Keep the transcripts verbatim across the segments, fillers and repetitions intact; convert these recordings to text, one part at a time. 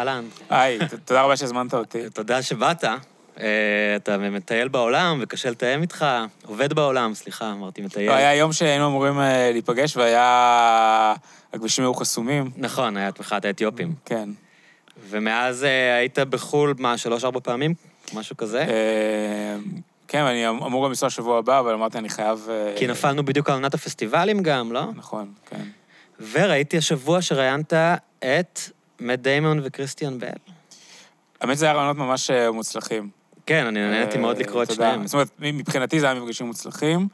אהלן. היי, תודה רבה שהזמנת אותי. תודה שבאת. אתה מטייל בעולם, וקשה לתאם איתך, עובד בעולם, סליחה, אמרתי מטייל. היה יום שהיינו אמורים להיפגש, והיה... הכבישים היו חסומים. נכון, היה תמיכת האתיופים. כן. ומאז היית בחול, מה, שלוש-ארבע פעמים? משהו כזה? כן, אני אמור גם לנסוע שבוע הבא, אבל אמרתי, אני חייב... כי נפלנו בדיוק על עונת הפסטיבלים גם, לא? נכון, כן. וראיתי השבוע שראיינת את מאט דיימון וקריסטיאן בל. האמת, זה היה רעיונות ממש מוצלחים. כן, אני נהניתי מאוד לקרוא את שניהם. זאת אומרת, מבחינתי זה היה מפגשים מוצלחים.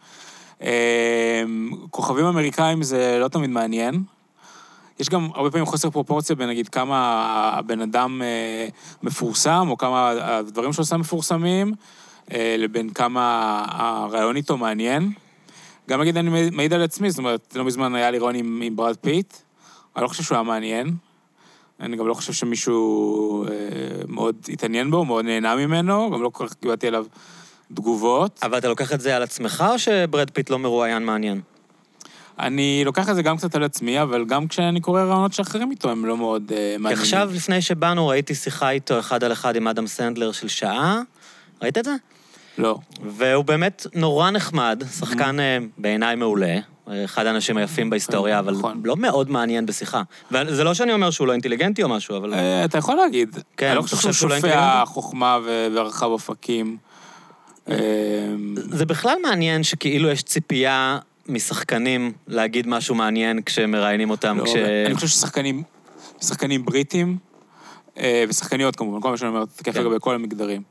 כוכבים אמריקאים זה לא תמיד מעניין. יש גם הרבה פעמים חוסר פרופורציה בין, נגיד, כמה הבן אדם מפורסם, או כמה הדברים שעושה מפורסמים, לבין כמה הרעיון איתו מעניין. גם נגיד, אני מעיד על עצמי, זאת אומרת, לא מזמן היה לי רעיון עם, עם ברד פיט, אני לא חושב שהוא היה מעניין. אני גם לא חושב שמישהו מאוד התעניין בו, מאוד נהנה ממנו, גם לא כל כך קיבלתי עליו תגובות. אבל אתה לוקח את זה על עצמך, או שברד פיט לא מרואיין מעניין? אני לוקח את זה גם קצת על עצמי, אבל גם כשאני קורא רעיונות שאחרים איתו, הם לא מאוד uh, מעניינים. כי עכשיו, לפני שבאנו, ראיתי שיחה איתו אחד על אחד עם אדם סנדלר של שעה. ראית את זה? לא. והוא באמת נורא נחמד, שחקן uh, בעיניי מעולה, אחד האנשים היפים בהיסטוריה, אבל נכון. לא מאוד מעניין בשיחה. וזה לא שאני אומר שהוא לא אינטליגנטי או משהו, אבל... Uh, אתה יכול להגיד. כן, אני לא חושב שהוא שופע חוכמה ורחב אופקים. זה בכלל מעניין שכאילו יש ציפייה... משחקנים להגיד משהו מעניין כשהם מראיינים אותם. לא, כש... אני חושב ששחקנים, שחקנים בריטים, ושחקניות כמובן, כל מה שאני אומר, תקף לגבי כל המגדרים.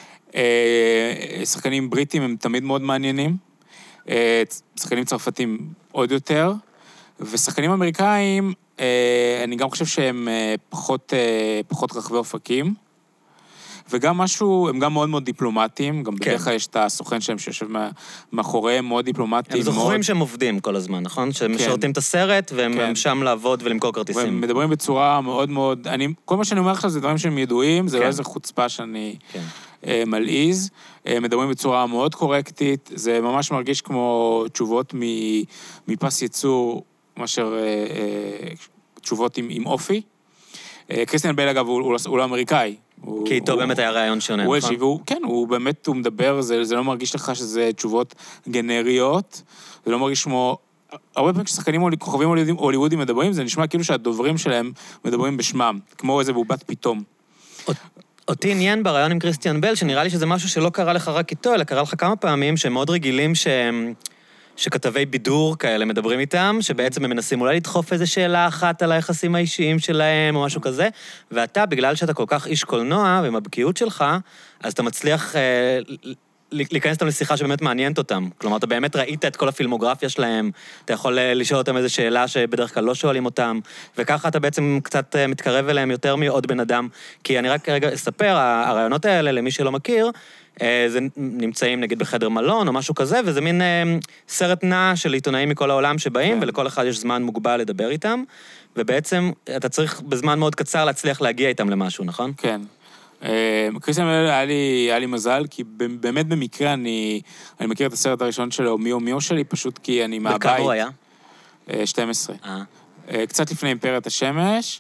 שחקנים בריטים הם תמיד מאוד מעניינים, שחקנים צרפתים עוד יותר, ושחקנים אמריקאים, אני גם חושב שהם פחות, פחות רחבי אופקים, וגם משהו, הם גם מאוד מאוד דיפלומטיים, גם בדרך כלל יש את הסוכן שלהם שיושב מאחוריהם, מאוד דיפלומטיים. הם זוכרים שהם עובדים כל הזמן, נכון? שהם משרתים את הסרט, והם שם לעבוד ולמכור כרטיסים. והם מדברים בצורה מאוד מאוד, כל מה שאני אומר עכשיו זה דברים שהם ידועים, זה לא איזה חוצפה שאני מלעיז, מדברים בצורה מאוד קורקטית, זה ממש מרגיש כמו תשובות מפס ייצור, מאשר תשובות עם אופי. קריסטיאן בל, אגב, הוא לא אמריקאי. כי איתו באמת היה רעיון שונה, נכון? כן, הוא באמת, הוא מדבר, זה לא מרגיש לך שזה תשובות גנריות, זה לא מרגיש כמו... הרבה פעמים כששחקנים כוכבים הוליוודים מדברים, זה נשמע כאילו שהדוברים שלהם מדברים בשמם, כמו איזה בובת פתאום. אותי עניין ברעיון עם קריסטיאן בל, שנראה לי שזה משהו שלא קרה לך רק איתו, אלא קרה לך כמה פעמים שהם מאוד רגילים שהם... שכתבי בידור כאלה מדברים איתם, שבעצם הם מנסים אולי לדחוף איזו שאלה אחת על היחסים האישיים שלהם, או משהו כזה, ואתה, בגלל שאתה כל כך איש קולנוע, ועם הבקיאות שלך, אז אתה מצליח אה, להיכנס אותם לשיחה שבאמת מעניינת אותם. כלומר, אתה באמת ראית את כל הפילמוגרפיה שלהם, אתה יכול לשאול אותם איזו שאלה שבדרך כלל לא שואלים אותם, וככה אתה בעצם קצת מתקרב אליהם יותר מעוד בן אדם, כי אני רק רגע אספר, הרעיונות האלה, למי שלא מכיר, זה נמצאים נגיד בחדר מלון או משהו כזה, וזה מין סרט נע של עיתונאים מכל העולם שבאים, כן. ולכל אחד יש זמן מוגבל לדבר איתם, ובעצם אתה צריך בזמן מאוד קצר להצליח להגיע איתם למשהו, נכון? כן. קריסטיאן בל היה לי, היה לי מזל, כי באמת במקרה אני, אני מכיר את הסרט הראשון שלו, מיו מיו שלי, פשוט כי אני מהבית. וכמה הוא היה? שתים עשרה. אה. קצת לפני אימפריית השמש,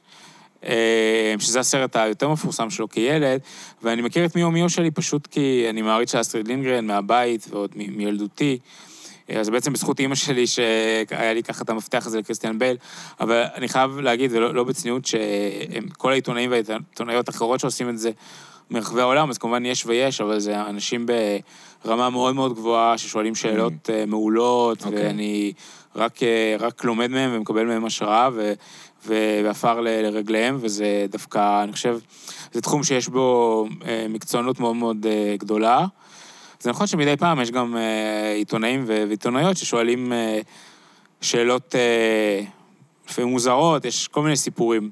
שזה הסרט היותר מפורסם שלו כילד, ואני מכיר את מיו מיו שלי פשוט כי אני מעריץ של אסטריד לינגרן מהבית ועוד מ- מילדותי, אז בעצם בזכות אימא שלי שהיה לי ככה את המפתח הזה לקריסטיאן בל, אבל אני חייב להגיד, ולא לא בצניעות, שכל העיתונאים והעיתונאיות האחרות שעושים את זה מרחבי העולם, אז כמובן יש ויש, אבל זה אנשים ברמה מאוד מאוד גבוהה, ששואלים שאלות mm. מעולות, okay. ואני רק, רק לומד מהם ומקבל מהם השראה, ו... ועפר לרגליהם, וזה דווקא, אני חושב, זה תחום שיש בו מקצוענות מאוד מאוד גדולה. זה נכון שמדי פעם יש גם עיתונאים ועיתונאיות ששואלים שאלות לפעמים מוזרות, יש כל מיני סיפורים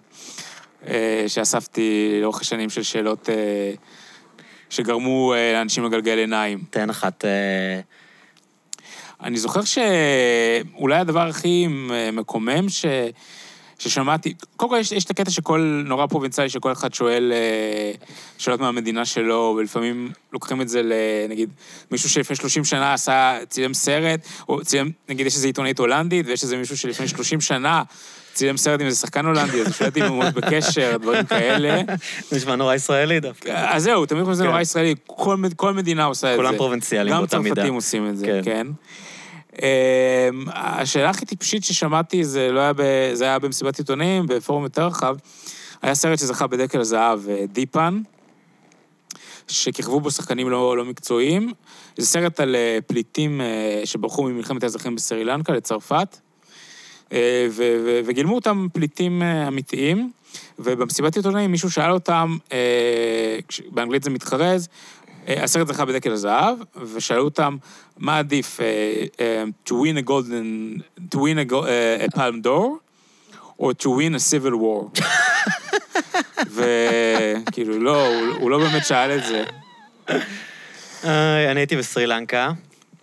שאספתי לאורך השנים של שאלות שגרמו לאנשים לגלגל עיניים. תן אחת... אני זוכר שאולי הדבר הכי מקומם ש... ששמעתי, קודם כל יש, יש את הקטע שכל, נורא פרובינציאלי, שכל אחד שואל אה, שאלות מהמדינה שלו, ולפעמים לוקחים את זה לנגיד, מישהו שלפני שלושים שנה עשה, צילם סרט, או צילם, נגיד יש איזו עיתונאית הולנדית, ויש איזה מישהו שלפני שלושים שנה, צילם סרט עם איזה שחקן הולנדי, אז שואלתי אם הוא מאוד בקשר, דברים כאלה. נשמע נורא ישראלי דווקא. אז זהו, תמיד חושב שזה נורא ישראלי, כל, כל מדינה עושה את זה. כולם פרובינציאליים באותה מידה. גם צרפתים עושים את זה, כן. השאלה הכי טיפשית ששמעתי, זה לא היה, זה היה במסיבת עיתונים, בפורום יותר רחב, היה סרט שזכה בדקל הזהב, דיפן, שכיכבו בו שחקנים לא, לא מקצועיים. זה סרט על פליטים שברחו ממלחמת האזרחים בסרי לנקה לצרפת, ו- ו- וגילמו אותם פליטים אמיתיים, ובמסיבת עיתונאים מישהו שאל אותם, באנגלית זה מתחרז, הסרט זכה בדקל הזהב, ושאלו אותם, מה עדיף, to win a golden, to win a, a palm d'or, או to win a civil war. וכאילו, לא, הוא, הוא לא באמת שאל את זה. אני הייתי בסרי לנקה,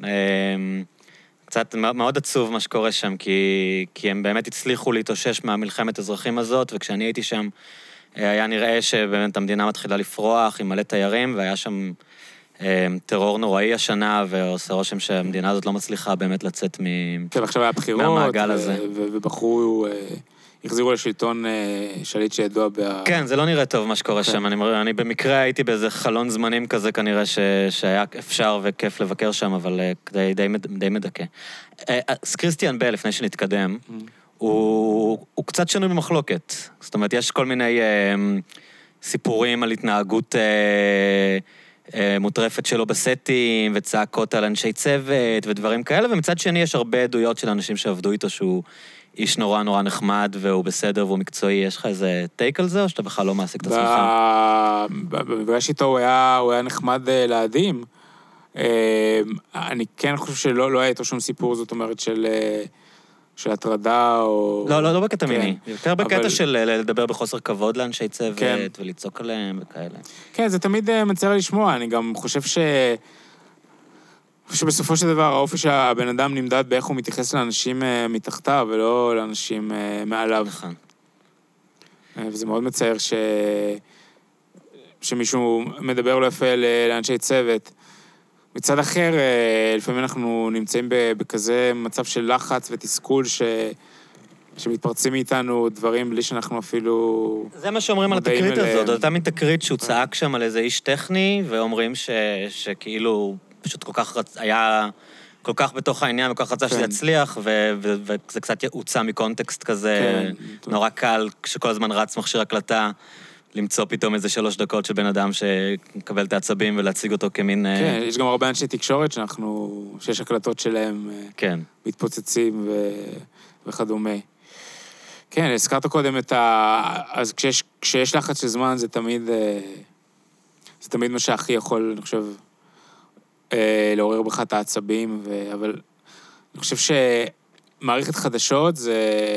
קצת מאוד עצוב מה שקורה שם, כי, כי הם באמת הצליחו להתאושש מהמלחמת אזרחים הזאת, וכשאני הייתי שם, היה נראה שבאמת המדינה מתחילה לפרוח עם מלא תיירים, והיה שם טרור נוראי השנה, ועושה רושם שהמדינה הזאת לא מצליחה באמת לצאת כן, עכשיו היה בחירות, מהמעגל הזה. ובחרו, החזירו לשלטון שליט שידוע בה... כן, זה לא נראה טוב מה שקורה שם. אני, אני במקרה הייתי באיזה חלון זמנים כזה, כנראה ש, שהיה אפשר וכיף לבקר שם, אבל די, די, די מדכא. אז קריסטיאן בל, לפני שנתקדם, הוא, הוא קצת שנוי במחלוקת. זאת אומרת, יש כל מיני סיפורים על התנהגות... מוטרפת שלו בסטים, וצעקות על אנשי צוות, ודברים כאלה, ומצד שני יש הרבה עדויות של אנשים שעבדו איתו, שהוא איש נורא נורא נחמד, והוא בסדר והוא מקצועי. יש לך איזה טייק על זה, או שאתה בכלל לא מעסיק את עצמך? במפגש איתו הוא היה נחמד לעדים. אני כן חושב שלא היה איתו שום סיפור, זאת אומרת, של... של הטרדה או... לא, לא, לא בקטע מיני. יותר בקטע של לדבר בחוסר כבוד לאנשי צוות, ולצעוק עליהם וכאלה. כן, זה תמיד מצער לשמוע. אני גם חושב ש... שבסופו של דבר, האופי שהבן אדם נמדד באיך הוא מתייחס לאנשים מתחתיו, ולא לאנשים מעליו. נכון. וזה מאוד מצער ש... שמישהו מדבר לא יפה לאנשי צוות. מצד אחר, לפעמים אנחנו נמצאים בכזה מצב של לחץ ותסכול ש... שמתפרצים מאיתנו דברים בלי שאנחנו אפילו... זה מה שאומרים על התקרית הזאת, אותה מין תקרית שהוא צעק שם על איזה איש טכני, ואומרים ש... שכאילו פשוט כל כך רצ... היה כל כך בתוך העניין, וכל כך רצה שזה יצליח, ו... ו... וזה קצת הוצא מקונטקסט כזה נורא קל, כשכל הזמן רץ מכשיר הקלטה, למצוא פתאום איזה שלוש דקות של בן אדם שמקבל את העצבים ולהציג אותו כמין... כן, יש גם הרבה אנשי תקשורת שאנחנו, שיש הקלטות שלהם כן. מתפוצצים ו... וכדומה. כן, הזכרת קודם את ה... אז כשיש, כשיש לחץ של זמן, זה תמיד, זה תמיד מה שהכי יכול, אני חושב, לעורר בך את העצבים, ו... אבל אני חושב שמערכת חדשות זה...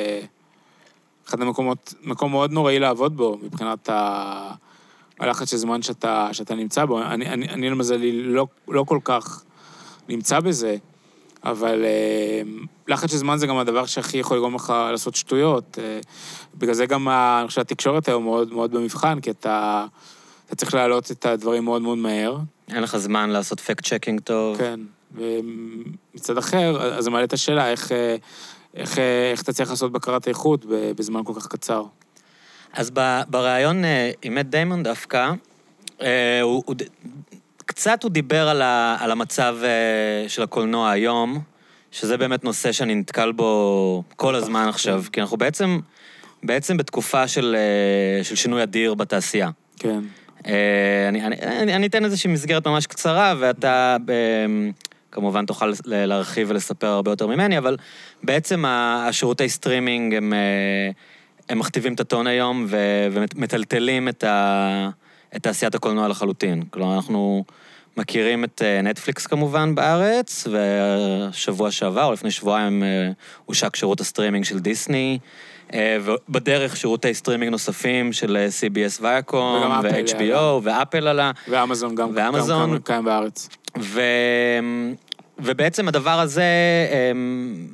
אחד המקומות, מקום מאוד נוראי לעבוד בו, מבחינת ה... הלחץ של זמן שאתה, שאתה נמצא בו. אני, אני, אני למזלי לא, לא כל כך נמצא בזה, אבל אה, לחץ של זמן זה גם הדבר שהכי יכול לגרום לך לעשות שטויות. אה, בגלל זה גם, אני חושב, התקשורת היום מאוד, מאוד במבחן, כי אתה, אתה צריך להעלות את הדברים מאוד מאוד מהר. אין לך זמן לעשות פקט צ'קינג טוב. כן, ומצד אחר, אז זה מעלה את השאלה, איך... איך, איך אתה צריך לעשות בקרת איכות בזמן כל כך קצר? אז ברעיון עם מאט דיימון דווקא, הוא, הוא, קצת הוא דיבר על, ה, על המצב של הקולנוע היום, שזה באמת נושא שאני נתקל בו כל הזמן עכשיו, כי אנחנו בעצם, בעצם בתקופה של, של שינוי אדיר בתעשייה. כן. אני, אני, אני, אני אתן איזושהי מסגרת ממש קצרה, ואתה... כמובן תוכל להרחיב ולספר הרבה יותר ממני, אבל בעצם השירותי סטרימינג הם, הם מכתיבים את הטון היום ומטלטלים את, ה, את תעשיית הקולנוע לחלוטין. כלומר, אנחנו מכירים את נטפליקס כמובן בארץ, ושבוע שעבר, או לפני שבועיים, הושק שירות הסטרימינג של דיסני, ובדרך שירותי סטרימינג נוספים של סי בי אס ויאקום, ו-אייץ' בי או, ואפל עלה. ואמזון גם, ואמזון. גם קיים בארץ. ו... ובעצם הדבר הזה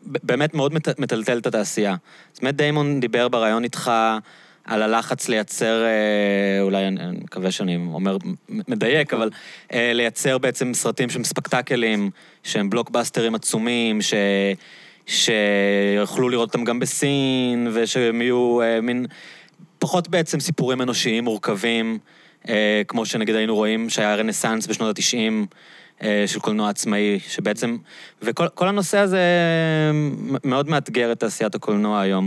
באמת מאוד מטלטל את התעשייה. אז מאט דיימון דיבר ברעיון איתך על הלחץ לייצר, אולי אני מקווה שאני אומר מדייק, אבל לייצר בעצם סרטים שהם ספקטקלים, שהם בלוקבאסטרים עצומים, ש... שיוכלו לראות אותם גם בסין, ושהם יהיו מין, פחות בעצם סיפורים אנושיים מורכבים, כמו שנגיד היינו רואים שהיה רנסנס בשנות ה-תשעים, של קולנוע עצמאי, שבעצם, וכל כל הנושא הזה מאוד מאתגר את תעשיית הקולנוע היום.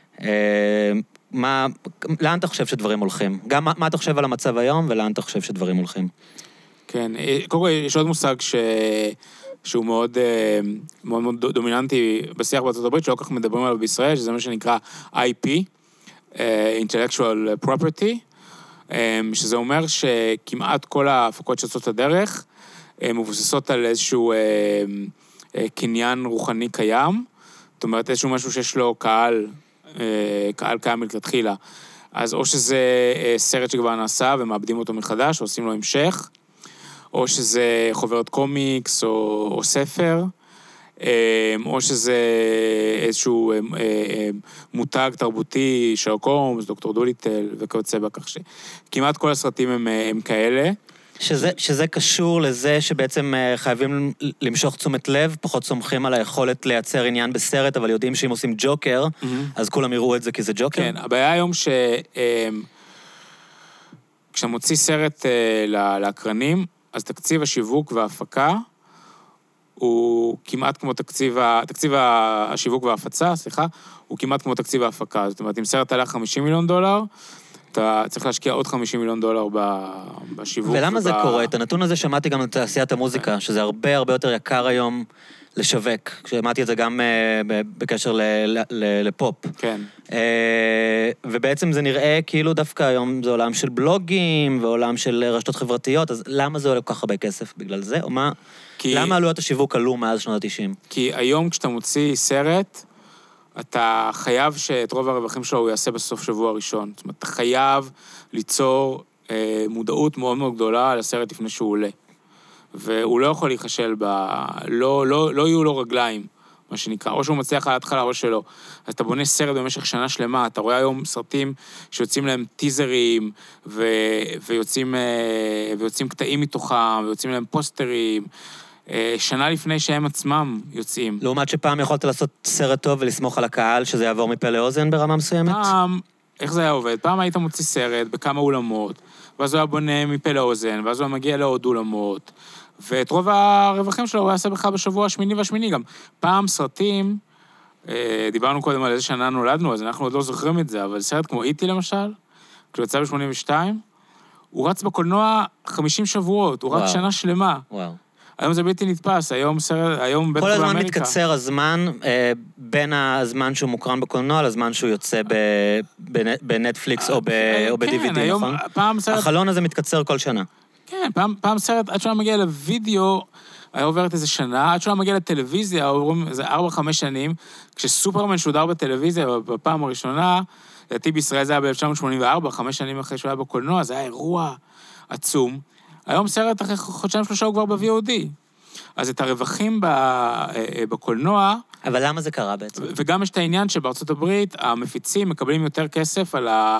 מה, לאן אתה חושב שדברים הולכים? גם מה, מה אתה חושב על המצב היום, ולאן אתה חושב שדברים הולכים? כן, קודם כל יש עוד מושג ש... שהוא מאוד, מאוד, מאוד דומיננטי בשיח בארצות הברית, שלא כך מדברים עליו בישראל, שזה מה שנקרא איי פי, Intellectual Property, שזה אומר שכמעט כל ההפקות שיוצאות הדרך, מבוססות על איזשהו קניין רוחני קיים, זאת אומרת, איזשהו משהו שיש לו קהל, קהל קיים מלכתחילה. אז או שזה סרט שכבר נעשה ומאבדים אותו מחדש, או עושים לו המשך, או שזה חוברת קומיקס או, או ספר, או שזה איזשהו מותג תרבותי, שרלוק הולמס, דוקטור דוליטל וכיוצא בכך שכמעט כל הסרטים הם, הם כאלה. שזה, שזה קשור לזה שבעצם חייבים למשוך תשומת לב, פחות סומכים על היכולת לייצר עניין בסרט, אבל יודעים שאם עושים ג'וקר, mm-hmm. אז כולם יראו את זה כי זה ג'וקר. כן, הבעיה היום ש... כשאתה מוציא סרט לאקרנים, אז תקציב השיווק וההפקה הוא כמעט כמו תקציב, תקציב השיווק וההפצה, סליחה, הוא כמעט כמו תקציב ההפקה. זאת אומרת, אם סרט עלה חמישים מיליון דולר, אתה צריך להשקיע עוד חמישים מיליון דולר בשיווק. ולמה זה קורה? את הנתון הזה שמעתי גם על תעשיית המוזיקה, שזה הרבה הרבה יותר יקר היום לשווק. שמעתי את זה גם בקשר לפופ. כן. ובעצם זה נראה כאילו דווקא היום זה עולם של בלוגים, ועולם של רשתות חברתיות, אז למה זה עולה כל כך הרבה כסף בגלל זה? או מה? למה עלויות השיווק עלו מאז שנות ה-תשעים? כי היום כשאתה מוציא סרט, אתה חייב שאת רוב הרווחים שלו הוא יעשה בסוף שבוע ראשון. זאת אומרת, אתה חייב ליצור אה, מודעות מאוד מאוד גדולה על הסרט לפני שהוא עולה. והוא לא יכול להיחשל ב... לא, לא, לא יהיו לו רגליים, מה שנקרא. או שהוא מצליח על ההתחלה או שלא. אז אתה בונה סרט במשך שנה שלמה. אתה רואה היום סרטים שיוצאים להם טיזרים, ו... ויוצאים, אה, ויוצאים קטעים מתוכם, ויוצאים להם פוסטרים, שנה לפני שהם עצמם יוצאים. לעומת שפעם יכולת לעשות סרט טוב ולסמוך על הקהל, שזה יעבור מפה לאוזן ברמה מסוימת? פעם, איך זה היה עובד? פעם היית מוציא סרט בכמה אולמות, ואז הוא היה בונה מפה לאוזן, ואז הוא היה מגיע לעוד אולמות, ואת רוב הרווחים שלו הוא יעשה בכלל בשבוע השמיני והשמיני גם. פעם סרטים, דיברנו קודם על איזה שנה נולדנו, אז אנחנו עוד לא זוכרים את זה, אבל סרט כמו איטי למשל, כשהוא יצא ב-שמונים ושתיים, הוא רץ בקולנוע חמישים שבועות, הוא רק שנה שלמה. וואו. היום זה בלתי נתפס, היום סרט, היום בטח באמריקה. כל הזמן מתקצר הזמן, אה, בין הזמן שהוא מוקרן בקולנוע, לזמן שהוא יוצא ב, בנטפליקס או ב-די וי די, נכון? פעם סרט... החלון הזה מתקצר כל שנה. כן, פעם, פעם סרט, עד שהוא מגיע לוידאו, היה עוברת איזה שנה, עד שהוא מגיע לטלוויזיה, עוברים איזה ארבע, חמש שנים, כשסופרמן שודר בטלוויזיה, בפעם הראשונה, לדעתי בישראל זה היה ב-אלף תשע מאות שמונים וארבע, חמש שנים אחרי שהוא היה בקולנוע, זה היה אירוע עצום. היום סרט אחרי חודשיים שלושה הוא כבר ב-וי או די. אז את הרווחים בקולנוע... אבל למה זה קרה בעצם? וגם יש את העניין שבארצות הברית המפיצים מקבלים יותר כסף על ה...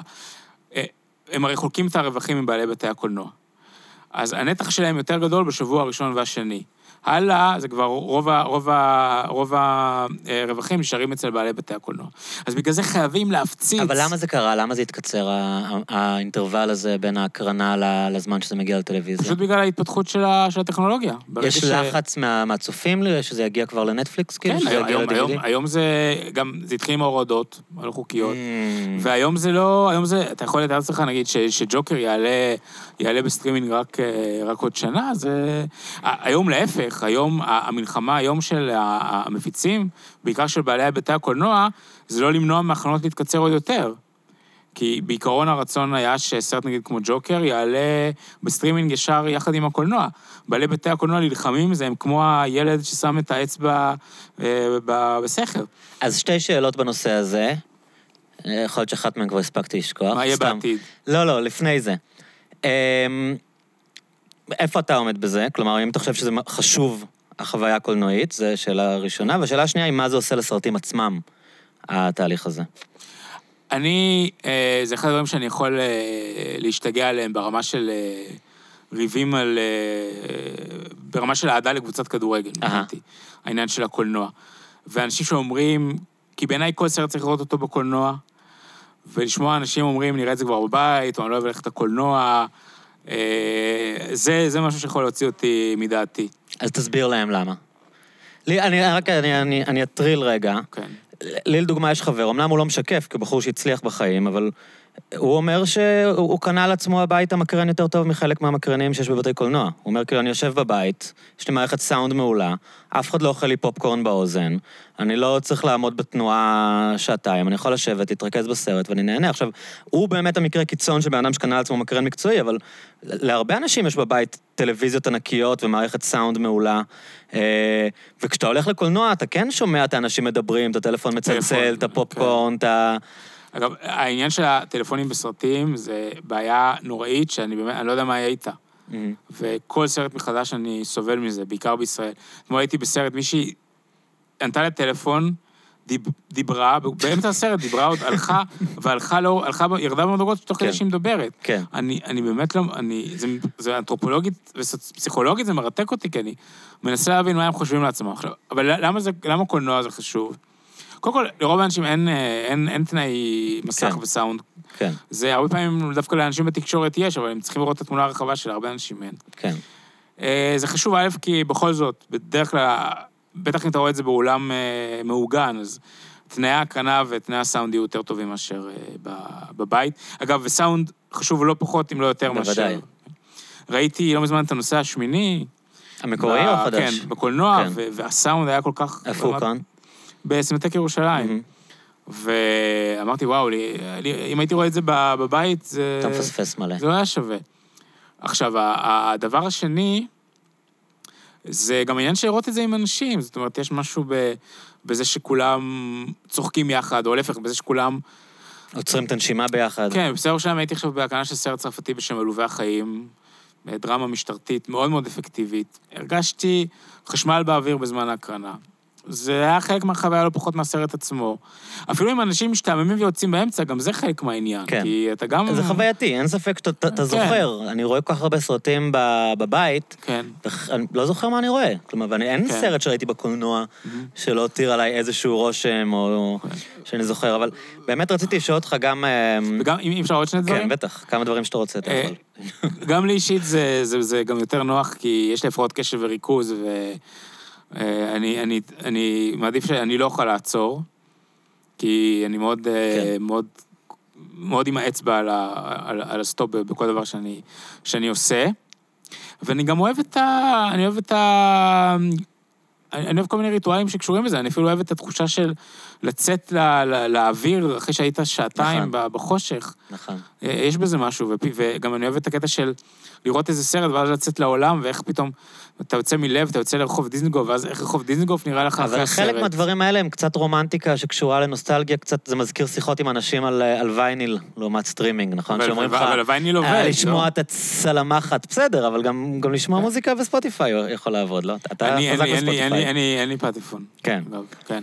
הם הרי חולקים את הרווחים עם בעלי בתי הקולנוע. אז הנתח שלהם יותר גדול בשבוע הראשון והשני. הלאה, זה כבר רוב, רוב, רוב הרווחים נשארים אצל בעלי בתי הקולנוע. אז בגלל זה חייבים להפציץ. אבל למה זה קרה? למה זה התקצר, האינטרוול הזה בין ההקרנה לזמן שזה מגיע לטלוויזיה? פשוט בגלל ההתפתחות של הטכנולוגיה. יש לחץ מהצופים שזה יגיע כבר לנטפליקס? כן, היום זה גם, זה התחיל עם ההורדות, הלא חוקיות, והיום זה לא, היום זה, אתה יכול לדעת לך, נגיד, שג'וקר יעלה, יעלה בסטרימינג רק עוד שנה, זה, היום להפך, היום, המלחמה היום של המפיצים, בעיקר של בעלי בתי הקולנוע, זה לא למנוע מהכנות להתקצר עוד יותר. כי בעיקרון הרצון היה שסרט נגיד כמו ג'וקר יעלה בסטרימינג ישר יחד עם הקולנוע. בעלי בתי הקולנוע נלחמים, זה הם כמו הילד ששם את האצבע בסכר. אז שתי שאלות בנושא הזה. יכול להיות שאחת מהן כבר הספקתי לשכוח. מה יהיה בעתיד? לא, לא, לפני זה. איפה אתה עומד בזה? כלומר, אם אתה חושב שזה חשוב, החוויה הקולנועית, זו שאלה ראשונה, והשאלה השנייה היא מה זה עושה לסרטים עצמם, התהליך הזה. אני, זה אחד הדברים שאני יכול להשתגע עליהם ברמה של ריבים על, ברמה של העדה לקבוצת כדורגל, העניין של הקולנוע. ואנשים שאומרים, כי בעיניי כל סרט צריך לראות אותו בקולנוע, ולשמוע אנשים אומרים, נראה את זה כבר בבית, או אני לא אוהב ללכת את הקולנוע, זה, זה משהו שיכול להוציא אותי מדעתי. אז תסביר להם למה. לי, אני, רק, אני, אני, אני אטריל רגע. כן. לי לדוגמה יש חבר, אמנם הוא לא משקף, כבחור שהצליח בחיים, אבל הוא אומר שהוא קנה על עצמו הבית המקרן יותר טוב מחלק מהמקרנים שיש בבתי קולנוע. הוא אומר, כאילו, אני יושב בבית, יש לי מערכת סאונד מעולה, אף אחד לא אוכל לי פופקורן באוזן, אני לא צריך לעמוד בתנועה שעתיים, אני יכול לשבת, להתרכז בסרט ואני נהנה. עכשיו, הוא באמת המקרה קיצון שבן אדם שקנה על עצמו מקרן מקצועי, אבל להרבה אנשים יש בבית טלוויזיות ענקיות ומערכת סאונד מעולה, וכשאתה הולך לקולנוע, אתה כן שומע את האנשים מדברים, את הטלפון מצלצל, את הפופקורן, את ה... אגב, העניין של הטלפונים בסרטים זה בעיה נוראית שאני באמת, אני לא יודע מה היה איתה. Mm-hmm. וכל סרט מחדש אני סובל מזה, בעיקר בישראל. כמו הייתי בסרט, מישהי ענתה לטלפון, דיב, דיברה, באמצע הסרט דיברה עוד, הלכה, והלכה לא, הלכה, ירדה במדרגות תוך כדי שהיא מדברת. כן. אני, אני באמת לא, אני, זה, זה אנתרופולוגית ופסיכולוגית, זה מרתק אותי, כי אני מנסה להבין מה הם חושבים לעצמם. אבל למה זה, למה קולנוע זה חשוב? קודם כל, לרוב האנשים אין, אין, אין תנאי מסך כן. וסאונד. כן. זה הרבה פעמים דווקא לאנשים בתקשורת יש, אבל הם צריכים לראות את התמונה הרחבה של הרבה אנשים אין. כן. זה חשוב, א', כי בכל זאת, בדרך כלל, בטח אם אתה רואה את זה באולם מעוגן, אז תנאי ההקרנה ותנאי הסאונד יהיו יותר טובים מאשר בבית. אגב, וסאונד חשוב לא פחות, אם לא יותר מאשר. בוודאי. ראיתי לא מזמן את הנושא השמיני. המקורי או החדש? כן, בקולנוע, והסאונד היה כל כך... איפה הוא כאן? בסמטק ירושלים. ואמרתי, וואו, אם הייתי רואה את זה בבית, זה... אתה מפספס מלא. זה לא היה שווה. עכשיו, הדבר השני, זה גם עניין שלראות את זה עם אנשים. זאת אומרת, יש משהו בזה שכולם צוחקים יחד, או להפך, בזה שכולם... עוצרים את הנשימה ביחד. כן, בסדר שלהם הייתי עכשיו בהקרנה של סרט צרפתי בשם עלובי החיים, דרמה משטרתית מאוד מאוד אפקטיבית. הרגשתי חשמל באוויר בזמן ההקרנה. זה היה חלק מהחוויה, לא פחות מהסרט עצמו. אפילו אם אנשים משתעממים ויוצאים באמצע, גם זה חלק מהעניין. כן. כי אתה גם... זה חווייתי, אין ספק שאתה כן. זוכר. אני רואה כל כך הרבה סרטים בבית, כן. אני לא זוכר מה אני רואה. כלומר, ואין כן. סרט שראיתי בקולנוע, שלא הותיר עליי איזשהו רושם, או שאני זוכר. אבל באמת רציתי לשאול אותך גם... וגם, אם אפשר עוד שני דברים? כן, בטח. כמה דברים שאתה רוצה, אתה יכול. גם לי אישית זה, זה, זה גם יותר נוח, כי יש לי הפרעות קשב וריכוז, ו... אני, אני, אני מעדיף שאני לא אוכל לעצור, כי אני מאוד, כן. מאוד, מאוד עם האצבע על, על, על הסטופ בכל דבר שאני, שאני עושה. ואני גם אוהב את ה... אני אוהב את ה... אני אוהב כל מיני ריטואלים שקשורים בזה, אני אפילו אוהב את התחושה של לצאת לה, לה, לאוויר אחרי שהיית שעתיים נכון. בחושך. נכון. יש בזה משהו, וגם אני אוהב את הקטע של לראות איזה סרט, ואז לצאת לעולם, ואיך פתאום אתה יוצא מלב, אתה יוצא לרחוב דיזנגוף, ואז איך רחוב דיזנגוף נראה לך אחרי הסרט. אבל חלק מהדברים האלה הם קצת רומנטיקה שקשורה לנוסטלגיה, קצת זה מזכיר שיחות עם אנשים על, על וייניל, לעומת סטרימינג, נכון? אבל, אבל, אבל הווייניל עובד, לשמוע לא? את הצלמחת, בסדר, אבל גם, גם לשמוע מוזיקה בספוטיפיי יכול לעבוד, לא? אתה אני, חזק אני, בספוטיפיי. אני, אני, אני, אין לי פטיפון. כן. כן.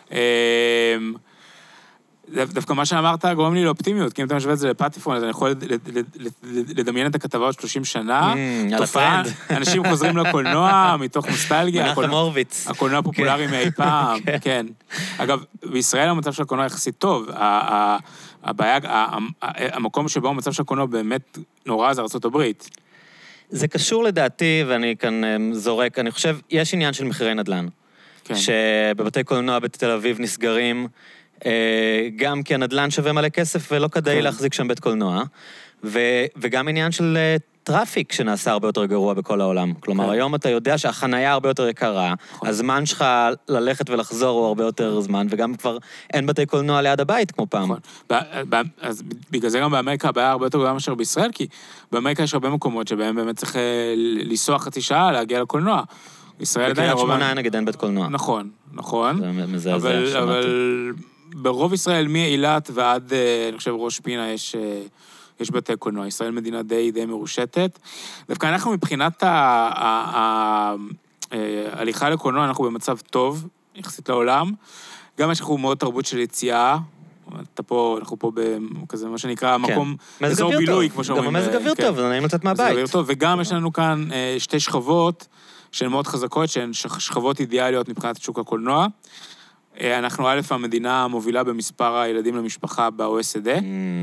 דווקא מה שאמרת גורם לי לאופטימיות, כי אם אתה משווה את זה לפטיפון, אז אני יכול לדמיין את הכתבה עוד שלושים שנה, תופעה, אנשים חוזרים לקולנוע, מתוך נוסטלגיה, מנחם הורוביץ. הקולנוע פופולרי מאי פעם, כן. אגב, בישראל המצב של הקולנוע יחסית טוב, הבעיה, המקום שבו המצב של הקולנוע באמת נורא זה ארצות הברית. זה קשור לדעתי, ואני כאן זורק, אני חושב, יש עניין של מחירי נדל"ן, שבבתי קולנוע בתל אביב נסגרים, גם כי הנדל"ן שווה מלא כסף ולא כדאי להחזיק שם בית קולנוע, וגם עניין של טראפיק שנעשה הרבה יותר גרוע בכל העולם. כלומר, היום אתה יודע שהחנייה הרבה יותר יקרה, הזמן שלך ללכת ולחזור הוא הרבה יותר זמן, וגם כבר אין בתי קולנוע ליד הבית כמו פעם. אז בגלל זה גם באמריקה הבעיה הרבה יותר גדולה מאשר בישראל, כי באמריקה יש הרבה מקומות שבהם באמת צריך לנסוע חצי שעה להגיע לקולנוע. ישראל עדיין... בקריית שמונה נגד אין בית קולנוע. נכון, נכון. זה מזעזע, שמעתי. אבל ברוב ישראל, מאילת ועד, אני חושב, ראש פינה, יש, יש בתי קולנוע. ישראל מדינה די, די מרושתת. דווקא אנחנו מבחינת ה, ה, ה, הליכה לקולנוע, אנחנו במצב טוב, יחסית לעולם. גם יש לנו מאוד תרבות של יציאה, אתה פה, אנחנו פה בכזה, מה שנקרא, מקום, אזור בילוי, כמו שאומרים. גם המזג אוויר טוב, זה נעים לצאת מהבית. וגם יש לנו כאן שתי שכבות, שהן מאוד חזקות, שהן שכבות אידיאליות מבחינת שוק הקולנוע. אנחנו א' המדינה המובילה במספר הילדים למשפחה ב-או אס די,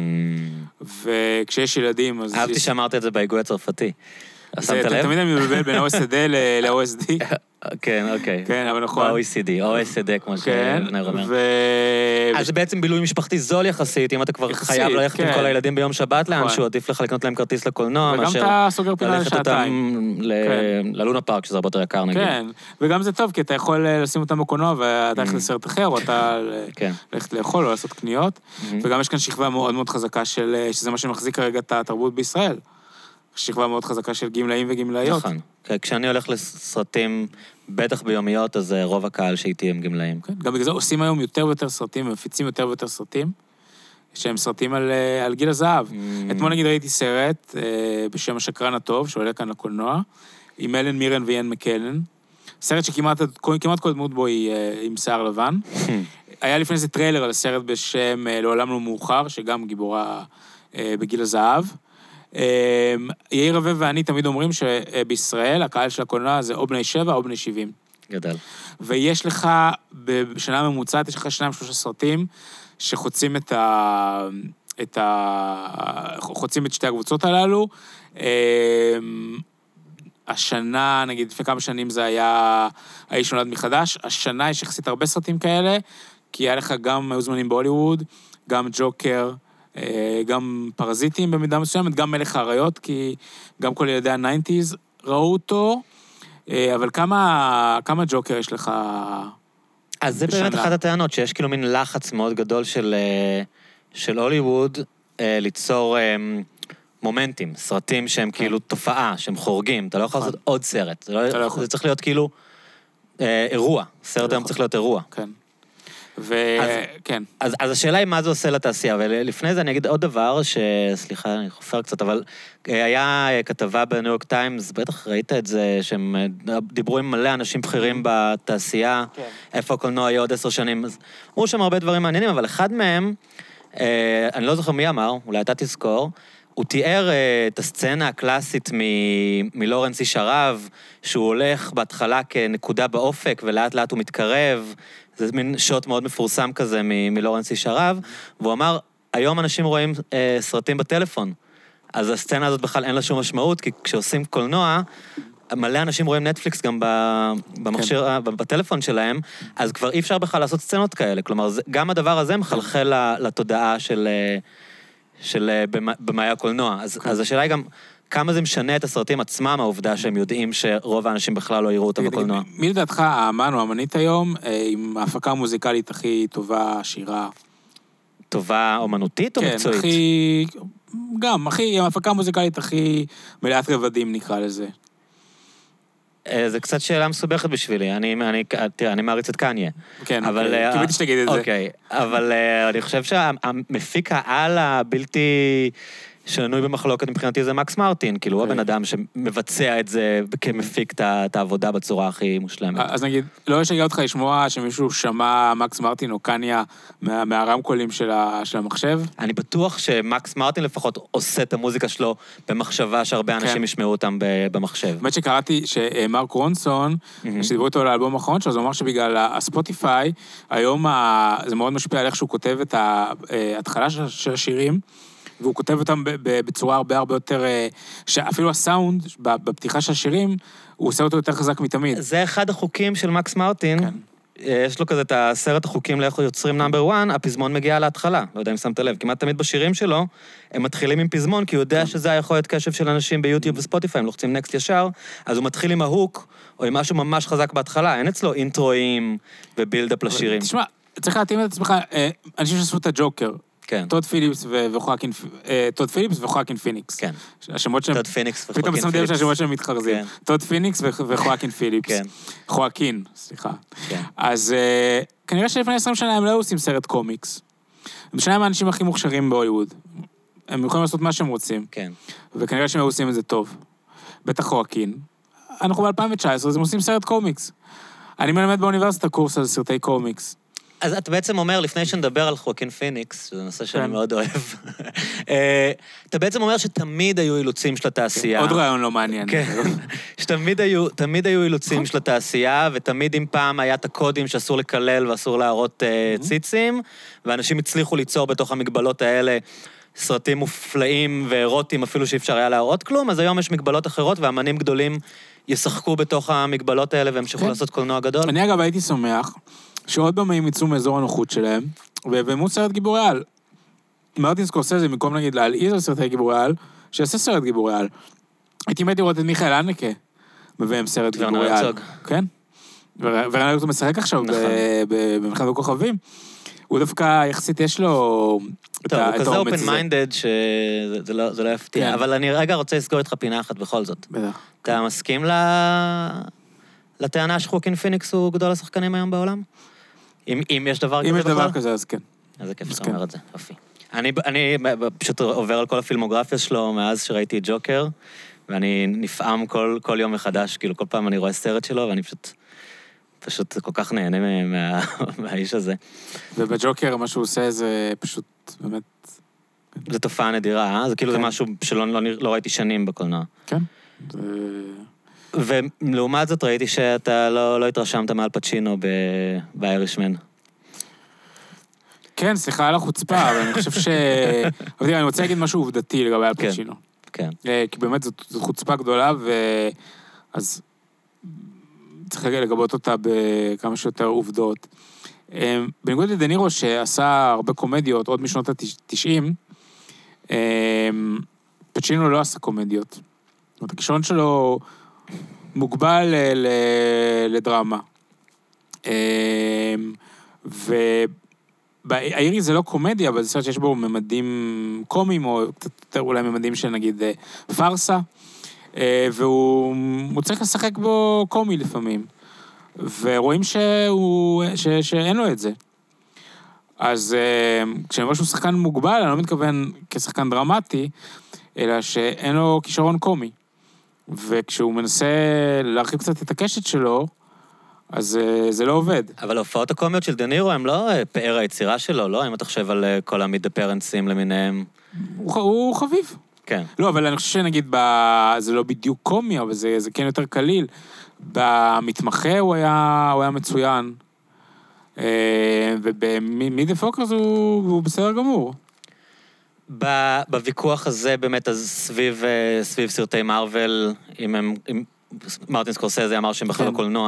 וכשיש ילדים, אז... אהבתי שאמרת את זה בהיגוי הצרפתי. שמת לב? תמיד אני מבלבל בין או אס די ל-או אס די. כן, אוקיי. כן, אבל נכון. ב-או אי סי די, או אס די, כמו שנר אומר. אז זה בעצם בילוי משפחתי זול יחסית, אם אתה כבר חייב ללכת עם כל הילדים ביום שבת לאנשהו, עדיף לך לקנות להם כרטיס לקולנוע, וגם אתה סוגר פינה לשעתיים. ללונה פארק, שזה הרבה יותר יקר, נגיד. כן, וגם זה טוב, כי אתה יכול לשים אותם בקולנוע, ואתה הולך לסרט אחר, או אתה הולכת לאכול, או לעשות קניות, וגם יש כאן שכבה מאוד מאוד חזקה של, שזה מה שמחזיק כרגע את התרבות בישראל. שכבה מאוד חזקה של גמלאים וגמלאיות. נכון. כשאני הולך לסרטים, בטח ביומיות, אז רוב הקהל שאיתי הם גמלאים. גם בגלל זה עושים היום יותר ויותר סרטים, מפיצים יותר ויותר סרטים, שהם סרטים על, על גיל הזהב. אתמול נגיד ראיתי סרט בשם השקרן הטוב, שעולה כאן לקולנוע, עם אלן מירן ויאן מקלן. סרט שכמעט כמעט כל דמות בו היא עם שיער לבן. היה לפני זה טריילר על הסרט בשם לעולם לא מאוחר, שגם גיבורה בגיל הזהב. יאיר רווה ואני תמיד אומרים שבישראל הקהל של הקולנוע זה או בני שבע או בני שבעים. גדל. ויש לך, בשנה ממוצעת, יש לך שניים שלושה סרטים שחוצים את ה... את ה... חוצים את שתי הקבוצות הללו. השנה, נגיד, לפני כמה שנים זה היה האיש נולד מחדש. השנה יש יחסית הרבה סרטים כאלה, כי היה לך גם היו זמנים בהוליווד, גם ג'וקר, גם פרזיטים במידה מסוימת, גם מלך האריות, כי גם כל ילדי ה-תשעים ראו אותו, אבל כמה, כמה ג'וקר יש לך בשנה? אז זה באמת אחת הטענות, שיש כאילו מין לחץ מאוד גדול של, של הוליווד, ליצור מומנטים, סרטים שהם כאילו תופעה, שהם חורגים, אתה לא יכול לעשות עוד סרט, זה, לא, זה צריך להיות כאילו אירוע, סרט היום צריך להיות אירוע. כן. וכן. אז, אז השאלה היא מה זה עושה לתעשייה, ולפני זה אני אגיד עוד דבר, שסליחה, אני חופר קצת, אבל היה כתבה בניו יורק טיימס, בטח ראית את זה, שהם דיברו עם מלא אנשים בכירים בתעשייה, כן. איפה הקולנוע יהיה עוד עשר שנים, אז אמרו שם הרבה דברים מעניינים, אבל אחד מהם, אני לא זוכר מי אמר, אולי אתה תזכור, הוא תיאר את הסצנה הקלאסית מ- מלורנס איש הרב, שהוא הולך בהתחלה כנקודה באופק, ולאט לאט הוא מתקרב, זה מין שוט מאוד מפורסם כזה מ- מלורנס איש הרב, והוא אמר, היום אנשים רואים אה, סרטים בטלפון, אז הסצנה הזאת בכלל אין לה שום משמעות, כי כשעושים קולנוע, מלא אנשים רואים נטפליקס גם במכשיר, כן. בטלפון שלהם, אז כבר אי אפשר בכלל לעשות סצנות כאלה, כלומר, זה, גם הדבר הזה מחלחל לתודעה של... של במאי הקולנוע. אז, אז השאלה היא גם, כמה זה משנה את הסרטים עצמם, העובדה שהם יודעים שרוב האנשים בכלל לא יראו אותם בקולנוע. מי לדעתך האמן או האמנית היום, עם ההפקה המוזיקלית הכי טובה, שירה? טובה אומנותית או כן, מקצועית? כן, הכי... גם, הכי, עם ההפקה המוזיקלית הכי מלאת רבדים, נקרא לזה. זה קצת שאלה מסובכת בשבילי, אני, אני, תראה, אני מעריץ את קניה. כן, אבל, קיבלתי שתגיד את זה. אוקיי, אבל אני חושב שהמפיק העל הבלתי שנוי במחלוקת מבחינתי זה מקס מרטין, כאילו הוא הבן אדם שמבצע את זה כמפיק את העבודה בצורה הכי מושלמת. אז נגיד, לא ישגע אותך לשמוע שמישהו שמע מקס מרטין או קניה מהרמקולים של המחשב? אני בטוח שמקס מרטין לפחות עושה את המוזיקה שלו במחשבה שהרבה אנשים ישמעו אותם במחשב. באמת שקראתי שמרק רונסון, שדיברו אותו על האלבום האחרון שלו, זה אומר שבגלל הספוטיפיי, היום זה מאוד משפיע על איך שהוא כותב את ההתחלה של השירים, והוא כותב אותם בצורה הרבה הרבה יותר, שאפילו הסאונד, בפתיחה של השירים, הוא עושה אותו יותר חזק מתמיד. זה אחד החוקים של מקס מרטין, כן. יש לו כזה את הסרט החוקים לאיך יוצרים נאמבר וואן, הפזמון מגיע להתחלה, לא יודע אם שמת לב, כמעט תמיד בשירים שלו, הם מתחילים עם פזמון, כי הוא יודע שזה היכול להיות קשב של אנשים ביוטיוב וספוטיפיי, הם לוחצים נקסט ישר, אז הוא מתחיל עם ההוק, או עם משהו ממש חזק בהתחלה, אין אצלו אינטרואים ובילדאפ לשירים. תשמע, צריך להתאים את עצמך, אנשים שעשו את הג'וקר, כן. טוד פיליפס וחואקין, טוד פיליפס וחואקין פיניקס. כן. השמות שהם... טוד פיניקס וחואקין פיליפס. פתאום שמתי לב שהשמות שהם מתחרזים. כן. טוד פיניקס וחואקין פיליפס. כן. חואקין, סליחה. כן. אז כנראה שלפני עשרים שנה הם לא עושים סרט קומיקס. הם שניהם האנשים הכי מוכשרים בהוליווד. הם יכולים לעשות מה שהם רוצים. כן. וכנראה שהם עושים את זה טוב. בטח חואקין. אנחנו ב-אלפיים תשע עשרה, אז הם עושים סרט קומיקס. אני מלמד באוניברסיטה קורס על סרטי קומיקס. אז אתה בעצם אומר, לפני שנדבר על חוקין פיניקס, שזה נושא שאני מאוד אוהב, אתה בעצם אומר שתמיד היו אילוצים של התעשייה. עוד רעיון לא מעניין. כן, שתמיד היו, תמיד היו אילוצים של התעשייה, ותמיד אם פעם היה את הקודים שאסור לקלל ואסור להראות ציצים, ואנשים הצליחו ליצור בתוך המגבלות האלה סרטים מופלאים ואירוטיים, אפילו שאי אפשר היה להראות כלום, אז היום יש מגבלות אחרות, ואמנים גדולים ישחקו בתוך המגבלות האלה, והמשכו לעשות קולנוע גדול. אני אגב הייתי שמח שעוד במאים יצאו מאזור הנוחות שלהם, ובאמת סרט גיבורי על. מרטין סקורסזה, במקום נגיד להלעיז על סרטי גיבורי על, שיעשה סרט גיבורי על. הייתי מת לראות את מיכאל אנקה, מביים סרט גיבורי על. כן? ורן הרצוג משחק עכשיו במלחמת הכוכבים. הוא דווקא יחסית יש לו... טוב, הוא כזה אופן מיינדד שזה לא יפתיע. אבל אני רגע רוצה לסגור איתך פינה אחת בכל זאת. בטח. אתה מסכים לטענה שחוקין פיניקס הוא גדול השחקנים היום בעולם? אם יש דבר כזה בכלל? אם יש דבר כזה, אז כן. אז זה כיף שאתה אומר את זה, יופי. אני פשוט עובר על כל הפילמוגרפיה שלו מאז שראיתי ג'וקר, ואני נפעם כל יום מחדש, כאילו כל פעם אני רואה סרט שלו, ואני פשוט... פשוט כל כך נהנה מהאיש הזה. ובג'וקר מה שהוא עושה זה פשוט באמת... זה תופעה נדירה, אה? זה כאילו זה משהו שלא ראיתי שנים בקולנוע. כן. ולעומת זאת ראיתי שאתה לא התרשמת מעל פצ'ינו באיירישמן. כן, סליחה על החוצפה, אבל אני חושב ש... אבל תראה, אני רוצה להגיד משהו עובדתי לגבי אל פצ'ינו. כן. כי באמת זו חוצפה גדולה, ואז... צריך לגבות אותה בכמה שיותר עובדות. בניגוד לדנירו, שעשה הרבה קומדיות, עוד משנות ה-תשעים, פצ'ינו לא עשה קומדיות. זאת אומרת, הכישרון שלו מוגבל לדרמה. והאירי זה לא קומדיה, אבל זה סרט שיש בו ממדים קומיים, או קצת יותר אולי ממדים של נגיד פרסה, והוא צריך לשחק בו קומי לפעמים, ורואים שהוא, ש, שאין לו את זה. אז כשאני אומר שהוא שחקן מוגבל, אני לא מתכוון כשחקן דרמטי, אלא שאין לו כישרון קומי. וכשהוא מנסה להרחיב קצת את הקשת שלו, אז זה לא עובד. אבל ההופעות הקומיות של דנירו הם לא פאר היצירה שלו, לא? אם אתה חושב על כל המיד-אפרנסים למיניהם. הוא, הוא חביב. כן. לא, אבל אני חושב שנגיד, ב... זה לא בדיוק קומי, אבל זה, זה כן יותר קליל. במתמחה הוא היה, הוא היה מצוין, ובמיד הפוקרס הוא, הוא בסדר גמור. בוויכוח הזה באמת, אז סביב, סביב סרטי מארוול, אם הם, אם מרטין סקורסזה אמר שהם בכלל הקולנוע,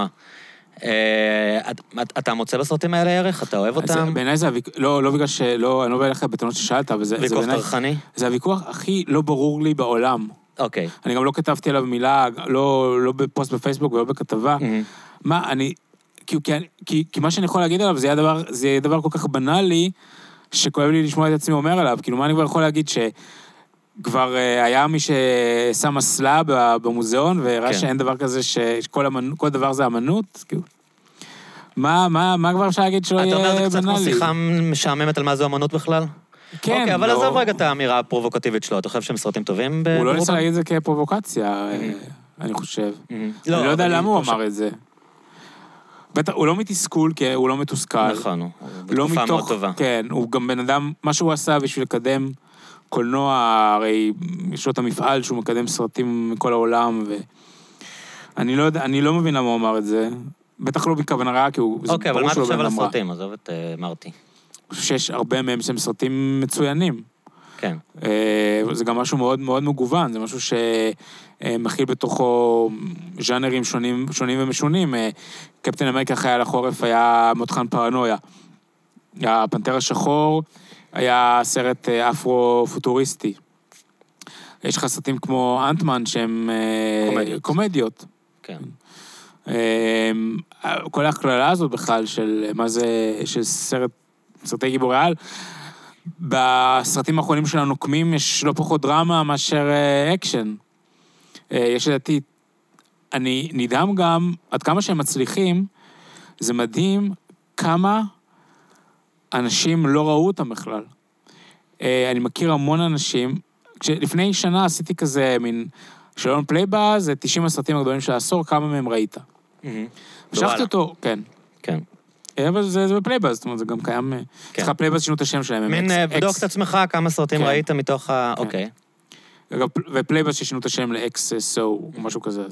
אתה מוצא בסרטים האלה ערך? אתה אוהב אותם? בעיניי זה הוויכוח, לא, לא בגלל שלא, אני לא בא לך בתנות ששאלת, אבל זה... ויכוח תרחני? זה הוויכוח הכי לא ברור לי בעולם. אוקיי. אני גם לא כתבתי עליו מילה, לא, לא בפוסט בפייסבוק ולא בכתבה. מה, אני... כי, כי, כי מה שאני יכול להגיד עליו, זה יהיה דבר, זה יהיה דבר כל כך בנאלי, שכואב לי לשמוע את עצמי אומר עליו. כאילו, מה אני כבר יכול להגיד ש... כבר היה מי ששם אסלה במוזיאון, והראה שאין דבר כזה שכל דבר זה אמנות, כאילו. מה, מה, מה כבר אפשר להגיד שלא יהיה בנאלי? אתה אומר, זה קצת כמו שיחה משעממת על מה זו אמנות בכלל? כן. אוקיי, אבל עזוב רגע את האמירה הפרובוקטיבית שלו, אתה חושב שהם סרטים טובים? הוא לא ניסה להגיד את זה כפרובוקציה, אני חושב. אני לא יודע למה הוא אמר את זה. בטח, הוא לא מתסכול, כי הוא לא מתוסכל. נכון, הוא בתקופה מאוד טובה. כן, הוא גם בן אדם, מה שהוא עשה בשביל לקדם קולנוע, הרי יש לו את המפעל שהוא מקדם סרטים מכל העולם, ואני לא יודע, אני לא מבין למה הוא אמר את זה. בטח לא בכוונה רעה, כי הוא... אוקיי, אבל מה אתה חושב על הסרטים? עזוב את מרטי. אני חושב שיש הרבה מהם שהם סרטים מצוינים. כן. זה גם משהו מאוד מאוד מגוון, זה משהו שמכיל בתוכו ז'אנרים שונים, שונים ומשונים. קפטן אמריקה חייל החורף היה מותחן פרנויה. הפנתר השחור היה סרט אפרו-פוטוריסטי. יש לך סרטים כמו אנטמן שהם קומדיות. קומדיות. כן. כל ההכללה הזאת בכלל של מה זה, של סרט, סרטי גיבורי על, בסרטים האחרונים של הנוקמים יש לא פחות דרמה מאשר אקשן. יש לדעתי, אני נדהם גם, עד כמה שהם מצליחים, זה מדהים כמה אנשים לא ראו אותם בכלל. אני מכיר המון אנשים, כשלפני שנה עשיתי כזה מין שלון פלייבאז, זה תשעים הסרטים הגדולים של העשור, כמה מהם ראית. ושלחתי אותו, כן. כן. אבל זה בפלייבאז, זאת אומרת, זה גם קיים... צריכה פלייבאז שינו את השם שלהם. מין בדוק את עצמך, כמה סרטים ראית מתוך ה... אוקיי. ופלייבאז ששינו את השם ל-אקס אס או, או משהו כזה.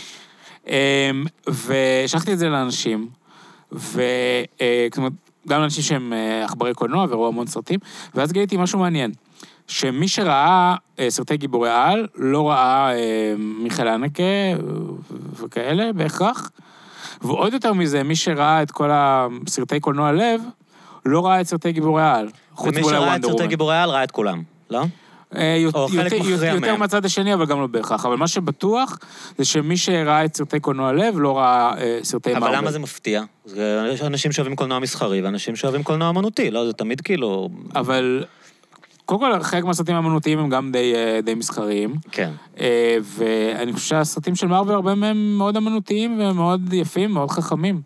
ושלחתי את זה לאנשים, וכלומר, גם לאנשים שהם עכברי קולנוע וראו המון סרטים, ואז גיליתי משהו מעניין, שמי שראה סרטי גיבורי על, לא ראה מיכאל הנקה וכאלה בהכרח, ועוד יותר מזה, מי שראה את כל הסרטי קולנוע לב, לא ראה את סרטי גיבורי על. ומי שראה את סרטי גיבורי על, ראה את כולם, לא? יותר מהצד השני, אבל גם לא בהכרח. אבל מה שבטוח, זה שמי שראה את סרטי קולנוע לב, לא ראה סרטי מרוויל. אבל למה זה מפתיע? יש אנשים שאוהבים קולנוע מסחרי, ואנשים שאוהבים קולנוע אמנותי, לא? זה תמיד כאילו... אבל... קודם כל, חלק מהסרטים האמנותיים הם גם די, די מסחריים. כן. ואני חושב שהסרטים של מרוויל, הרבה מהם מאוד אמנותיים ומאוד יפים, מאוד חכמים.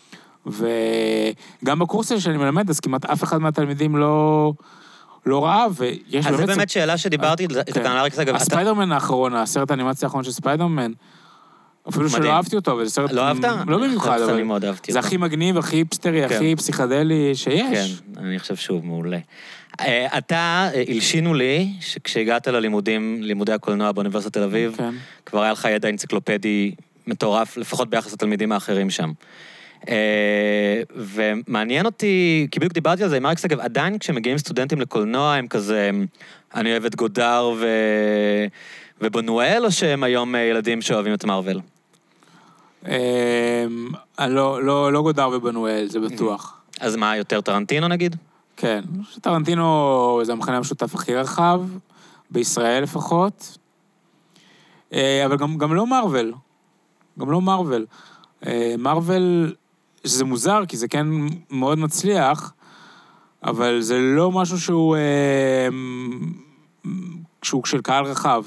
וגם בקורס הזה שאני מלמד, אז כמעט אף אחד מהתלמידים לא... לא ראה, ויש באמת... אז זה באמת שאלה שדיברתי, את הקנאה רק אגב... הספיידרמן האחרון, הסרט האנימציה האחרון של ספיידרמן, אפילו שלא אהבתי אותו, אבל זה סרט... לא אהבת? לא במיוחד, אבל... אני מאוד אהבתי אותו. זה הכי מגניב, הכי פסטרי, הכי פסיכדלי שיש. כן, אני חושב שהוא מעולה. אתה, הלשינו לי, שכשהגעת ללימודים, לימודי הקולנוע באוניברסיטת תל אביב, כבר היה לך ידע אנציקלופדי מטורף, לפחות ביחס לתלמידים האחרים שם. ומעניין אותי, כי בדיוק דיברתי על זה עם מרק סגב, עדיין כשמגיעים סטודנטים לקולנוע, הם כזה, אני אוהב את גודר ובנואל, או שהם היום ילדים שאוהבים את מרוול? לא גודר ובנואל, זה בטוח. אז מה, יותר טרנטינו נגיד? כן, טרנטינו זה המחנה המשותף הכי רחב, בישראל לפחות, אבל גם לא מרוול, גם לא מרוול. מרוול, שזה מוזר, כי זה כן מאוד מצליח, אבל זה לא משהו שהוא, שהוא של קהל רחב.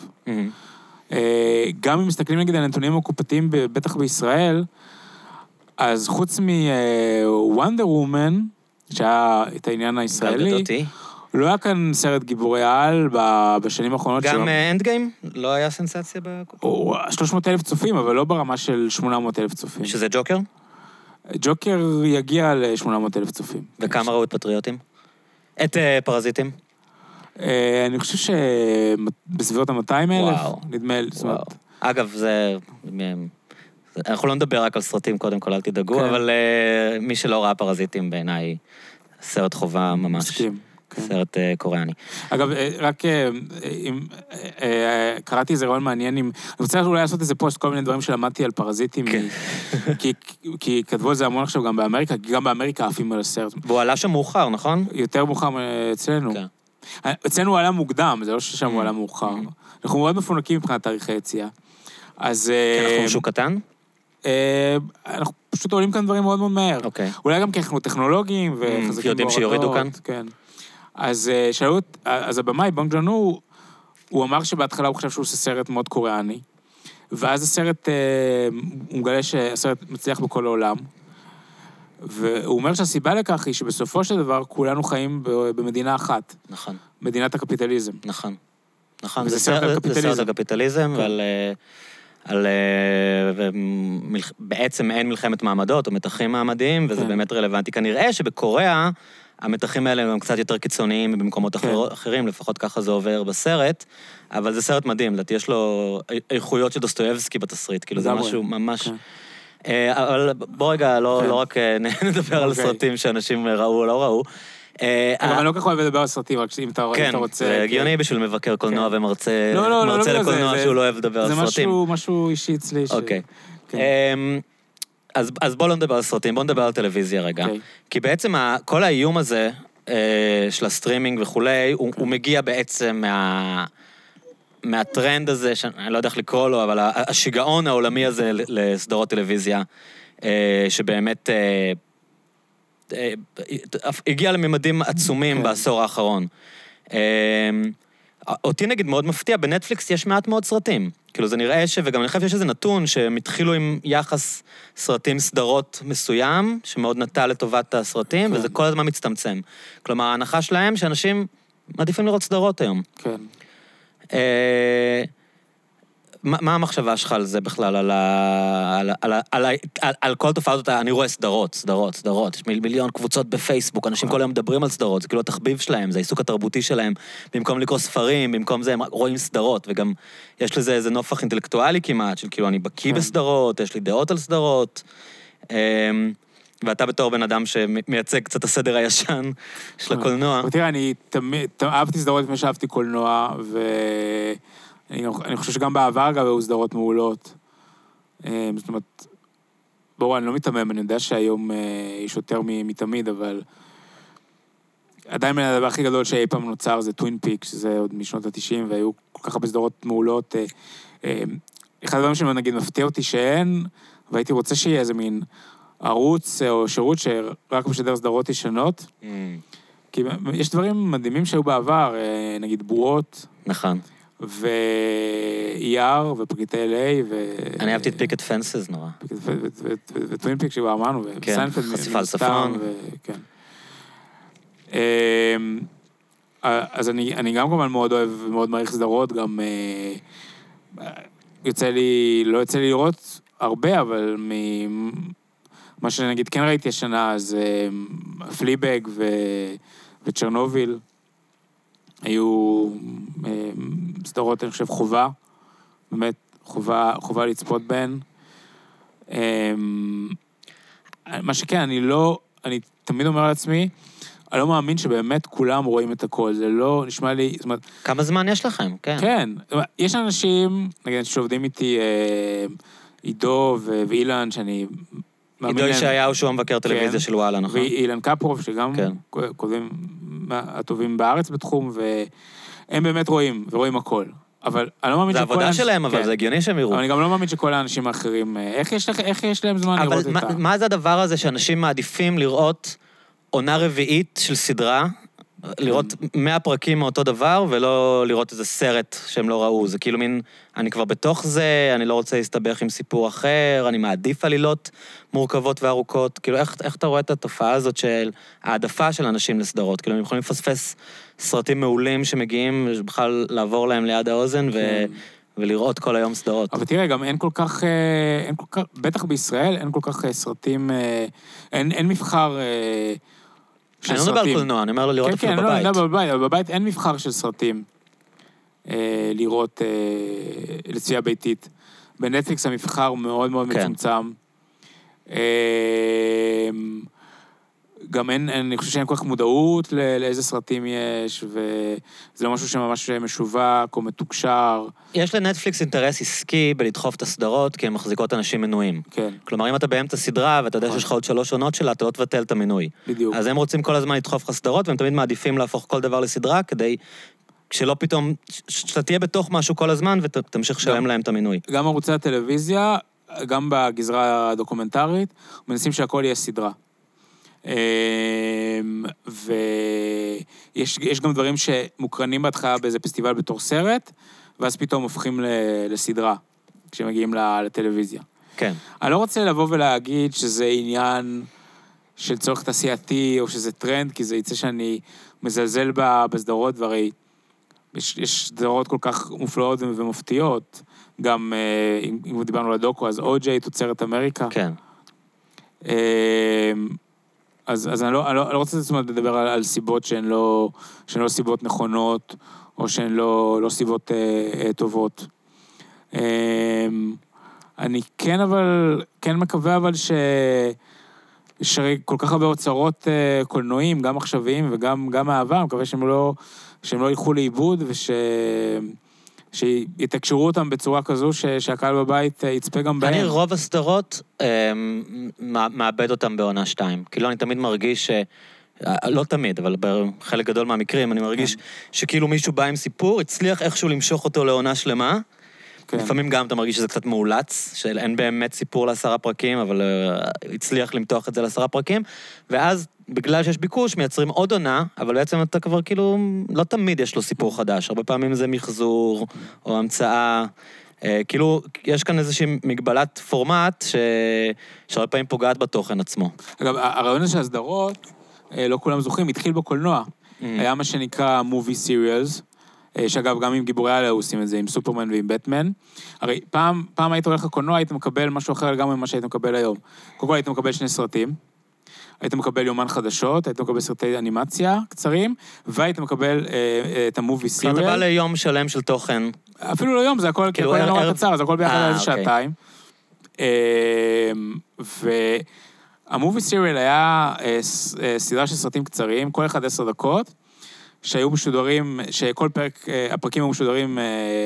גם אם מסתכלים נגיד על הנתונים הקופתיים, בטח בישראל, אז חוץ מוונדר וומן, שהיה את העניין הישראלי, לא היה כאן סרט גיבורי על בשנים האחרונות שלו. גם אנד גיים? לא היה סנסציה בקופת? שלוש מאות אלף צופים, אבל לא ברמה של שמונה מאות אלף צופים. שזה ג'וקר? ג'וקר יגיע ל-שמונה מאות אלף צופים. וכמה ראו את פטריוטים? את פרזיטים? אני חושב שבסביבות ה-מאתיים אלף, נדמה לי. אגב, זה... אנחנו לא נדבר רק על סרטים, קודם כל, אל תדאגו, אבל מי שלא ראה פרזיטים בעיניי, סרט חובה ממש. מסכים. סרט קוריאני. אגב, רק אם קראתי איזה רעיון מעניין, אני רוצה אולי לעשות איזה פוסט, כל מיני דברים שלמדתי על פרזיטים, כי כתבו את זה המון עכשיו גם באמריקה, כי גם באמריקה עפים על הסרט. והוא עלה שם מאוחר, נכון? יותר מאוחר אצלנו. אצלנו הוא עלה מוקדם, זה לא ששם הוא עלה מאוחר. אנחנו מאוד מפונקים מבחינת תאריכי יציאה. אז... אנחנו משהו קטן? אנחנו פשוט עולים כאן דברים מאוד מאוד מהר. אולי גם כי אנחנו טכנולוגיים וחזקים יודעים שיורידו כאן? כן. אז שאלו, אז הבמאי, בונג ג'ון-הו, הוא אמר שבהתחלה הוא חשב שהוא עושה סרט מאוד קוריאני, ואז הסרט, הוא מגלה שהסרט מצליח בכל העולם, והוא אומר שהסיבה לכך היא שבסופו של דבר כולנו חיים במדינה אחת. נכון. מדינת הקפיטליזם. נכון. נכון, זה סרט על קפיטליזם, ועל... על... בעצם אין מלחמת מעמדות או מתחים מעמדיים, וזה באמת רלוונטי. כנראה שבקוריאה, המתחים האלה הם קצת יותר קיצוניים במקומות אחרים, לפחות ככה זה עובר בסרט, אבל זה סרט מדהים, לדעתי יש לו איכויות של דוסטויבסקי בתסריט, כאילו זה משהו ממש... אבל בוא רגע, לא רק נדבר על סרטים שאנשים ראו או לא ראו. אבל אני לא כך אוהב לדבר על סרטים, רק אם אתה רוצה... כן, זה הגיוני בשביל מבקר קולנוע ומרצה לקולנוע שהוא לא אוהב לדבר על סרטים. זה משהו אישי אצלי. אוקיי. אז בואו לא נדבר על סרטים, בואו נדבר על טלוויזיה רגע. כי בעצם כל האיום הזה של הסטרימינג וכולי, הוא מגיע בעצם מהטרנד הזה, שאני לא יודע איך לקרוא לו, אבל השיגעון העולמי הזה לסדרות טלוויזיה, שבאמת הגיע לממדים עצומים בעשור האחרון. אותי נגיד מאוד מפתיע, בנטפליקס יש מעט מאוד סרטים. כאילו זה נראה ש... וגם אני חושב שיש איזה נתון שהם התחילו עם יחס סרטים סדרות מסוים, שמאוד נטע לטובת הסרטים, וזה כל הזמן מצטמצם. כלומר, ההנחה שלהם שאנשים מעדיפים לראות סדרות היום. כן. מה המחשבה שלך על זה בכלל, על, ה, על, על, על, על, על כל תופעה הזאת? אני רואה סדרות, סדרות, סדרות, יש מיליון קבוצות בפייסבוק, אנשים כל היום מדברים על סדרות, זה כאילו התחביב שלהם, זה העיסוק התרבותי שלהם, במקום לקרוא ספרים, במקום זה הם רואים סדרות, וגם יש לזה איזה נופח אינטלקטואלי כמעט, של כאילו אני בקיא בסדרות, יש לי דעות על סדרות, ואתה בתור בן אדם שמייצג קצת הסדר הישן של הקולנוע. תראה, אני תמיד, אהבתי סדרות לפני שאהבתי קולנוע, ו... אני, אני חושב שגם בעבר, אגב, היו סדרות מעולות. זאת אומרת, בואו, אני לא מתאמם, אני יודע שהיום יש יותר מתמיד, אבל עדיין הדבר הכי גדול שאי פעם נוצר זה טווין פיק, שזה עוד משנות ה-תשעים, והיו כל כך הרבה סדרות מעולות. אחד הדברים שאני נגיד מפתיע אותי שאין, והייתי רוצה שיהיה איזה מין ערוץ או שירות שרק משדר סדרות ישנות. Mm. כי יש דברים מדהימים שהיו בעבר, נגיד בועות. נכון. ואייר, ופרקליטי אל איי, ו... אני אהבתי את פיקט פנסס נורא. וטווין פיק שכבר אמרנו, וסיינפלד חשיפה על צפון. כן. אז אני גם כמובן מאוד אוהב ומאוד מעריך סדרות, גם יוצא לי, לא יוצא לי לראות הרבה, אבל מה שנגיד כן ראיתי השנה, אז פליבג וצ'רנוביל, היו סדרות, אני חושב, חובה, באמת, חובה, חובה לצפות בהן. מה שכן, אני לא, אני תמיד אומר לעצמי, אני לא מאמין שבאמת כולם רואים את הכל, זה לא נשמע לי, זאת אומרת... כמה זמן יש לכם, כן. כן, יש אנשים, נגיד, שעובדים איתי עידו ואילן, שאני... עידו ישעיהו שהוא המבקר טלוויזיה של וואלה, נכון? ואילן קפרוב, שגם כותבים הטובים בארץ בתחום, והם באמת רואים, ורואים הכל. אבל אני לא מאמין שכל... זה עבודה שלהם, אבל זה הגיוני שהם יראו. אבל אני גם לא מאמין שכל האנשים האחרים... איך יש להם זמן לראות אותה? אבל מה זה הדבר הזה שאנשים מעדיפים לראות עונה רביעית של סדרה, לראות מאה פרקים מאותו דבר, ולא לראות איזה סרט שהם לא ראו. זה כאילו מין, אני כבר בתוך זה, אני לא רוצה להסתבך עם סיפור אחר, אני מעדיף עלילות מורכבות וארוכות. כאילו, איך, איך אתה רואה את התופעה הזאת של העדפה של אנשים לסדרות? כאילו, הם יכולים לפספס סרטים מעולים שמגיעים, בכלל לעבור להם ליד האוזן, ו... ולראות כל היום סדרות. אבל תראה, גם אין כל כך, אין כל כך, בטח בישראל, אין כל כך סרטים, אין, אין מבחר... אני לא מדבר על קולנוע, אני אומר לו לראות אפילו בבית. כן, כן, בבית, אבל בבית אין מבחר של סרטים לראות לצפייה ביתית. בנטפליקס המבחר מאוד מאוד מצומצם. גם אין, אני חושב שאין כל כך מודעות לאיזה סרטים יש, וזה לא משהו שממש משווק או מתוקשר. יש לנטפליקס אינטרס עסקי בלדחוף את הסדרות, כי הן מחזיקות אנשים מנויים. כן. כלומר, אם אתה באמצע סדרה, ואתה יודע שיש לך עוד שלוש עונות שלה, אתה לא תבטל את המנוי. בדיוק. אז הם רוצים כל הזמן לדחוף לך סדרות, והם תמיד מעדיפים להפוך כל דבר לסדרה, כדי שלא פתאום, שאתה תהיה בתוך משהו כל הזמן, ותמשיך לשלם להם את המנוי. גם ערוצי הטלוויזיה, גם בגזרה הדוקומנטרית, מנסים שהכל יהיה סדרה. ויש גם דברים שמוקרנים בהתחלה באיזה פסטיבל בתור סרט, ואז פתאום הופכים לסדרה, כשמגיעים לטלוויזיה. כן. אני לא רוצה לבוא ולהגיד שזה עניין של צורך תעשייתי, או שזה טרנד, כי זה יצא שאני מזלזל בסדרות, והרי יש, יש סדרות כל כך מופלאות ומופתיות, גם אם דיברנו על הדוקו, אז או-ג'יי תוצרת אמריקה. כן. אז, אז אני לא, אני לא, אני לא רוצה זאת לדבר על, על סיבות שהן לא, שהן לא סיבות נכונות, או שהן לא, לא סיבות אה, אה, טובות. אה, אני כן אבל, כן מקווה אבל ש... יש כל כך הרבה אוצרות אה, קולנועים, גם עכשוויים וגם גם העבר, אני מקווה שהם לא, שהם לא ילכו לאיבוד, וש... שיתקשרו אותם בצורה כזו ש... שהקהל בבית יצפה גם בהם. אני רוב הסדרות אה, מאבד אותם בעונה שתיים. כאילו אני תמיד מרגיש ש... לא תמיד, אבל בחלק גדול מהמקרים אני מרגיש שכאילו מישהו בא עם סיפור, הצליח איכשהו למשוך אותו לעונה שלמה, כן. לפעמים גם אתה מרגיש שזה קצת מאולץ, שאין באמת סיפור לעשרה פרקים, אבל uh, הצליח למתוח את זה לעשרה פרקים, ואז בגלל שיש ביקוש מייצרים עוד עונה, אבל בעצם אתה כבר כאילו, לא תמיד יש לו סיפור חדש, הרבה פעמים זה מחזור או המצאה, uh, כאילו יש כאן איזושהי מגבלת פורמט ש... שהרבה פעמים פוגעת בתוכן עצמו. אגב, הרעיון הזה שהסדרות, לא כולם זוכרים, התחיל בקולנוע. Mm. היה מה שנקרא movie serials, שאגב, גם עם גיבורי העל עושים את זה, עם סופרמן ועם בטמן. הרי פעם, פעם היית הולך לקולנוע, היית מקבל משהו אחר לגמרי ממה שהיית מקבל היום. קודם כל היית מקבל שני סרטים, היית מקבל יומן חדשות, היית מקבל סרטי אנימציה קצרים, והיית מקבל אה, את המובי סיריאל. אתה בא ליום שלם של תוכן. אפילו לא יום, זה הכל, כאילו, הכל נורא קצר, זה הכל ביחד על איזה שעתיים. והמובי סיריאל היה סדרה של סרטים קצרים, כל אחד עשר דקות, שהיו משודרים, שכל פרק, הפרקים היו משודרים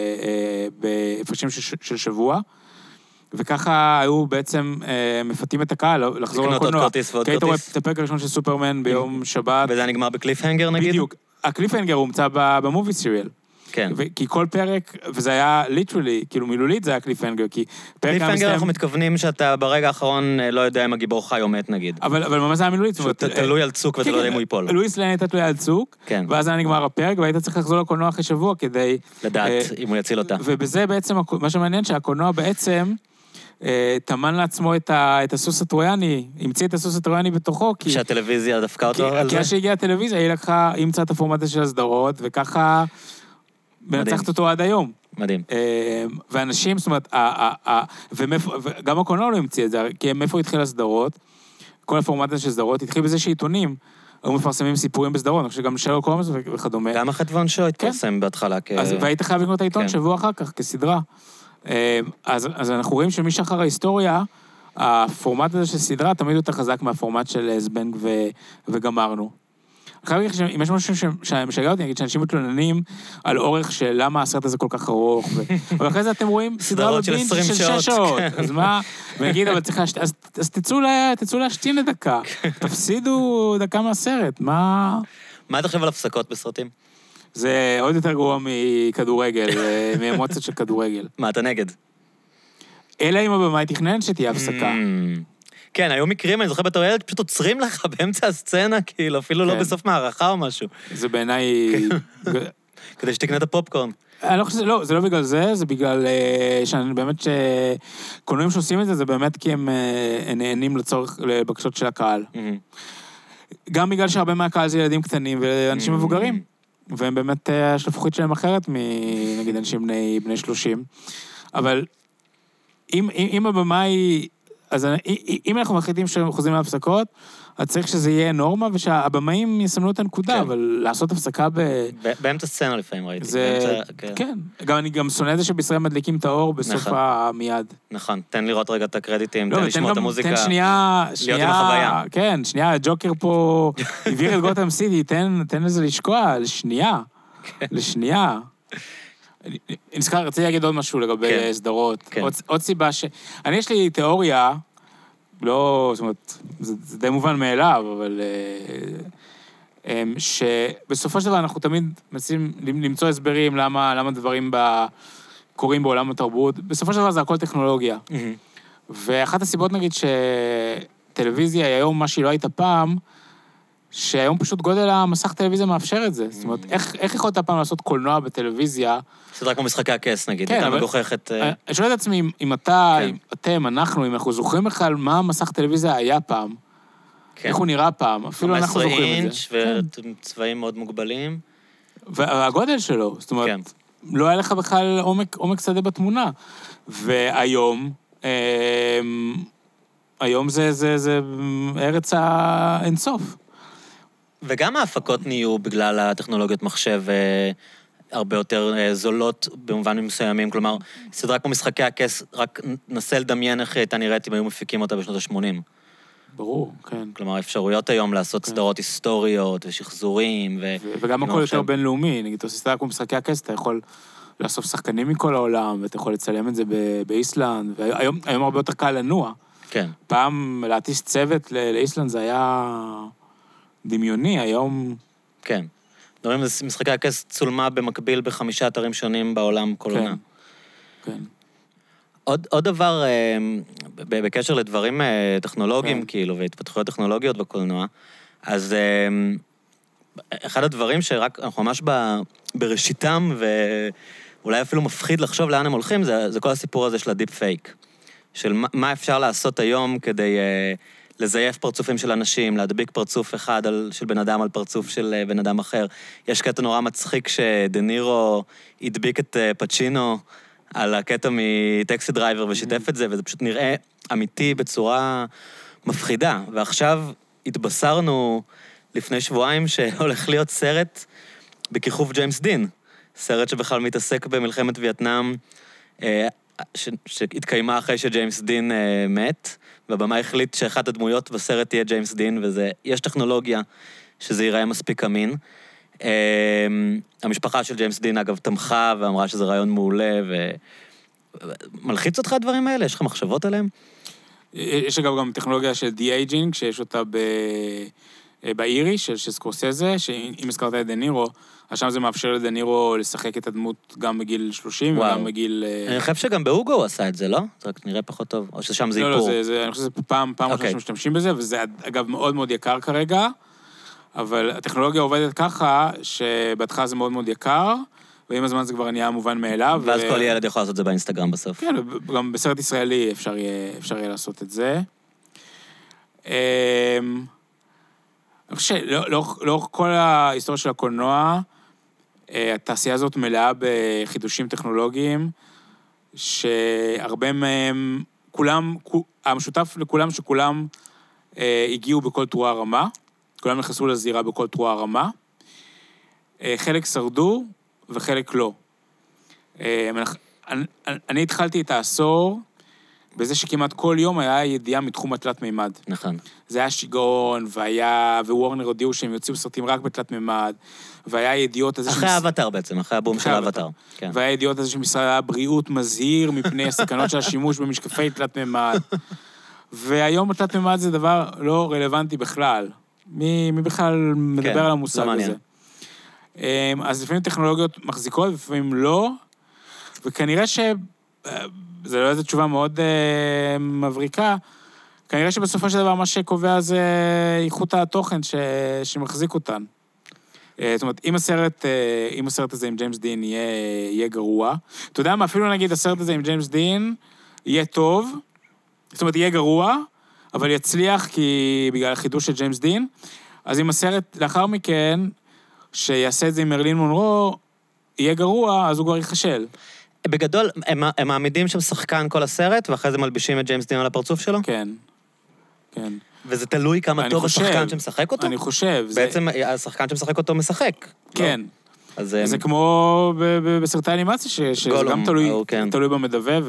בהפרשים של שבוע, וככה היו בעצם מפתים את הקהל לחזור לקולנוע. לקנות עוד כרטיס ועוד כרטיס. כי היית רואה כרטיס. את הפרק הראשון של סופרמן ביום שבת. וזה נגמר בקליפהנגר נגיד? בדיוק. הקליפהנגר הומצא במובי סיריאל. כן. כי כל פרק, וזה היה ליטרלי, כאילו מילולית זה היה קליפהנגר, כי פרק היה קליפהנגר מסתיים... אנחנו מתכוונים שאתה ברגע האחרון לא יודע אם הגיבור חי או מת נגיד. אבל, אבל ממש זה היה מילולית. שהוא תלוי על צוק ואתה לא יודע אם הוא ייפול. לואיס ליין הייתה תלויה על צוק, כן. ואז היה נגמר הפרק, והיית צריך לחזור לקולנוע אחרי שבוע כדי... לדעת אם הוא יציל אותה. ובזה בעצם, מה שמעניין שהקולנוע בעצם... תמן לעצמו את, ה, את הסוס הטרויאני, המציא את הסוס הטרויאני בתוכו, כי... שהטלוויזיה דפקה אותו על זה? כי כשהגיעה הטלוויזיה, היא לקחה, היא המצאה את הפורמט של הסדרות, וככה מנצחת אותו עד היום. מדהים. ואנשים, זאת אומרת, וגם הקולנוע לא המציא את זה, כי מאיפה התחיל הסדרות? כל הפורמט של הסדרות התחיל בזה שעיתונים היו מפרסמים סיפורים בסדרות, אני חושב שגם שרלוק הולמס וכדומה. גם החטבון שו התפרסם בהתחלה כ... והיית חייב לקנות את העיתון שבוע אחר כך, כסדרה. אז, אז אנחנו רואים שמשחר ההיסטוריה, הפורמט הזה של סדרה תמיד יותר חזק מהפורמט של זבנג ו, וגמרנו. אני חייב להגיד שאם יש משהו שמשגע אותי, אני אגיד שאנשים מתלוננים על אורך של למה הסרט הזה כל כך ארוך, ו... אבל אחרי זה אתם רואים סדרה בבינג' של שש שעות, אז מה, ונגיד, אבל צריך להשתין, אז, אז תצאו, לה, תצאו להשתין לדקה, תפסידו דקה מהסרט, מה... מה אתה חושב על הפסקות בסרטים? זה עוד יותר גרוע מכדורגל, מאמוציות של כדורגל. מה, אתה נגד? אלא אם הבמאי תכנן שתהיה הפסקה. כן, היו מקרים, אני זוכר בתור ילד, פשוט עוצרים לך באמצע הסצנה, כאילו, אפילו לא בסוף מערכה או משהו. זה בעיניי... כדי שתקנה את הפופקורן. אני לא חושב, לא, זה לא בגלל זה, זה בגלל שאני באמת שקולנועים שעושים את זה, זה באמת כי הם נהנים לצורך, לבקשות של הקהל. גם בגלל שהרבה מהקהל זה ילדים קטנים ואנשים מבוגרים. והם באמת, השלפוחית שלהם אחרת מנגיד אנשים בני, בני שלושים. אבל אם, אם, אם הבמאי, אז אם אנחנו מחליטים שהם חוזרים להפסקות, אז צריך שזה יהיה נורמה, ושהבמאים יסמנו את הנקודה, כן. אבל לעשות הפסקה ב... באמצע סצנה לפעמים ראיתי. זה... באמצע, כן. כן. גם אני גם שונא את זה שבישראל מדליקים את האור בסוף נכון. המיד. נכון, תן לראות רגע את הקרדיטים, לא, תן לשמוע את המוזיקה. תן שנייה... להיות שנייה, עם החוויה. כן, שנייה, הג'וקר פה העביר את גותם סיטי, תן, תן לזה לשקוע, לשנייה. כן. לשנייה. אני נזכר, רציתי להגיד עוד משהו לגבי כן. סדרות. כן. עוד, עוד סיבה ש... אני יש לי תיאוריה, לא, זאת אומרת, זה, זה די מובן מאליו, אבל... שבסופו של דבר אנחנו תמיד מנסים למצוא הסברים למה, למה דברים ב... קורים בעולם התרבות. בסופו של דבר זה הכל טכנולוגיה. Mm-hmm. ואחת הסיבות נגיד שטלוויזיה היום מה שהיא לא הייתה פעם, שהיום פשוט גודל המסך טלוויזיה מאפשר את זה. Mm-hmm. זאת אומרת, איך, איך יכולת פעם לעשות קולנוע בטלוויזיה? סדרה כמו משחקי הכס נגיד, כן, הייתה אבל... מגוחכת... אני שואל את עצמי, אם אתה, כן. אם אתם, אנחנו, אם אנחנו זוכרים בכלל מה המסך טלוויזיה היה פעם, כן. איך הוא נראה פעם, אפילו אנחנו זוכרים את זה. חמש עשרה אינץ' וצבעים מאוד מוגבלים. והגודל שלו, זאת אומרת, כן. לא היה לך בכלל עומק, עומק שדה בתמונה. והיום, היום זה, זה, זה ארץ האינסוף. וגם ההפקות נהיו בגלל הטכנולוגיות מחשב הרבה יותר זולות במובנים מסוימים. כלומר, סדרה כמו משחקי הכס, רק נסה לדמיין איך הייתה נראית אם היו מפיקים אותה בשנות ה-שמונים. ברור, כן. כלומר, אפשרויות היום לעשות כן. סדרות היסטוריות ושחזורים. ו... ו- וגם הכל יותר בינלאומי. נגיד, אתה סדרה כמו משחקי הכס, אתה יכול לאסוף שחקנים מכל העולם, ואתה יכול לצלם את זה ב- באיסלנד, והיום היום הרבה יותר קל לנוע. כן. פעם להטיס צוות ל- לאיסלנד זה היה דמיוני, היום... כן. דברים, משחקי הכס צולמה במקביל בחמישה אתרים שונים בעולם כל עונה. כן, כן. עוד, עוד דבר, בקשר לדברים טכנולוגיים, כאילו, והתפתחויות טכנולוגיות בקולנוע, אז אחד הדברים שרק, אנחנו ממש בראשיתם, ואולי אפילו מפחיד לחשוב לאן הם הולכים, זה, זה כל הסיפור הזה של הדיפ פייק. של מה, מה אפשר לעשות היום כדי לזייף פרצופים של אנשים, להדביק פרצוף אחד על, של בן אדם על פרצוף של בן אדם אחר. יש קטע נורא מצחיק שדנירו הדביק את פצ'ינו על הקטע מטקסי דרייבר ושיתף את זה, וזה פשוט נראה אמיתי בצורה מפחידה. ועכשיו התבשרנו לפני שבועיים שהולך להיות סרט בכיכוב ג'יימס דין. סרט שבכלל מתעסק במלחמת וייטנאם, ש... שהתקיימה אחרי שג'יימס דין מת, והבמה החליט שאחת הדמויות בסרט תהיה ג'יימס דין, וזה, יש טכנולוגיה שזה ייראה מספיק אמין. המשפחה של ג'יימס דין, אגב, תמכה ואמרה שזה רעיון מעולה, ומלחיץ אותך הדברים האלה? יש לך מחשבות עליהם? יש אגב גם טכנולוגיה של די-אייג'ינג, שיש אותה ב... באירי, של סקורסזה, שאם הזכרת את דנירו, אז שם זה מאפשר לדנירו לשחק את הדמות גם בגיל שלושים, וגם בגיל... אני חושב שגם בהוגו הוא עשה את זה, לא? זה רק נראה פחות טוב, או ששם זה איפור. לא, לא, אני חושב שזה פעם ראשונה שמשתמשים בזה, וזה אגב מאוד מאוד יקר כרגע, אבל הטכנולוגיה עובדת ככה, שבהתחלה זה מאוד מאוד יקר, ועם הזמן זה כבר נהיה מובן מאליו. ואז כל ילד יכול לעשות את זה באינסטגרם בסוף. כן, גם בסרט ישראלי אפשר יהיה לעשות את זה. אני חושב שלאורך כל ההיסטוריה של הקולנוע, התעשייה הזאת מלאה בחידושים טכנולוגיים, שהרבה מהם, כולם, המשותף לכולם שכולם הגיעו בכל תרועה רמה, כולם נכנסו לזירה בכל תרועה רמה, חלק שרדו וחלק לא. אני התחלתי את העשור, בזה שכמעט כל יום היה ידיעה מתחום התלת מימד. נכון. זה היה שיגעון, והיה, ווורנר הודיעו שהם יוציאו סרטים רק בתלת מימד, והיה ידיעות... אחרי האבטר בעצם, אחרי הבום של האבטר. והיה ידיעות הזה שמשרד הבריאות מזהיר מפני הסכנות של השימוש במשקפי תלת מימד. והיום התלת מימד זה דבר לא רלוונטי בכלל. מי, מי בכלל מדבר על המושג הזה? אז לפעמים טכנולוגיות מחזיקות, לפעמים לא, וכנראה ש... זה לא איזו תשובה מאוד uh, מבריקה, כנראה שבסופו של דבר מה שקובע זה איכות התוכן ש... שמחזיק אותן. Uh, זאת אומרת, אם הסרט, uh, אם הסרט הזה עם ג'יימס דין יהיה, יהיה גרוע, אתה יודע מה, אפילו נגיד הסרט הזה עם ג'יימס דין יהיה טוב, זאת אומרת, יהיה גרוע, אבל יצליח כי בגלל החידוש של ג'יימס דין, אז אם הסרט לאחר מכן, שיעשה את זה עם מרלין מונרו, יהיה גרוע, אז הוא כבר ייחשל. בגדול, הם, הם מעמידים שם שחקן כל הסרט, ואחרי זה מלבישים את ג'יימס דין על הפרצוף שלו? כן, כן. וזה תלוי כמה טוב חושב, השחקן שמשחק אותו? אני חושב. בעצם זה... השחקן שמשחק אותו משחק. כן. לא? אז זה הם... כמו ב- ב- בסרטי אנימציה, ש- שזה גם תלוי, או, כן. תלוי במדווה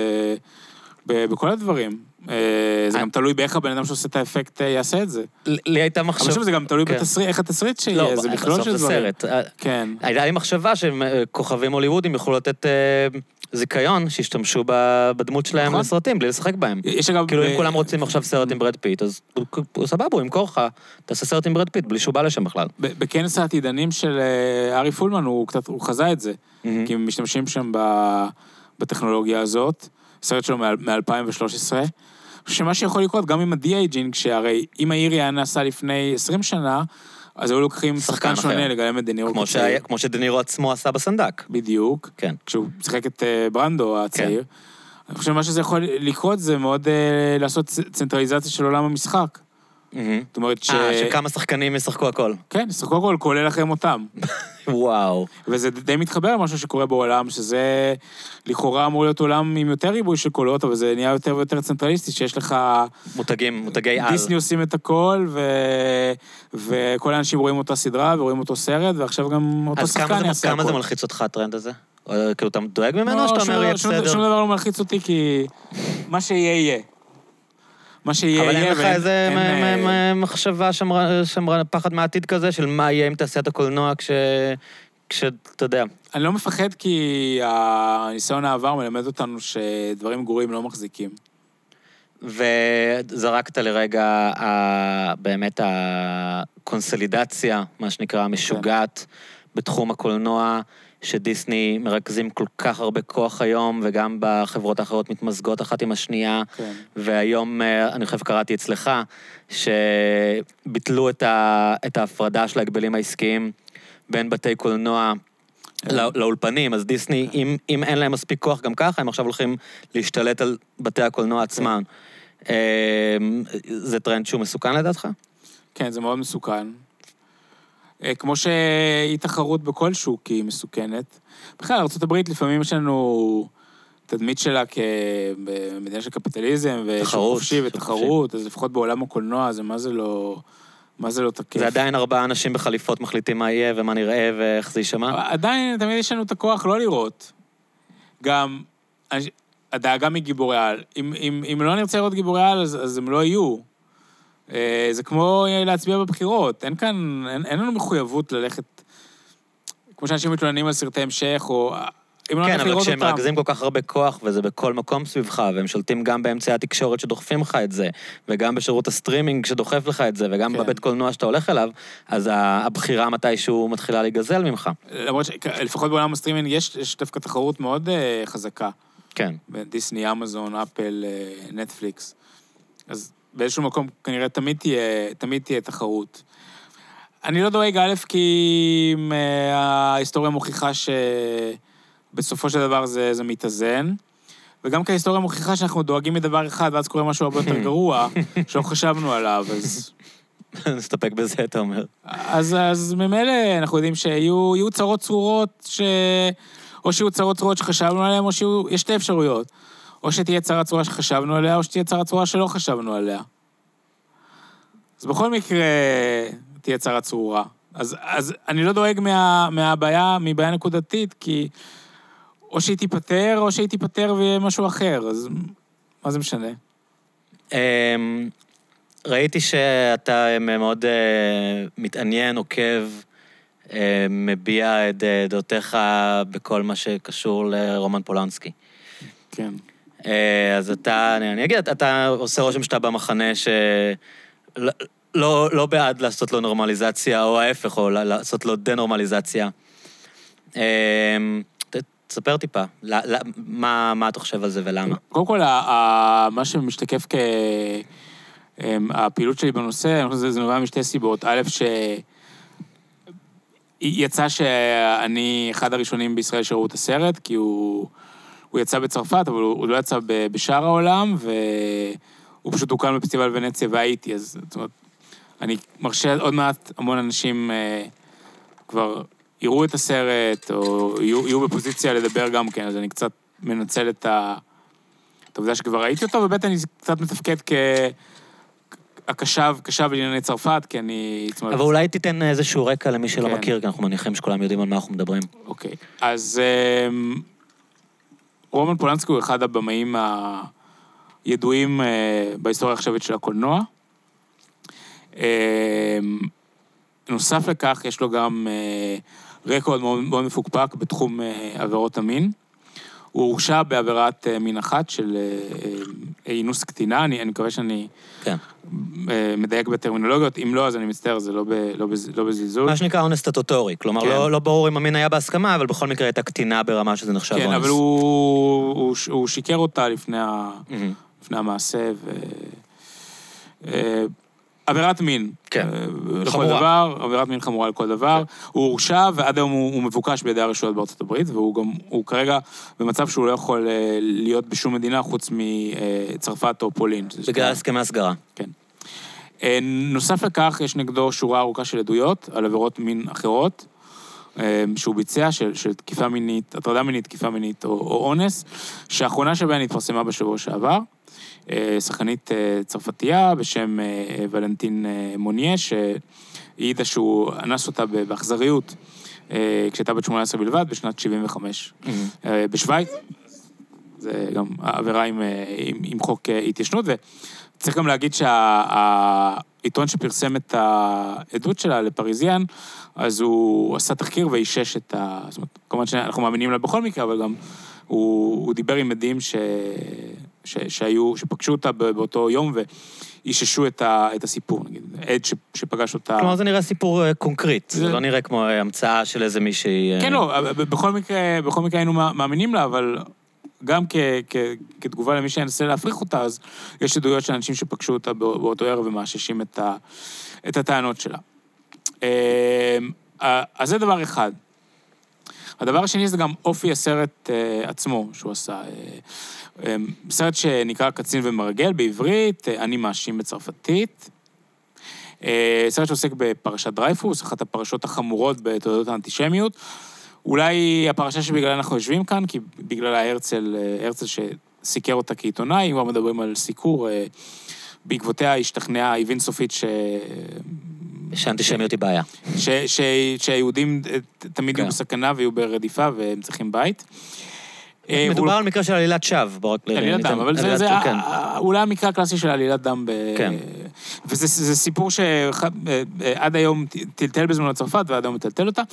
ובכל הדברים. זה גם תלוי באיך הבן אדם שעושה את האפקט יעשה את זה. לי הייתה מחשבה... אני חושב שזה גם תלוי בתסריט, איך התסריט שיהיה, זה מכלול של דברים. כן. הייתה לי מחשבה שכוכבים הוליוודים יוכלו לתת זיכיון שהשתמשו בדמות שלהם לסרטים, בלי לשחק בהם. כאילו אם כולם רוצים עכשיו סרט עם ברד פיט, אז סבבה, הוא ימכור לך, תעשה סרט עם ברד פיט, בלי שהוא בא לשם בכלל. בכנס העתידנים של ארי פולמן, הוא חזה את זה, כי הם משתמשים שם בטכנולוגיה הזאת, סרט שלו מ-אלפיים ושלוש עשרה, שמה שיכול לקרות גם עם ה-די-אייג'ינג, שהרי אם האירי היה נעשה לפני עשרים שנה, אז היו לוקחים שחקן שונה לגלם את דנירו. כמו שדנירו עצמו עשה בסנדק. בדיוק. כן. כשהוא משחק את ברנדו הצעיר. אני חושב שמה שזה יכול לקרות זה מאוד לעשות צנטרליזציה של עולם המשחק. זאת אומרת ש... אה, שכמה שחקנים ישחקו הכל. כן, ישחקו הכל, כולל לכם אותם. וואו. וזה די מתחבר למשהו שקורה בעולם, שזה לכאורה אמור להיות עולם עם יותר ריבוי של קולות, אבל זה נהיה יותר ויותר צנטרליסטי, שיש לך... מותגים, מותגי על. דיסני עושים את הכל, ו... וכל האנשים רואים אותה סדרה, ורואים אותו סרט, ועכשיו גם אותו שחקן יעשה הכל. אז כמה זה מלחיץ אותך, הטרנד הזה? כאילו, אתה דואג ממנו, או שאתה אומר, יהיה בסדר? שום דבר לא מלחיץ אותי, כי מה שיהיה, יהיה. מה שיהיה, אבל יהיה, אין לך איזה מחשבה שמרה פחד מהעתיד כזה, של מה יהיה עם תעשיית הקולנוע כשאתה יודע. אני לא מפחד כי הניסיון העבר מלמד אותנו שדברים גרועים לא מחזיקים. וזרקת לרגע באמת הקונסולידציה, מה שנקרא, המשוגעת בתחום הקולנוע, שדיסני מרכזים כל כך הרבה כוח היום, וגם בחברות האחרות מתמזגות אחת עם השנייה, כן. והיום, אני חושב קראתי אצלך, שביטלו את, ה, את ההפרדה של ההגבלים העסקיים בין בתי קולנוע כן. לא, לאולפנים, אז דיסני, כן. אם, אם אין להם מספיק כוח גם ככה, הם עכשיו הולכים להשתלט על בתי הקולנוע עצמם. כן. זה טרנד שהוא מסוכן לדעתך? כן, זה מאוד מסוכן. כמו שהיא תחרות בכל שוק, היא מסוכנת. בכלל, ארצות הברית לפעמים יש לנו תדמית שלה כמדינה של קפיטליזם, ושוק חופשי ותחרות, אז לפחות בעולם הקולנוע, זה מה זה לא... מה זה לא תקף? זה עדיין ארבעה אנשים בחליפות מחליטים מה יהיה ומה נראה ואיך זה יישמע? עדיין, תמיד יש לנו את הכוח לא לראות. גם, הדאגה מגיבורי על. אם, אם, אם לא נרצה לראות גיבורי על, אז, אז הם לא יהיו. זה כמו להצביע בבחירות. אין כאן, אין, אין לנו מחויבות ללכת, כמו שאנשים מתלוננים על סרטי המשך, או... כן, אבל כשהם מרכזים כל כך הרבה כוח, וזה בכל מקום סביבך, והם שולטים גם באמצעי התקשורת שדוחפים לך את זה, וגם בשירות הסטרימינג שדוחף לך את זה, וגם כן. בבית קולנוע שאתה הולך אליו, אז הבחירה מתישהו מתחילה להיגזל ממך. למרות שלפחות בעולם הסטרימינג יש, יש דווקא תחרות מאוד uh, חזקה. כן. דיסני, אמזון, אפל, uh, נטפליקס. אז באיזשהו מקום כנראה תמיד תהיה, תמיד תהיה תחרות. אני לא דואג א', כי uh, ההיסטוריה מוכיחה ש... בסופו של דבר זה, זה מתאזן, וגם כי ההיסטוריה מוכיחה שאנחנו דואגים מדבר אחד, ואז קורה משהו הרבה יותר גרוע, שלא חשבנו עליו, אז... נסתפק בזה, אתה אומר. אז, אז ממילא אנחנו יודעים שיהיו צרות צרורות, ש... או שיהיו צרות צרורות שחשבנו עליהן, או שיהיו... יש שתי אפשרויות. או שתהיה צרה צרורה שחשבנו עליה, או שתהיה צרה צרורה שלא חשבנו עליה. אז בכל מקרה, תהיה צרה צרורה. אז, אז אני לא דואג מה, מהבעיה, מבעיה נקודתית, כי... או שהיא תיפטר, או שהיא תיפטר ויהיה משהו אחר, אז מה זה משנה? ראיתי שאתה מאוד מתעניין, עוקב, מביע את דעותיך בכל מה שקשור לרומן פולנסקי. כן. אז אתה, אני אגיד, אתה עושה רושם שאתה במחנה שלא לא בעד לעשות לו נורמליזציה, או ההפך, או לעשות לו דנורמליזציה. תספר טיפה, מה, מה אתה חושב על זה ולמה? קודם כל, מה שמשתקף כהפעילות שלי בנושא, אני חושב שזה נובע משתי סיבות. א', שיצא שאני אחד הראשונים בישראל שראו את הסרט, כי הוא, הוא יצא בצרפת, אבל הוא לא יצא בשאר העולם, והוא פשוט הוקם בפסטיבל ונציה והייתי, אז זאת אומרת, אני מרשה עוד מעט המון אנשים כבר... יראו את הסרט, או יהיו, יהיו בפוזיציה לדבר גם כן, אז אני קצת מנצל את, ה... את העובדה שכבר ראיתי אותו, ובאמת אני קצת מתפקד כקשב, קשב בענייני צרפת, כי אני... אבל אולי תיתן איזשהו רקע למי שלא כן. מכיר, כי אנחנו מניחים שכולם יודעים על מה אנחנו מדברים. אוקיי, אז רומן פולנסקי הוא אחד הבמאים הידועים בהיסטוריה העכשווית של הקולנוע. נוסף לכך, יש לו גם רקורד מאוד, מאוד מפוקפק בתחום עבירות המין. הוא הורשע בעבירת מין אחת של אינוס קטינה, אני, אני מקווה שאני כן. מדייק בטרמינולוגיות, אם לא, אז אני מצטער, זה לא, ב, לא, בז, לא בזלזול. מה שנקרא אונס סטטוטורי, כלומר, כן. לא, לא ברור אם המין היה בהסכמה, אבל בכל מקרה הייתה קטינה ברמה שזה נחשב כן, אונס. כן, אבל הוא, הוא, הוא שיקר אותה לפני, ה, mm-hmm. לפני המעשה, ו... עבירת מין. כן. לכל חמורה. דבר, עבירת מין חמורה לכל דבר. כן. הוא הורשע, ועד היום הוא, הוא מבוקש בידי הרשויות בארצות הברית, והוא גם, הוא כרגע במצב שהוא לא יכול להיות בשום מדינה חוץ מצרפת או פולין. בגלל הסכמי הסגרה. כן. נוסף לכך, יש נגדו שורה ארוכה של עדויות על עבירות מין אחרות, שהוא ביצע, של, של תקיפה מינית, הטרדה מינית, תקיפה מינית או, או אונס, שהאחרונה שבהן התפרסמה בשבוע שעבר, שחקנית צרפתייה בשם ולנטין מוניה, שהעידה שהוא אנס אותה באכזריות, כשהייתה בת שמונה עשרה בלבד, בשנת שבעים וחמש. בשוויץ, זה גם העבירה עם, עם, עם חוק התיישנות, וצריך גם להגיד שהעיתון שפרסם את העדות שלה לפריזיאן, אז הוא עשה תחקיר ואישש את ה... זאת אומרת, כמובן שאנחנו מאמינים לה בכל מקרה, אבל גם הוא, הוא דיבר עם עדים ש... ש... שהיו, שפגשו אותה באותו יום ואיששו את, ה... את הסיפור, נגיד, עד ש... שפגש אותה... כלומר, זה נראה סיפור קונקרט, זה, זה לא נראה כמו המצאה של איזה מישהי... כן, לא, בכל מקרה, בכל מקרה היינו מאמינים לה, אבל גם כ... כ... כתגובה למי שינסה להפריך אותה, אז יש עדויות של אנשים שפגשו אותה באותו ערב ומאששים את, ה... את הטענות שלה. אז זה דבר אחד. הדבר השני זה גם אופי הסרט עצמו שהוא עשה. סרט שנקרא קצין ומרגל בעברית, אני מאשים בצרפתית. סרט שעוסק בפרשת דרייפוס, אחת הפרשות החמורות בתולדות האנטישמיות. אולי הפרשה שבגלל אנחנו יושבים כאן, כי בגלל ההרצל, הרצל שסיקר אותה כעיתונאי, אם כבר מדברים על סיקור, בעקבותיה השתכנעה, הבין סופית ש... שאנטישמיות היא בעיה. ש... ש... שהיהודים תמיד יהיו בסכנה ויהיו ברדיפה והם צריכים בית. מדובר על מקרה של עלילת שווא. עלילת דם, אבל זה אולי המקרה הקלאסי של עלילת דם. כן. וזה סיפור שעד היום טלטל בזמנו לצרפת, ועד היום טלטל אותה.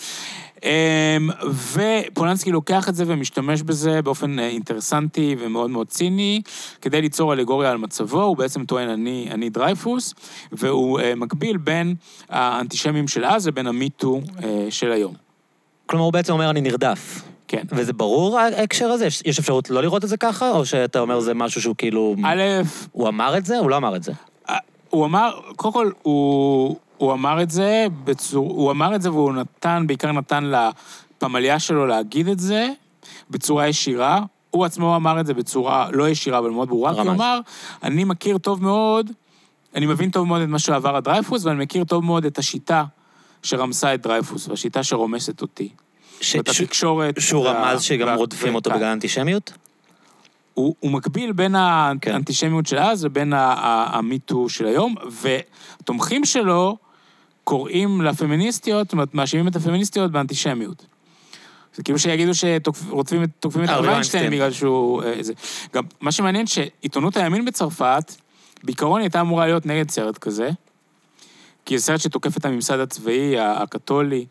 ופולנסקי לוקח את זה ומשתמש בזה באופן אינטרסנטי ומאוד מאוד ציני, כדי ליצור אלגוריה על מצבו, הוא בעצם טוען אני, אני דרייפוס, והוא מקביל בין האנטישמים של אז לבין המיטו של היום. כלומר, הוא בעצם אומר אני נרדף. כן. וזה ברור ההקשר הזה? יש אפשרות לא לראות את זה ככה? או שאתה אומר זה משהו שהוא כאילו... א', הוא אמר את זה? הוא לא אמר את זה? הוא אמר, קודם כל, הוא, הוא אמר את זה בצור... הוא אמר את זה והוא נתן, בעיקר נתן לפמליה שלו להגיד את זה בצורה ישירה. הוא עצמו אמר את זה בצורה לא ישירה, אבל מאוד ברורה. הוא אמר, אני מכיר טוב מאוד, אני מבין טוב מאוד את מה שעבר הדרייפוס, ואני מכיר טוב מאוד את השיטה שרמסה את דרייפוס, והשיטה שרומסת אותי. שהוא רמז שגם רודפים אותו בגלל האנטישמיות? הוא מקביל בין האנטישמיות של אז לבין המיטו של היום, ותומכים שלו קוראים לפמיניסטיות, זאת אומרת, מאשימים את הפמיניסטיות באנטישמיות. זה כאילו שיגידו שתוקפים את ויינשטיין בגלל שהוא... גם מה שמעניין שעיתונות הימין בצרפת, בעיקרון הייתה אמורה להיות נגד סרט כזה, כי זה סרט שתוקף את הממסד הצבאי, הקתולי,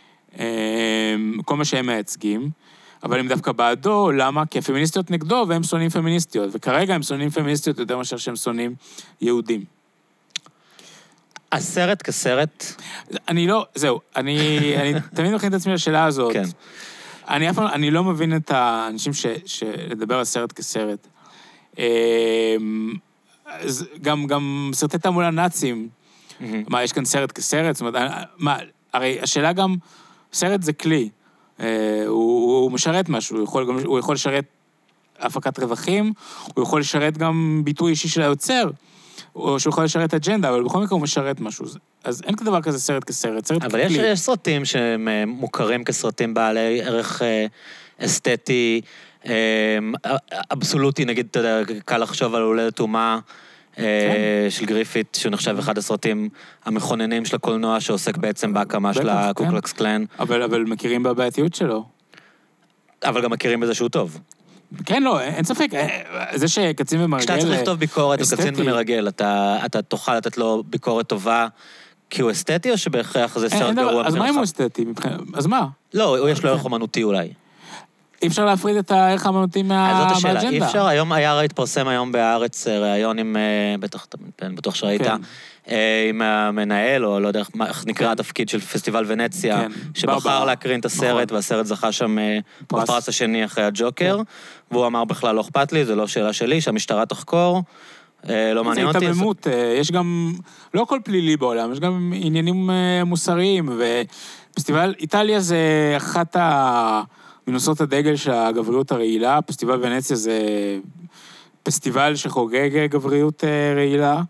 כל מה שהם מייצגים, אבל הם דווקא בעדו, למה? כי הפמיניסטיות נגדו, והם שונאים פמיניסטיות, וכרגע הם שונאים פמיניסטיות יותר מאשר שהם שונאים יהודים. הסרט כסרט? אני לא, זהו, אני, אני תמיד מכין את עצמי לשאלה הזאת. כן. אני אף פעם, אני לא מבין את האנשים ש, שלדבר על סרט כסרט. גם, גם סרטי תעמולה נאצים, מה, יש כאן סרט כסרט? זאת אומרת, מה, הרי השאלה גם, סרט זה כלי, הוא, הוא משרת משהו, הוא יכול, הוא יכול לשרת הפקת רווחים, הוא יכול לשרת גם ביטוי אישי של היוצר, או שהוא יכול לשרת אג'נדה, אבל בכל מקרה הוא משרת משהו. אז אין כדבר כזה סרט כסרט, סרט אבל ככלי. אבל יש, יש סרטים שהם מוכרים כסרטים בעלי ערך אסתטי, אבסולוטי, נגיד, אתה יודע, קל לחשוב על הולדת אומה, של גריפית, שהוא נחשב אחד הסרטים המכוננים של הקולנוע, שעוסק בעצם בהקמה של הקוקלקס קלן. אבל, אבל מכירים בבעייתיות שלו. אבל גם מכירים בזה שהוא טוב. כן, לא, אין ספק. זה שקצין ומרגל... כשאתה צריך לכתוב ביקורת על קצין ומרגל, אתה, אתה תוכל לתת לו ביקורת טובה כי הוא אסתטי, או שבהכרח זה סרט גרוע? אז מה אם הוא אסתטי? אז מה? לא, יש לו ערך אומנותי אולי. אי אפשר להפריד את הערך האמנותי מהאג'נדה. זאת השאלה, אי אפשר, היום היה התפרסם היום בארץ ראיון עם, בטח, בטוח שראית, עם המנהל, או לא יודע איך נקרא התפקיד של פסטיבל ונציה, שבחר להקרין את הסרט, והסרט זכה שם בפרס השני אחרי הג'וקר, והוא אמר בכלל לא אכפת לי, זה לא שאלה שלי, שהמשטרה תחקור, לא מעניין אותי. זה התאממות, יש גם, לא כל פלילי בעולם, יש גם עניינים מוסריים, ופסטיבל, איטליה זה אחת ה... מנוסות הדגל של הגבריות הרעילה, פסטיבל ונציה זה פסטיבל שחוגג גבריות רעילה.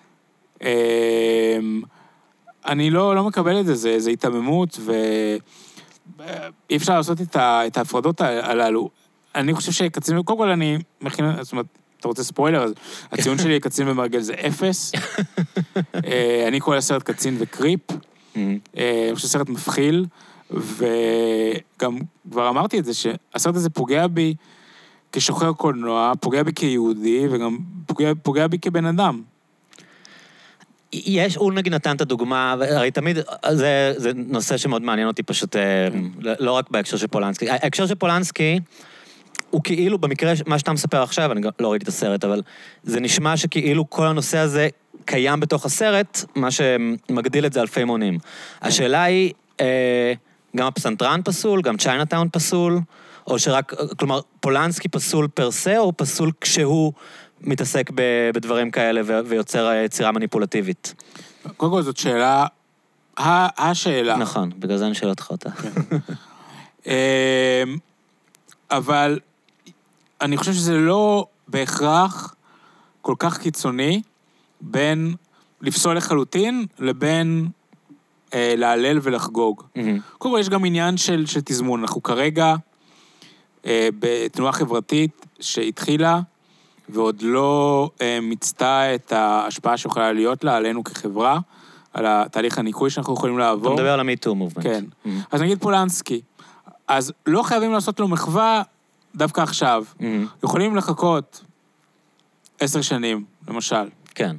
אני לא, לא מקבל את זה, זה, זה התאממות, ואי אפשר לעשות את, ה, את ההפרדות הללו. אני חושב שקצין, קודם כל אני מכין, זאת אומרת, אתה רוצה ספוילר, אז הציון שלי קצין ומרגל זה אפס. אני קורא לסרט קצין וקריפ. אני חושב סרט מפחיל. וגם כבר אמרתי את זה, שהסרט הזה פוגע בי כשוחר קולנוע, פוגע בי כיהודי, וגם פוגע, פוגע בי כבן אדם. יש, הוא נגיד נתן את הדוגמה, הרי תמיד, זה, זה נושא שמאוד מעניין אותי פשוט, לא רק בהקשר של פולנסקי. ההקשר של פולנסקי, הוא כאילו, במקרה, מה שאתה מספר עכשיו, אני לא ראיתי את הסרט, אבל זה נשמע שכאילו כל הנושא הזה קיים בתוך הסרט, מה שמגדיל את זה אלפי מונים. השאלה היא, גם הפסנתרן פסול, גם צ'יינאטאון פסול, או שרק, כלומר, פולנסקי פסול פרסה, או פסול כשהוא מתעסק בדברים כאלה ויוצר יצירה מניפולטיבית? קודם כל זאת שאלה, השאלה. נכון, בגלל זה אני שואל אותך אותה. אבל אני חושב שזה לא בהכרח כל כך קיצוני בין לפסול לחלוטין לבין אה, להלל ולחגוג. Mm-hmm. קודם כל, יש גם עניין של, של תזמון. אנחנו כרגע אה, בתנועה חברתית שהתחילה, ועוד לא אה, מצטה את ההשפעה שיכולה להיות לה עלינו כחברה, על התהליך הניקוי שאנחנו יכולים לעבור. אתה מדבר על המיטו מובמנט. כן. Mm-hmm. אז נגיד פולנסקי. אז לא חייבים לעשות לו מחווה דווקא עכשיו. Mm-hmm. יכולים לחכות עשר שנים, למשל. כן.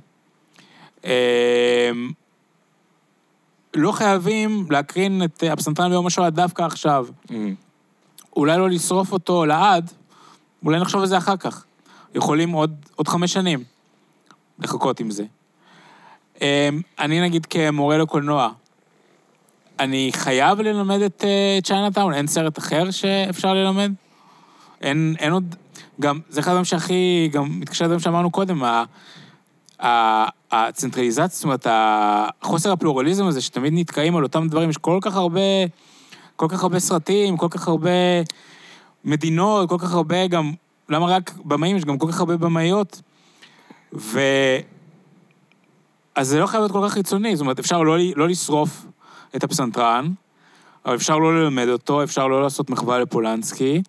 לא חייבים להקרין את הפסנתרן ביום השואה דווקא עכשיו. אולי לא לשרוף אותו לעד, אולי נחשוב על זה אחר כך. יכולים עוד, עוד חמש שנים לחכות עם זה. אני נגיד כמורה לקולנוע, אני חייב ללמד את צ'יינאטאון, אין סרט אחר שאפשר ללמד? אין, אין עוד, גם, זה אחד הדברים שהכי, גם מתקשר לדברים שאמרנו קודם, הצנטרליזציה, זאת אומרת, החוסר הפלורליזם הזה, שתמיד נתקעים על אותם דברים, יש כל כך הרבה, כל כך הרבה סרטים, כל כך הרבה מדינות, כל כך הרבה גם, למה רק במאים, יש גם כל כך הרבה במאיות, ו... אז זה לא חייב להיות כל כך חיצוני, זאת אומרת, אפשר לא, לא לשרוף את הפסנתרן, אבל אפשר לא ללמד אותו, אפשר לא לעשות מחווה לפולנסקי,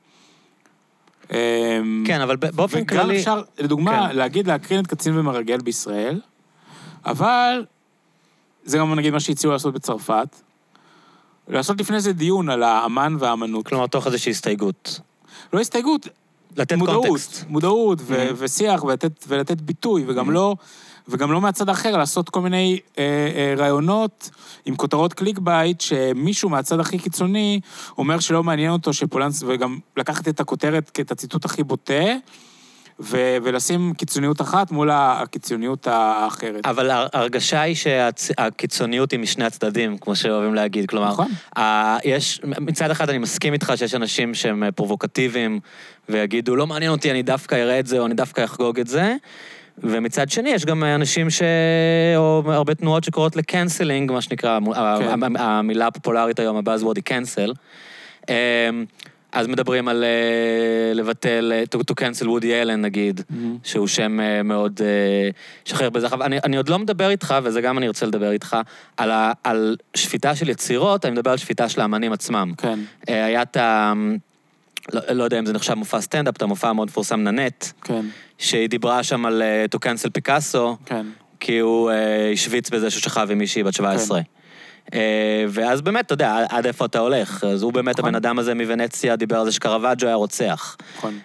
כן, אבל באופן כללי... וגם אפשר, לדוגמה, להגיד להקרין את קצין ומרגל בישראל, אבל זה גם נגיד מה שהציעו לעשות בצרפת, לעשות לפני זה דיון על האמן והאמנות. כלומר, תוך איזושהי הסתייגות. לא הסתייגות, לתת קונטקסט. מודעות ושיח ולתת ביטוי, וגם לא... וגם לא מהצד האחר, לעשות כל מיני אה, אה, רעיונות עם כותרות קליק בייט, שמישהו מהצד הכי קיצוני אומר שלא מעניין אותו שפולנס, וגם לקחת את הכותרת, את הציטוט הכי בוטה, ו- ולשים קיצוניות אחת מול הקיצוניות האחרת. אבל ההרגשה היא שהקיצוניות היא משני הצדדים, כמו שאוהבים להגיד. כלומר, נכון. יש, מצד אחד אני מסכים איתך שיש אנשים שהם פרובוקטיביים, ויגידו, לא מעניין אותי, אני דווקא אראה את זה, או אני דווקא אחגוג את זה, ומצד שני, יש גם אנשים ש... או הרבה תנועות שקורות לקנסלינג, מה שנקרא, כן. המילה הפופולרית היום, הבאזוורד היא קנסל. אז מדברים על לבטל, to, to cancel וודי אלן נגיד, mm-hmm. שהוא שם מאוד שחרר בזה. אני, אני עוד לא מדבר איתך, וזה גם אני רוצה לדבר איתך, על, ה, על שפיטה של יצירות, אני מדבר על שפיטה של האמנים עצמם. כן. היה את ה... לא, לא יודע אם זה נחשב מופע סטנדאפ, את המופע מאוד מפורסם ננט, כן. שהיא דיברה שם על to cancel פיקאסו, כן. כי הוא השוויץ בזה שהוא שכב עם מישהי בת שבע עשרה. כן. ואז באמת, אתה יודע, עד איפה אתה הולך? אז הוא באמת, הבן אדם הזה מוונציה, דיבר על זה שקרוואג'ו היה רוצח. נכון.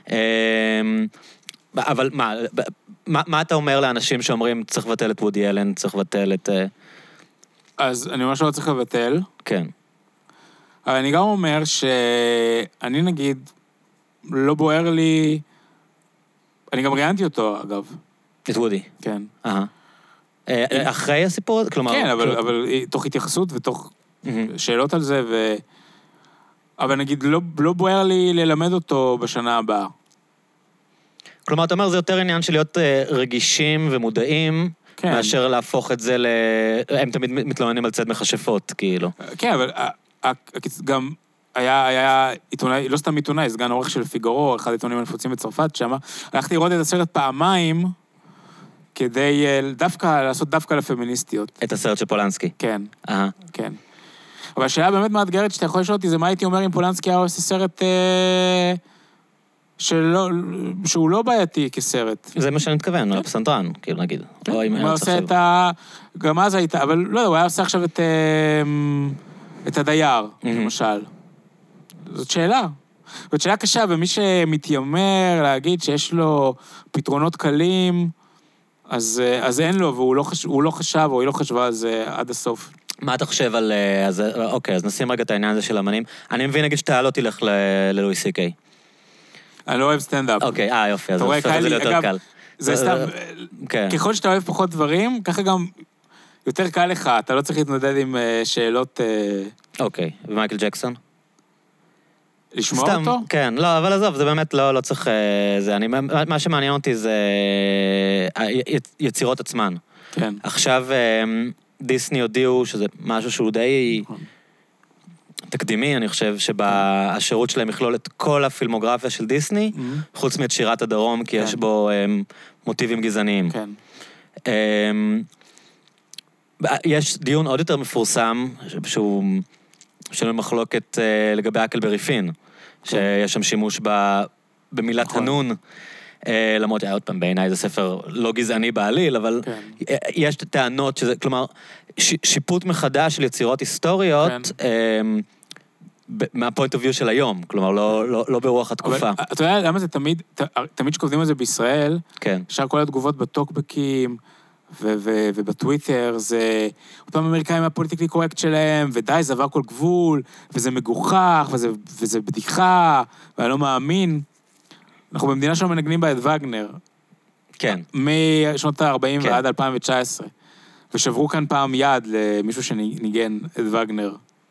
אבל מה, מה, מה אתה אומר לאנשים שאומרים, צריך לבטל את וודי אלן, צריך לבטל את... אז אני אומר שלא צריך לבטל. כן. אבל אני גם אומר שאני נגיד, לא בוער לי... אני גם ראיינתי אותו, אגב. את וודי? כן. אהה. אחרי הסיפור? כלומר... כן, אבל, אבל תוך התייחסות ותוך שאלות על זה, ו... אבל נגיד, לא, לא בוער לי ללמד אותו בשנה הבאה. כלומר, אתה אומר, זה יותר עניין של להיות רגישים ומודעים, כן. מאשר להפוך את זה ל... הם תמיד מתלוננים על צד מכשפות, כאילו. כן, אבל גם היה, היה עיתונאי, לא סתם עיתונאי, סגן עורך של פיגורו, אחד העיתונים הנפוצים בצרפת, שמה, הלכתי לראות את הסרט פעמיים, כדי דווקא, לעשות דווקא לפמיניסטיות. את הסרט של פולנסקי. כן, אהה. כן. אבל השאלה באמת מאתגרת שאתה יכול לשאול אותי, זה מה הייתי אומר אם פולנסקי היה עושה סרט אה, שלא, שהוא לא בעייתי כסרט. זה מה שאני מתכוון, כן. הפסנתרן, כאילו נגיד. כן. הוא היה עושה את ה... גם אז היית, אבל לא יודע, הוא היה עושה עכשיו את, אה, את הדייר, mm-hmm. למשל. זאת שאלה. זאת שאלה קשה, ומי שמתיימר להגיד שיש לו פתרונות קלים, אז, אז אין לו, והוא לא, חש, הוא לא חשב, או היא לא חשבה על זה עד הסוף. מה אתה חושב על... אז, אוקיי, אז נשים רגע את העניין הזה של אמנים. אני מבין, נגיד, שאתה לא תלך ללואי סי קיי. אני לא אוהב סטנדאפ. אוקיי, אה, יופי, אז זה הופך את זה ליותר קל. זה סתם, ככל שאתה אוהב פחות דברים, ככה גם יותר קל לך, אתה לא צריך להתמודד עם שאלות... אוקיי, ומייקל ג'קסון? לשמוע סתם, אותו? כן, לא, אבל עזוב, זה באמת לא, לא צריך... זה, אני, מה שמעניין אותי זה יצירות עצמן. כן. עכשיו... דיסני הודיעו שזה משהו שהוא די... תקדימי, אני חושב שהשירות שלהם יכלול את כל הפילמוגרפיה של דיסני, חוץ מאת שירת הדרום, כי יש בו מוטיבים גזעניים. כן. יש דיון עוד יותר מפורסם, שהוא של מחלוקת לגבי אקלברי פין, שיש שם שימוש במילת הנון, למרות שהיה עוד פעם בעיניי זה ספר לא גזעני בעליל, אבל יש טענות שזה, כלומר, שיפוט מחדש של יצירות היסטוריות, מהפוינט אוף ויו של היום, כלומר, לא ברוח התקופה. אתה יודע למה זה תמיד, תמיד שכותבים על זה בישראל, אפשר כל התגובות בטוקבקים, ובטוויטר, זה, עוד פעם אמריקאים מהפוליטיקלי קורקט שלהם, ודי, זה עבר כל גבול, וזה מגוחך, וזה בדיחה, ואני לא מאמין. אנחנו במדינה שלנו מנגנים בה את וגנר. כן. משנות ה-ארבעים ועד אלפיים תשע עשרה. ושברו כאן פעם יד למישהו שניגן את וגנר.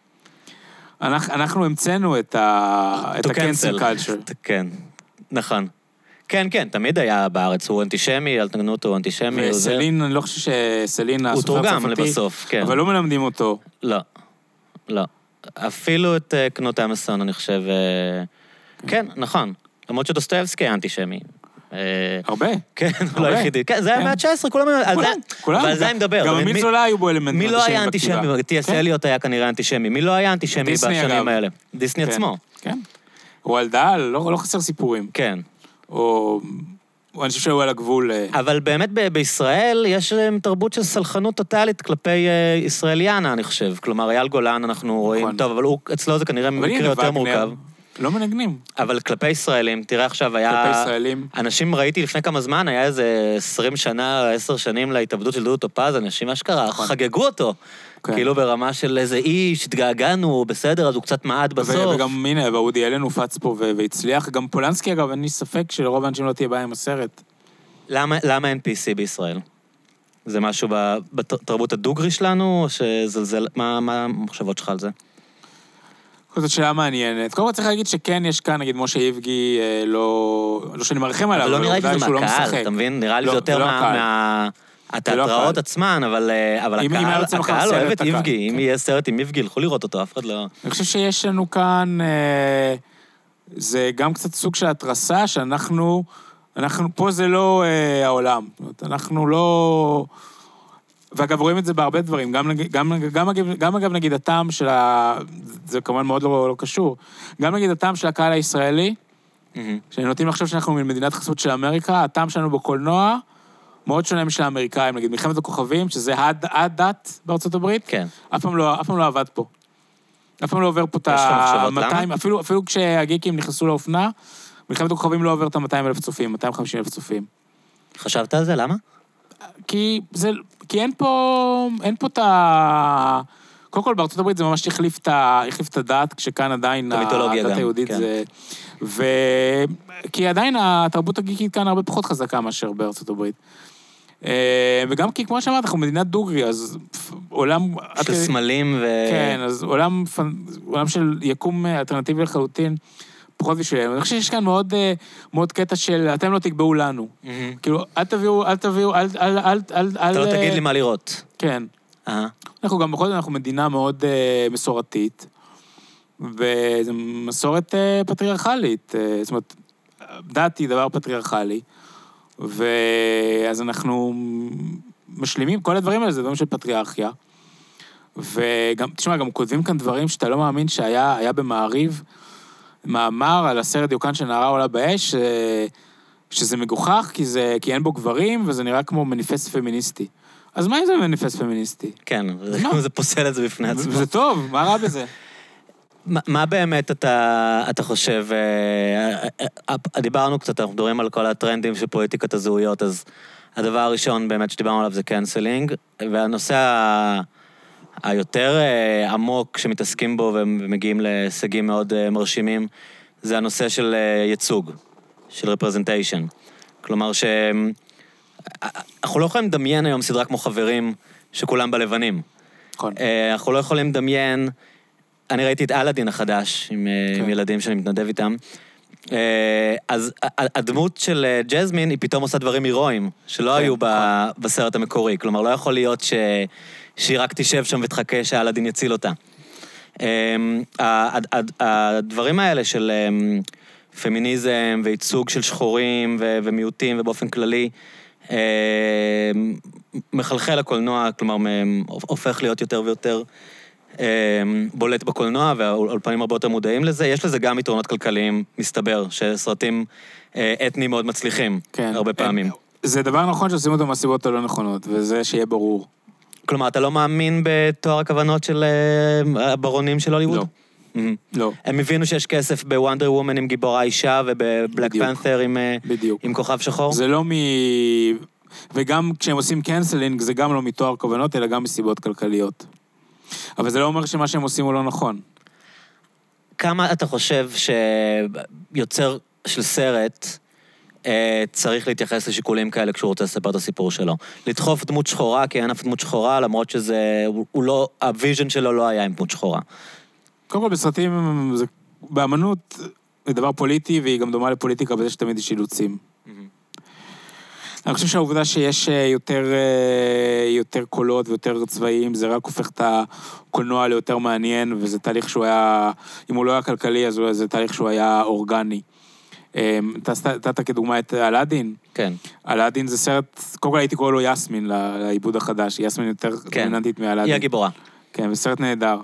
אנחנו המצאנו את ה-cancel culture. כן, נכון. כן, כן, תמיד היה בארץ, הוא אנטישמי, אל תגנו אותו, הוא אנטישמי. וסלין, אני לא חושב שסלין, הוא תורגם לבסוף, כן. אבל לא מלמדים אותו. לא, לא. אפילו את קנות אמסון, אני חושב, כן, נכון. למרות שדוסטויבסקי היה אנטישמי. הרבה. כן, הוא לא היחידי. כן, זה היה מאה תשע עשרה, כולם... כולם. ועל זה אני מדבר. גם עמית זולה היו בו אלמנט מי לא היה אנטישמי? טי אס אליוט היה כנראה אנטישמי. מי לא היה אנטישמי בשנים האלה? דיסני עצמו. כן. רועל דהל, לא חסר סיפורים. כן. או... אני חושב שהוא על הגבול... אבל באמת בישראל יש תרבות של סלחנות טוטלית כלפי ישראליאנה, אני חושב. כלומר, אייל גולן אנחנו רואים טוב, אבל אצלו זה כנראה מקרה יותר מורכב. לא מנגנים. אבל כלפי ישראלים, תראה עכשיו היה... כלפי ישראלים. אנשים ראיתי לפני כמה זמן, היה איזה עשרים שנה, עשר שנים להתאבדות של דודו טופז, אנשים אשכרה חגגו אותו. כאילו ברמה של איזה איש, התגעגענו, בסדר, אז הוא קצת מעד בסוף. וגם, הנה, ואודי אלן הופץ פה והצליח. גם פולנסקי, אגב, אין לי ספק שלרוב האנשים לא תהיה בעיה עם הסרט. למה אין פי סי בישראל? זה משהו בתרבות הדוגרי שלנו, או שזלזל... מה המחשבות שלך על זה? זאת שאלה מעניינת. קודם כל צריך להגיד שכן יש כאן, נגיד, משה איבגי, לא... לא שאני מרחם עליו, אבל לא נראה לי שזה מהקהל, אתה מבין? נראה לי זה יותר מה... התיאטראות עצמן, אבל הקהל אוהב את איבגי. אם יהיה סרט עם איבגי, ילכו לראות אותו, אף אחד לא... אני חושב שיש לנו כאן... זה גם קצת סוג של התרסה, שאנחנו... אנחנו... פה זה לא העולם. אנחנו לא... ואגב, רואים את זה בהרבה דברים, גם, גם, גם, גם אגב נגיד הטעם של ה... זה כמובן מאוד לא, לא קשור, גם נגיד הטעם של הקהל הישראלי, mm-hmm. שאני נוטים לחשוב שאנחנו ממדינת חסות של אמריקה, הטעם שלנו בקולנוע, מאוד שונה משל האמריקאים, נגיד מלחמת הכוכבים, שזה הדת בארצות הברית, כן. אף פעם לא, אף פעם לא עבד פה. אף פעם לא עובר פה את ה-מאתיים, אפילו, אפילו כשהגיקים נכנסו לאופנה, מלחמת הכוכבים לא עובר את ה-מאתיים אלף צופים, מאתיים וחמישים אלף צופים. חשבת על זה? למה? כי זה... כי אין פה, אין פה את ה... קודם כל, בארצות הברית זה ממש החליף את ה... החליף את הדת, כשכאן עדיין... המיתולוגיה גם, הדת היהודית כן. זה... ו... כי עדיין התרבות הגיקית כאן הרבה פחות חזקה מאשר בארצות הברית. וגם כי, כמו שאמרת, אנחנו מדינת דוגרי, אז עולם... של סמלים ו... כן, אז עולם, עולם של יקום אלטרנטיבי לחלוטין, פחות בשבילם. אני חושב שיש כאן מאוד, מאוד קטע של, אתם לא תקבעו לנו. כאילו, אל תביאו, אל תביאו, אל, אל, אל, אל... אתה לא תגיד לי מה לראות. כן. אנחנו גם בכל זאת, אנחנו מדינה מאוד מסורתית, וזו מסורת פטריארכלית. זאת אומרת, דת היא דבר פטריארכלי, ואז אנחנו משלימים, כל הדברים האלה זה דברים של פטריארכיה, וגם, תשמע, גם כותבים כאן דברים שאתה לא מאמין שהיה, היה במעריב, מאמר על הסרט דיוקן של נערה עולה באש, שזה מגוחך, כי, זה, כי אין בו גברים, וזה נראה כמו מניפסט פמיניסטי. אז מה אם זה מניפסט פמיניסטי? כן, זה פוסל את זה בפני עצמו. זה טוב, מה רע בזה? מה, מה באמת אתה, אתה חושב, דיברנו קצת, אנחנו מדברים על כל הטרנדים של פוליטיקת הזהויות, אז הדבר הראשון באמת שדיברנו עליו זה קנסלינג, והנושא ה... היותר עמוק שמתעסקים בו ומגיעים להישגים מאוד מרשימים, זה הנושא של ייצוג, של representation. כלומר שאנחנו לא יכולים לדמיין היום סדרה כמו חברים שכולם בלבנים. נכון. אנחנו לא יכולים לדמיין, אני ראיתי את אלאדין החדש עם, עם ילדים שאני מתנדב איתם, אז הדמות של ג'זמין היא פתאום עושה דברים הירואיים, שלא היו בסרט המקורי. כלומר, לא יכול להיות ש... שהיא רק תשב שם ותחכה שאלאדין יציל אותה. הדברים האלה של פמיניזם וייצוג של שחורים ומיעוטים ובאופן כללי, מחלחל הקולנוע, כלומר, הופך להיות יותר ויותר בולט בקולנוע, והאולפנים הרבה יותר מודעים לזה. יש לזה גם יתרונות כלכליים, מסתבר, שסרטים אתניים מאוד מצליחים, הרבה פעמים. זה דבר נכון שעושים אותו מהסיבות הלא נכונות, וזה שיהיה ברור. כלומר, אתה לא מאמין בתואר הכוונות של הברונים של הוליווד? לא. לא. הם הבינו שיש כסף בוונדר וומן עם גיבורה אישה, ובבלק פנת'ר עם כוכב שחור? זה לא מ... וגם כשהם עושים קנסלינג, זה גם לא מתואר כוונות, אלא גם מסיבות כלכליות. אבל זה לא אומר שמה שהם עושים הוא לא נכון. כמה אתה חושב שיוצר של סרט צריך להתייחס לשיקולים כאלה כשהוא רוצה לספר את הסיפור שלו? לדחוף דמות שחורה, כי אין אף דמות שחורה, למרות שזה, הוא לא, הוויז'ן שלו לא היה עם דמות שחורה. קודם כל בסרטים, זה, באמנות זה דבר פוליטי, והיא גם דומה לפוליטיקה בזה שתמיד יש אילוצים. אני חושב שהעובדה שיש יותר, יותר קולות ויותר צבעים, זה רק הופך את הקולנוע ליותר מעניין, וזה תהליך שהוא היה, אם הוא לא היה כלכלי, אז זה תהליך שהוא היה אורגני. אתה כדוגמה את אלאדין? כן. אלאדין זה סרט, קודם כל הייתי קורא לו יסמין, לעיבוד החדש, יסמין יותר דומיננטית מאלאדין. היא הגיבורה. כן, וסרט נהדר.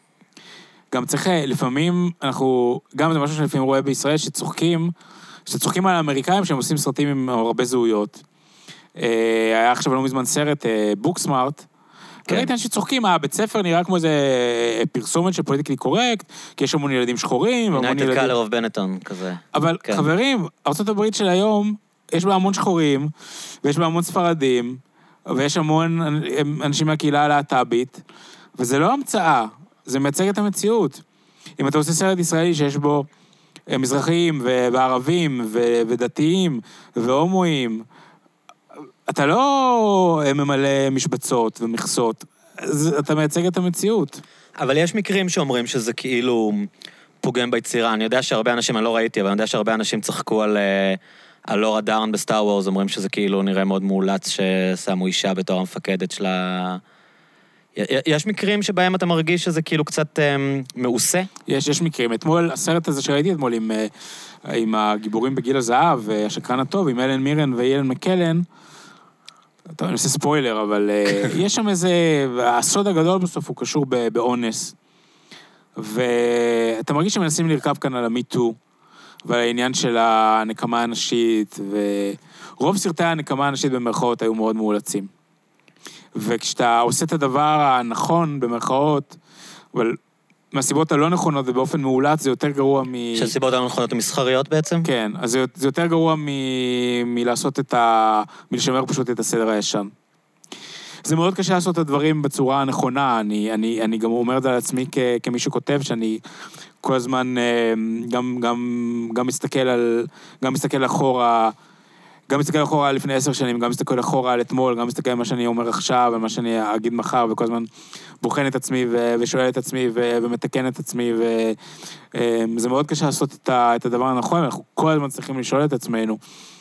גם צריך, לפעמים אנחנו, גם זה משהו שלפעמים רואה בישראל, שצוחקים, שצוחקים על האמריקאים שהם עושים סרטים עם הרבה זהויות. היה עכשיו לא מזמן סרט, בוקסמארט, ראיתי אנשים שצוחקים, הבית ספר נראה כמו איזה פרסומת של פוליטיקלי קורקט, כי יש המון ילדים שחורים, המון ילדים... United Color of Benetton, כזה. אבל חברים, ארצות הברית של היום, יש בה המון שחורים, ויש בה המון ספרדים, ויש המון אנשים מהקהילה הלהט"בית, וזה לא המצאה, זה מייצג את המציאות. אם אתה עושה סרט ישראלי שיש בו מזרחים וערבים ודתיים והומואים, אתה לא ממלא משבצות ומכסות, אתה מייצג את המציאות. אבל יש מקרים שאומרים שזה כאילו פוגם ביצירה. אני יודע שהרבה אנשים, אני לא ראיתי, אבל אני יודע שהרבה אנשים צחקו על, על לורה דארן בסטאר וורס, אומרים שזה כאילו נראה מאוד מאולץ ששמו אישה בתור המפקדת שלה. יש מקרים שבהם אתה מרגיש שזה כאילו קצת מעושה? יש, יש מקרים. אתמול, הסרט הזה שראיתי אתמול עם, עם הגיבורים בגיל הזהב, השקרן הטוב, עם אלן מירן ואילן מקלן, טוב, אני עושה ספוילר, אבל יש שם איזה, הסוד הגדול בסוף הוא קשור באונס, ואתה מרגיש שמנסים לרכב כאן על המיטו, ועל העניין של הנקמה הנשית, ורוב סרטי הנקמה הנשית במרכאות היו מאוד מאולצים. וכשאתה עושה את הדבר הנכון במרכאות, אבל מהסיבות הלא נכונות ובאופן מאולץ, זה יותר גרוע מ... שהסיבות הלא נכונות המסחריות בעצם? כן, אז זה, זה יותר גרוע מ... מלעשות את ה... מלשמר פשוט את הסדר הישן. זה מאוד קשה לעשות את הדברים בצורה הנכונה, אני, אני, אני גם אומר את זה על עצמי כ... כמי שכותב, שאני כל הזמן גם, גם, גם מסתכל על... גם מסתכל אחורה... גם מסתכל אחורה לפני עשר שנים, גם מסתכל אחורה על אתמול, גם מסתכל על מה שאני אומר עכשיו, ומה שאני אגיד מחר, וכל הזמן בוחן את עצמי, ושואל את עצמי, ומתקן את עצמי, וזה מאוד קשה לעשות את הדבר הנכון, אנחנו כל הזמן צריכים לשאול את עצמנו.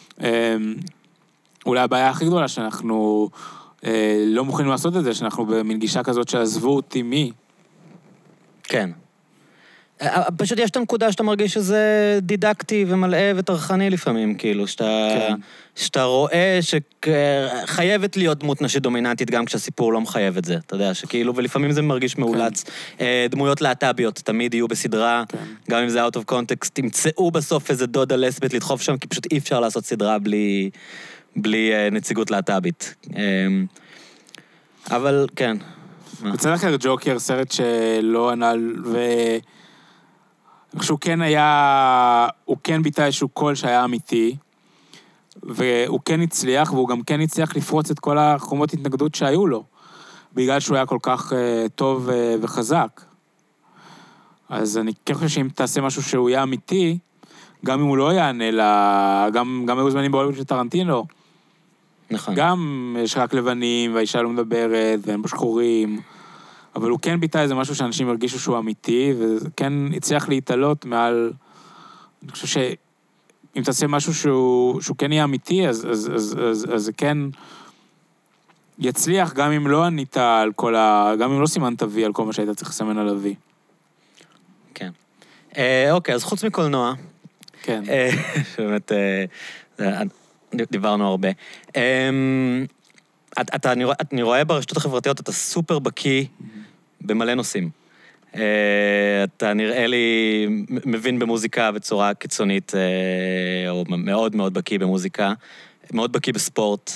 אולי הבעיה הכי גדולה שאנחנו לא מוכנים לעשות את זה, שאנחנו במין גישה כזאת שעזבו אותי מי. כן. פשוט יש את הנקודה שאתה מרגיש שזה דידקטי ומלאה וטרחני לפעמים, כאילו, שאתה, כן. שאתה רואה שחייבת להיות דמות נשית דומיננטית גם כשהסיפור לא מחייב את זה, אתה יודע, שכאילו, ולפעמים זה מרגיש מאולץ. כן. דמויות להט"ביות תמיד יהיו בסדרה, כן. גם אם זה out of context, תמצאו בסוף איזה דודה לסבית לדחוף שם, כי פשוט אי אפשר לעשות סדרה בלי, בלי נציגות להט"בית. אבל כן. בצד אחר ג'וקר, סרט שלא ענל ו... שהוא כן היה, הוא כן ביטא איזשהו קול שהיה אמיתי, והוא כן הצליח, והוא גם כן הצליח לפרוץ את כל החומות התנגדות שהיו לו, בגלל שהוא היה כל כך uh, טוב uh, וחזק. אז אני כן חושב שאם תעשה משהו שהוא יהיה אמיתי, גם אם הוא לא יענה לה, גם, גם היו זמנים בהוליווד של טרנטינו. נכון. גם יש רק לבנים, והאישה לא מדברת, והם בשחורים, אבל הוא כן ביטא איזה משהו שאנשים הרגישו שהוא אמיתי, וכן הצליח להתעלות מעל... אני חושב שאם תעשה משהו שהוא, שהוא כן יהיה אמיתי, אז, אז, אז, אז, אז זה כן יצליח, גם אם לא ענית על כל ה... גם אם לא סימנת וי על כל מה שהיית צריך לסמן על הוי. אוקיי, אז חוץ מקולנוע. כן. באמת, דיברנו הרבה. אני רואה ברשתות החברתיות, אתה סופר בקיא במלא נושאים. אתה נראה לי מבין במוזיקה בצורה קיצונית, או מאוד מאוד בקיא במוזיקה, מאוד בקיא בספורט.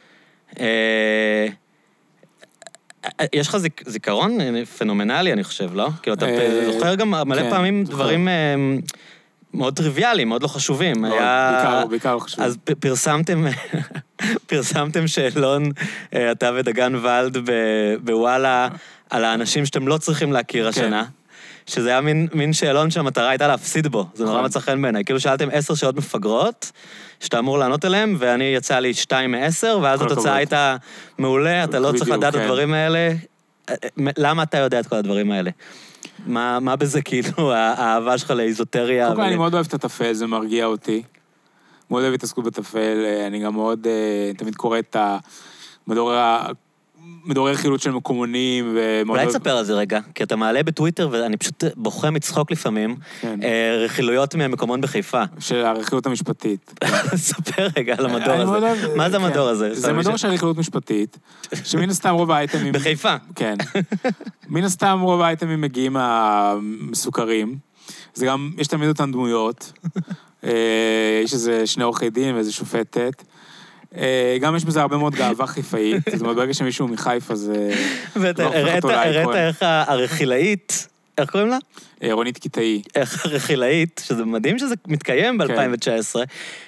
יש לך זיכרון פנומנלי, אני חושב, לא? כאילו, אתה זוכר גם מלא פעמים דברים מאוד טריוויאליים, מאוד לא חשובים. בעיקר, בעיקר לא חשובים. אז פרסמתם, פרסמתם שאלון, אתה ודגן ולד בוואלה, על האנשים שאתם לא צריכים להכיר השנה, שזה היה מין שאלון שהמטרה הייתה להפסיד בו, זה נורא מצא חן בעיניי. כאילו שאלתם עשר שעות מפגרות, שאתה אמור לענות עליהם, ואני יצא לי שתיים מעשר, ואז התוצאה הייתה מעולה, אתה לא צריך לדעת את הדברים האלה. למה אתה יודע את כל הדברים האלה? מה בזה כאילו, האהבה שלך לאיזוטריה? קודם כל, אני מאוד אוהב את הטפל, זה מרגיע אותי. מאוד אוהב התעסקות בטפל, אני גם מאוד תמיד קורא את המדור מדורי רכילות של מקומונים. אולי תספר על זה רגע, כי אתה מעלה בטוויטר, ואני פשוט בוכה מצחוק לפעמים, רכילויות מהמקומון בחיפה. של הרכילות המשפטית. ספר רגע על המדור הזה. מה זה המדור הזה? זה מדור של רכילות משפטית, שמן הסתם רוב האייטמים... בחיפה. כן. מן הסתם רוב האייטמים מגיעים המסוכרים. זה גם, יש תמיד אותן דמויות. יש איזה שני עורכי דין ואיזה שופטת. גם יש בזה הרבה מאוד גאווה חיפאית, זאת אומרת, ברגע שמישהו מחיפה זה... ואתה הראית איך הרכילאית, איך קוראים לה? רונית קיטאי. איך הרכילאית, שזה מדהים שזה מתקיים ב-אלפיים תשע עשרה,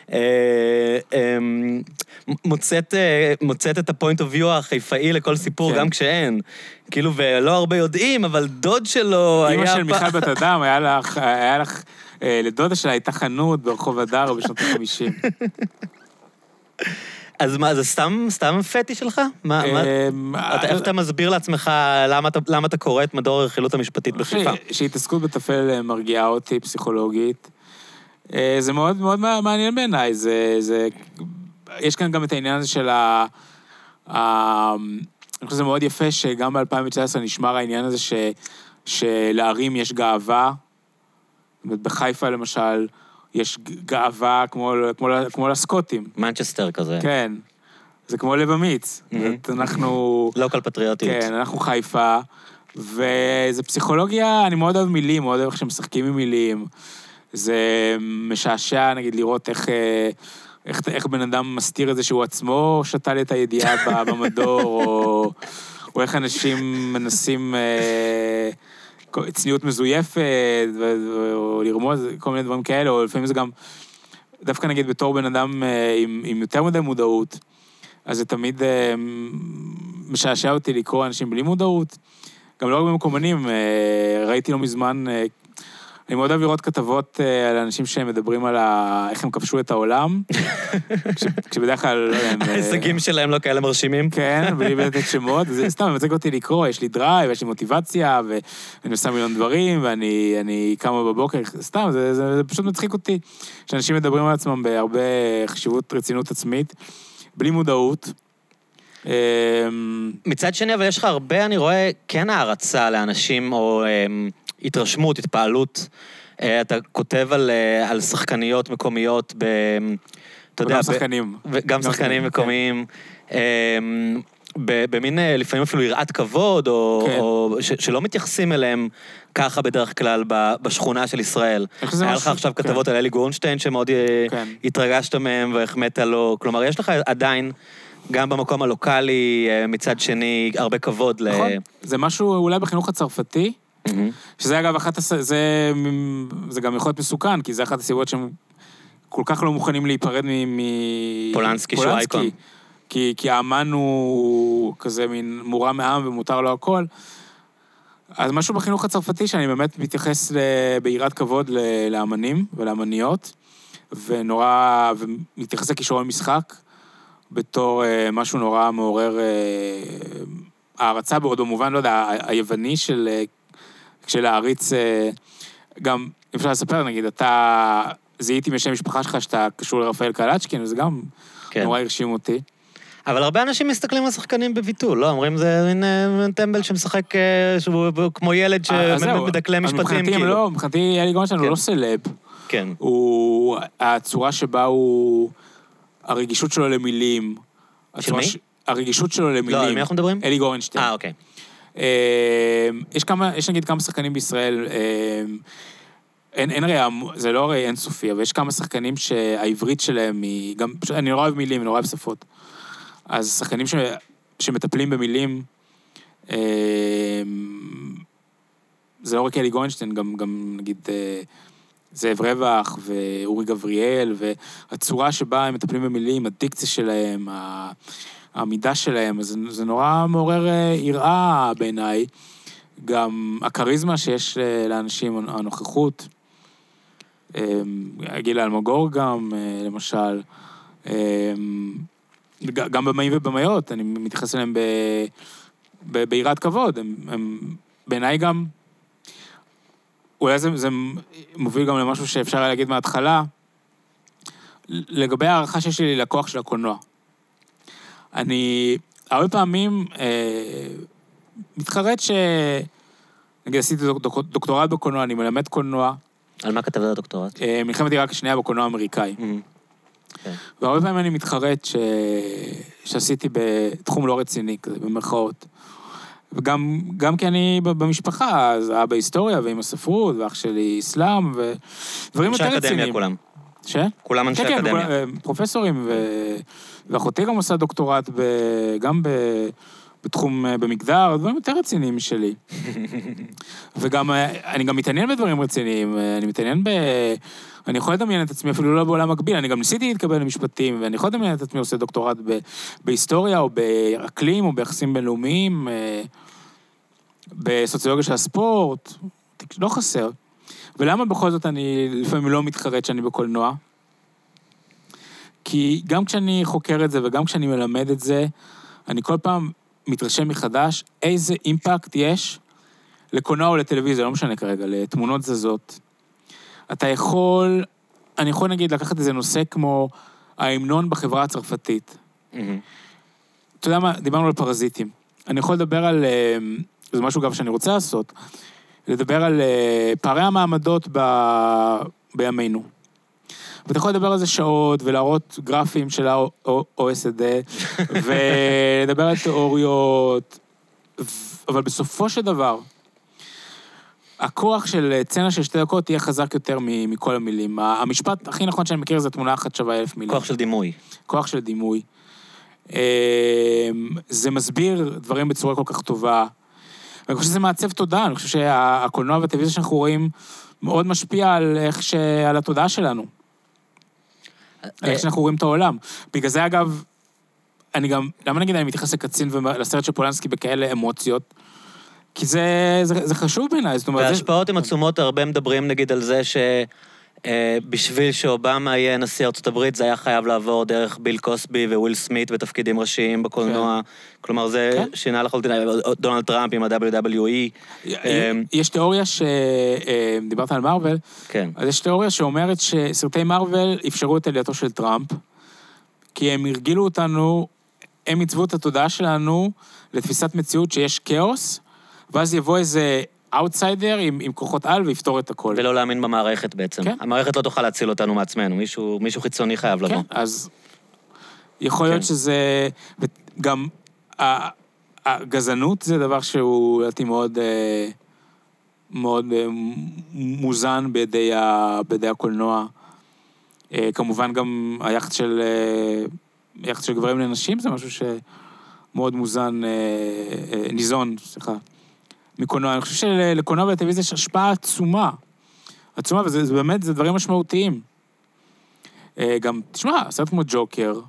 מוצאת את הפוינט אוף ויו החיפאי לכל סיפור, גם כשאין. כאילו, ולא הרבה יודעים, אבל דוד שלו היה... אמא של מיכל בת אדם, היה לך... לדודה שלה הייתה חנות ברחוב הדר בשנות ה-חמישים. אז מה, זה סתם, סתם פטי שלך? מה, מה, איך אתה מסביר לעצמך למה אתה קורא את מדור הרכילות המשפטית בחיפה? שהתעסקות בטפל מרגיעה אותי פסיכולוגית. זה מאוד מאוד מעניין בעיניי, זה, יש כאן גם את העניין הזה של ה... אני חושב שזה מאוד יפה שגם ב-אלפיים תשע עשרה נשמר העניין הזה שלערים יש גאווה, בחיפה למשל, יש גאווה כמו, כמו, כמו לסקוטים. מנצ'סטר כזה. כן. זה כמו לב אמיץ. Mm-hmm. אנחנו... לוקל פטריוטיות. כן, אנחנו חיפה, וזה פסיכולוגיה, אני מאוד אוהב מילים, מאוד אוהב איך שהם משחקים עם מילים. זה משעשע, נגיד, לראות איך, איך, איך בן אדם מסתיר את זה שהוא עצמו שתל את הידיעה במדור, או, או איך אנשים מנסים... צניעות מזויפת, או לרמוז, כל מיני דברים כאלה, או לפעמים זה גם, דווקא נגיד בתור בן אדם עם, עם יותר מדי מודעות, אז זה תמיד משעשע אותי לקרוא אנשים בלי מודעות, גם לא רק במקומנים, ראיתי לא מזמן, אני מאוד אוהב לראות כתבות על אנשים שהם מדברים על איך הם כבשו את העולם, כשבדרך כלל, לא יודע, ההישגים שלהם לא כאלה מרשימים. כן, בלי לתת שמות, זה סתם, מצחיק אותי לקרוא, יש לי דרייב, יש לי מוטיבציה, ואני עושה מיליון דברים, ואני קמה בבוקר, סתם, זה פשוט מצחיק אותי, שאנשים מדברים על עצמם בהרבה חשיבות, רצינות עצמית, בלי מודעות. מצד שני, אבל יש לך הרבה, אני רואה, כן הערצה לאנשים, או התרשמות, התפעלות. אתה כותב על, על שחקניות מקומיות, ב, אתה יודע, וגם שחקנים. וגם שחקנים מקומיים, במין לפעמים אפילו יראת כבוד, או, או ש, שלא מתייחסים אליהם ככה בדרך כלל בשכונה של ישראל. היה לך עכשיו כתבות על אלי גורנשטיין, שמאוד התרגשת מהם והחמאת לו. כלומר, יש לך עדיין... גם במקום הלוקלי, מצד שני, הרבה כבוד ל... נכון. זה משהו אולי בחינוך הצרפתי, שזה אגב אחת, זה, זה גם יכול להיות מסוכן, כי זה אחת הסיבות שהם כל כך לא מוכנים להיפרד מ... פולנסקי, שהוא אייקון. כי, כי האמן הוא כזה מין מורם מעם ומותר לו הכל. אז משהו בחינוך הצרפתי שאני באמת מתייחס ביראת כבוד לאמנים ולאמניות, ונורא, ומתייחס לכישרון משחק, בתור אה, משהו נורא מעורר אה, הערצה בעוד במובן, לא יודע, היווני של, אה, של העריץ, אה, גם, אפשר לספר, נגיד, אתה זיהיתי משם משפחה שלך שאתה קשור לרפאל קלצ'קין, וזה גם כן. נורא הרשים אותי. אבל הרבה אנשים מסתכלים על שחקנים בביטול, לא? אומרים, זה מין טמבל שמשחק, שהוא כמו ילד שמדקלם משפטים, כאילו. לא, מבחינתי, אלי גורנשטיין הוא לא סלב. כן. הוא, הצורה שבה הוא, הרגישות שלו למילים. של מי? הרגישות שלו למילים. לא, על מי אנחנו מדברים? אלי גורנשטיין. אה, אוקיי. יש כמה, יש נגיד כמה שחקנים בישראל, אין, אין הרי, זה לא הרי אינסופי, אבל יש כמה שחקנים שהעברית שלהם היא, גם, אני לא אוהב מילים, אני לא אוהב שפות. אז שחקנים ש, שמטפלים במילים, זה לא רק אלי גורנשטיין, גם, גם נגיד זאב רווח ואורי גבריאל, והצורה שבה הם מטפלים במילים, הדיקציה שלהם, העמידה שלהם, זה, זה נורא מעורר יראה בעיניי, גם הקריזמה שיש לאנשים, הנוכחות, גילה אלמגור גם, למשל, גם במאים ובמאיות, אני מתייחס אליהם ביראת כבוד, הם, הם בעיניי גם, אולי זה, זה מוביל גם למשהו שאפשר להגיד מההתחלה, לגבי הערכה שיש לי לקוח של הקולנוע. אני הרבה פעמים אה, מתחרט ש... נגיד, עשיתי דוק, דוקטורט בקולנוע, אני מלמד קולנוע. על מה כתבת הדוקטורט? אה, מלחמת עיראק השנייה בקולנוע האמריקאי. Mm-hmm. Okay. והרבה פעמים אני מתחרט ש... שעשיתי בתחום לא רציני, כזה, במרכאות. וגם גם כי אני במשפחה, אז היה בהיסטוריה ועם הספרות, ואח שלי אסלאם, ודברים יותר רציניים. אנשי אקדמיה כולם. ש? כולם אנשי כן, אקדמיה. כן, פרופסורים, ו... ואחותי גם עושה דוקטורט ב... גם ב... בתחום, במגדר, דברים יותר רציניים משלי. וגם, אני גם מתעניין בדברים רציניים, אני מתעניין ב... אני יכול לדמיין את עצמי, אפילו לא בעולם מקביל, אני גם ניסיתי להתקבל למשפטים, ואני יכול לדמיין את עצמי עושה דוקטורט ב... בהיסטוריה, או באקלים, או ביחסים בינלאומיים, בסוציולוגיה של הספורט, לא חסר. ולמה בכל זאת אני לפעמים לא מתחרט שאני בקולנוע? כי גם כשאני חוקר את זה, וגם כשאני מלמד את זה, אני כל פעם מתרשם מחדש איזה אימפקט יש לקולנוע או לטלוויזיה, לא משנה כרגע, לתמונות זזות. אתה יכול, אני יכול נגיד לקחת איזה נושא כמו ההמנון בחברה הצרפתית. Mm-hmm. אתה יודע מה, דיברנו על פרזיטים. אני יכול לדבר על, זה משהו גם שאני רוצה לעשות, לדבר על פערי המעמדות ב... בימינו. ואתה יכול לדבר על זה שעות, ולהראות גרפים של ה-או אס די, ולדבר על תיאוריות, אבל בסופו של דבר, הכוח של צנע של שתי דקות תהיה חזק יותר מכל המילים. המשפט הכי נכון שאני מכיר זה תמונה אחת שווה אלף מילים. כוח של דימוי. כוח של דימוי. זה מסביר דברים בצורה כל כך טובה. ואני חושב שזה מעצב תודעה, אני חושב שהקולנוע והטלוויזיה שאנחנו רואים מאוד משפיע על איך ש... על התודעה שלנו. על איך שאנחנו רואים את העולם. בגלל זה, אגב, אני גם, למה נגיד אני מתייחס לקצין ולסרט של פולנסקי בכאלה אמוציות? כי זה, זה, זה חשוב בעיניי, זאת אומרת... וההשפעות הן עצומות, הרבה מדברים נגיד על זה ש... בשביל שאובמה יהיה נשיא ארצות הברית, זה היה חייב לעבור דרך ביל קוסבי וויל סמית בתפקידים ראשיים בקולנוע. כלומר, זה שינה לחלוטין, דונלד טראמפ עם ה-דאבליו דאבליו אי. יש תיאוריה ש... דיברת על מרוול, אז יש תיאוריה שאומרת שסרטי מרוול אפשרו את עלייתו של טראמפ, כי הם הרגילו אותנו, הם עיצבו את התודעה שלנו לתפיסת מציאות שיש כאוס, ואז יבוא איזה... אאוטסיידר עם, עם כוחות על ויפתור את הכל. ולא להאמין במערכת בעצם. כן. המערכת לא תוכל להציל אותנו מעצמנו, מישהו, מישהו חיצוני חייב לבוא. כן, אז יכול להיות כן. שזה, גם הגזענות זה דבר שהוא, לדעתי, מאוד, מאוד מוזן בידי, ה, בידי הקולנוע. כמובן גם היחס של, היחס של גברים לנשים זה משהו שמאוד מוזן, ניזון, סליחה. מקולנוע, אני חושב שלקולנוע ולטלוויזיה יש השפעה עצומה. עצומה, וזה זה באמת, זה דברים משמעותיים. גם, תשמע, סרט כמו ג'וקר,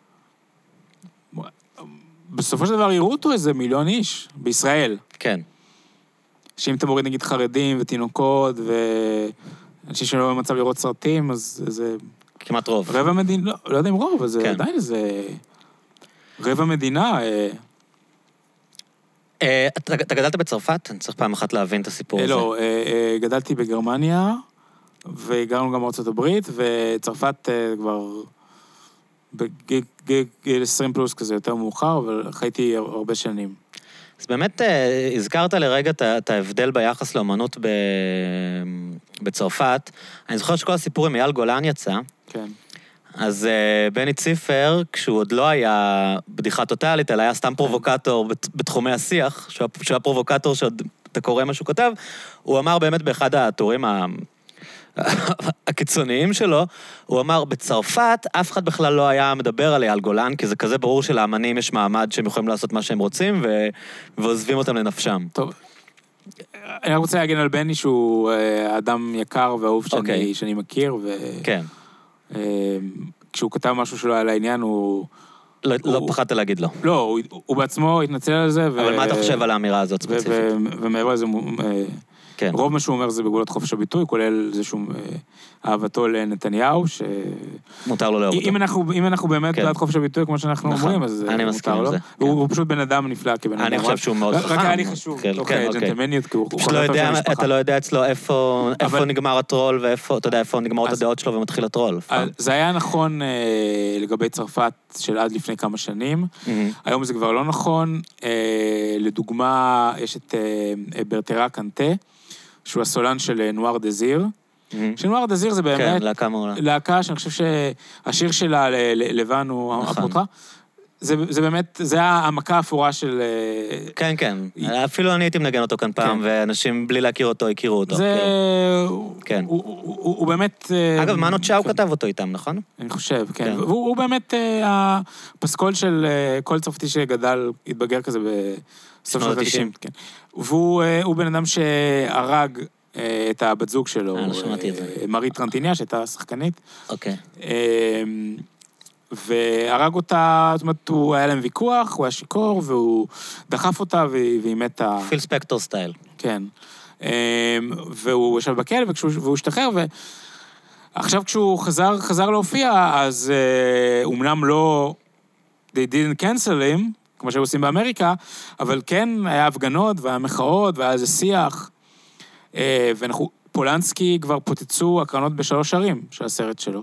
בסופו של דבר יראו אותו איזה מיליון איש, בישראל. כן. שאם אתה מוריד נגיד חרדים ותינוקות, ואנשים שלא במצב לראות סרטים, אז זה... כמעט רוב. רבע מדינה, לא, לא יודע אם רוב, אבל זה כן. עדיין איזה... רבע מדינה... אתה גדלת בצרפת? אני צריך פעם אחת להבין את הסיפור הזה. לא, גדלתי בגרמניה, וגרנו גם בארצות הברית, וצרפת כבר בגיל עשרים פלוס כזה יותר מאוחר, אבל חייתי הרבה שנים. אז באמת הזכרת לרגע את ההבדל ביחס לאמנות בצרפת. אני זוכר שכל הסיפור עם אייל גולן יצא. כן. אז בני ציפר, כשהוא עוד לא היה בדיחה טוטלית, אלא היה סתם פרובוקטור בתחומי השיח, שהוא היה פרובוקטור שעוד אתה קורא מה שהוא כתב, הוא אמר באמת באחד הטורים הקיצוניים שלו, הוא אמר, בצרפת אף אחד בכלל לא היה מדבר על אייל גולן, כי זה כזה ברור שלאמנים יש מעמד שהם יכולים לעשות מה שהם רוצים, ועוזבים אותם לנפשם. טוב. אני רוצה להגן על בני שהוא אדם יקר ואהוב שאני, שאני מכיר, ו... כן. כשהוא כתב משהו שלו על העניין, הוא... לא, הוא... לא פחדת להגיד לו. לא, הוא, הוא בעצמו התנצל על זה. אבל ו... מה אתה חושב על האמירה הזאת ספציפית? ו... ו... ומעבר לזה, כן. רוב מה שהוא אומר זה בגבולות חופש הביטוי, כולל זה שהוא אהבתו לנתניהו, ש... מותר לו לאהוב אותו. אם אנחנו, אם אנחנו באמת בעד חופש הביטוי, כמו שאנחנו אומרים, אז מותר לו. הוא פשוט בן אדם נפלא כבן אדם. אני חושב שהוא מאוד חכם. רק היה לי חשוב, תוך ג'נטלמניות, כי הוא חבר טוב של המשפחה. אתה לא יודע אצלו איפה נגמר הטרול, ואיפה, אתה יודע, איפה נגמרות הדעות שלו ומתחיל הטרול. זה היה נכון לגבי צרפת של עד לפני כמה שנים. היום זה כבר לא נכון. לדוגמה, יש את ברטרה קנטה, שהוא הסולן של נואר דזיר. שנואר דזיר זה באמת... כן, להקה מעולה. להקה שאני חושב שהשיר שלה, לבן הוא הפרוטרה. זה באמת, זה המכה האפורה של... כן, כן. אפילו אני הייתי מנגן אותו כאן פעם, ואנשים בלי להכיר אותו, הכירו אותו. זה... כן. הוא באמת... אגב, מנו צ'או כתב אותו איתם, נכון? אני חושב, כן. והוא באמת הפסקול של כל צרפתי שגדל, התבגר כזה בסוף שנות ה-תשעים. והוא בן אדם שהרג את הבת זוג שלו, מרי טרנטיניה, שהייתה שחקנית. אוקיי. והרג אותה, זאת אומרת, הוא היה להם ויכוח, הוא היה שיקור, והוא דחף אותה, והיא מתה... פיל ספקטור סטייל. כן. והוא ישב בכלא, והוא השתחרר, ועכשיו כשהוא חזר, חזר להופיע, אז אומנם לא... They didn't cancel him, כמו שהיו עושים באמריקה, אבל כן, היה הפגנות, והיה מחאות, והיה איזה שיח, ואנחנו... פולנסקי כבר פוצצו הקרנות בשלוש ערים של הסרט שלו.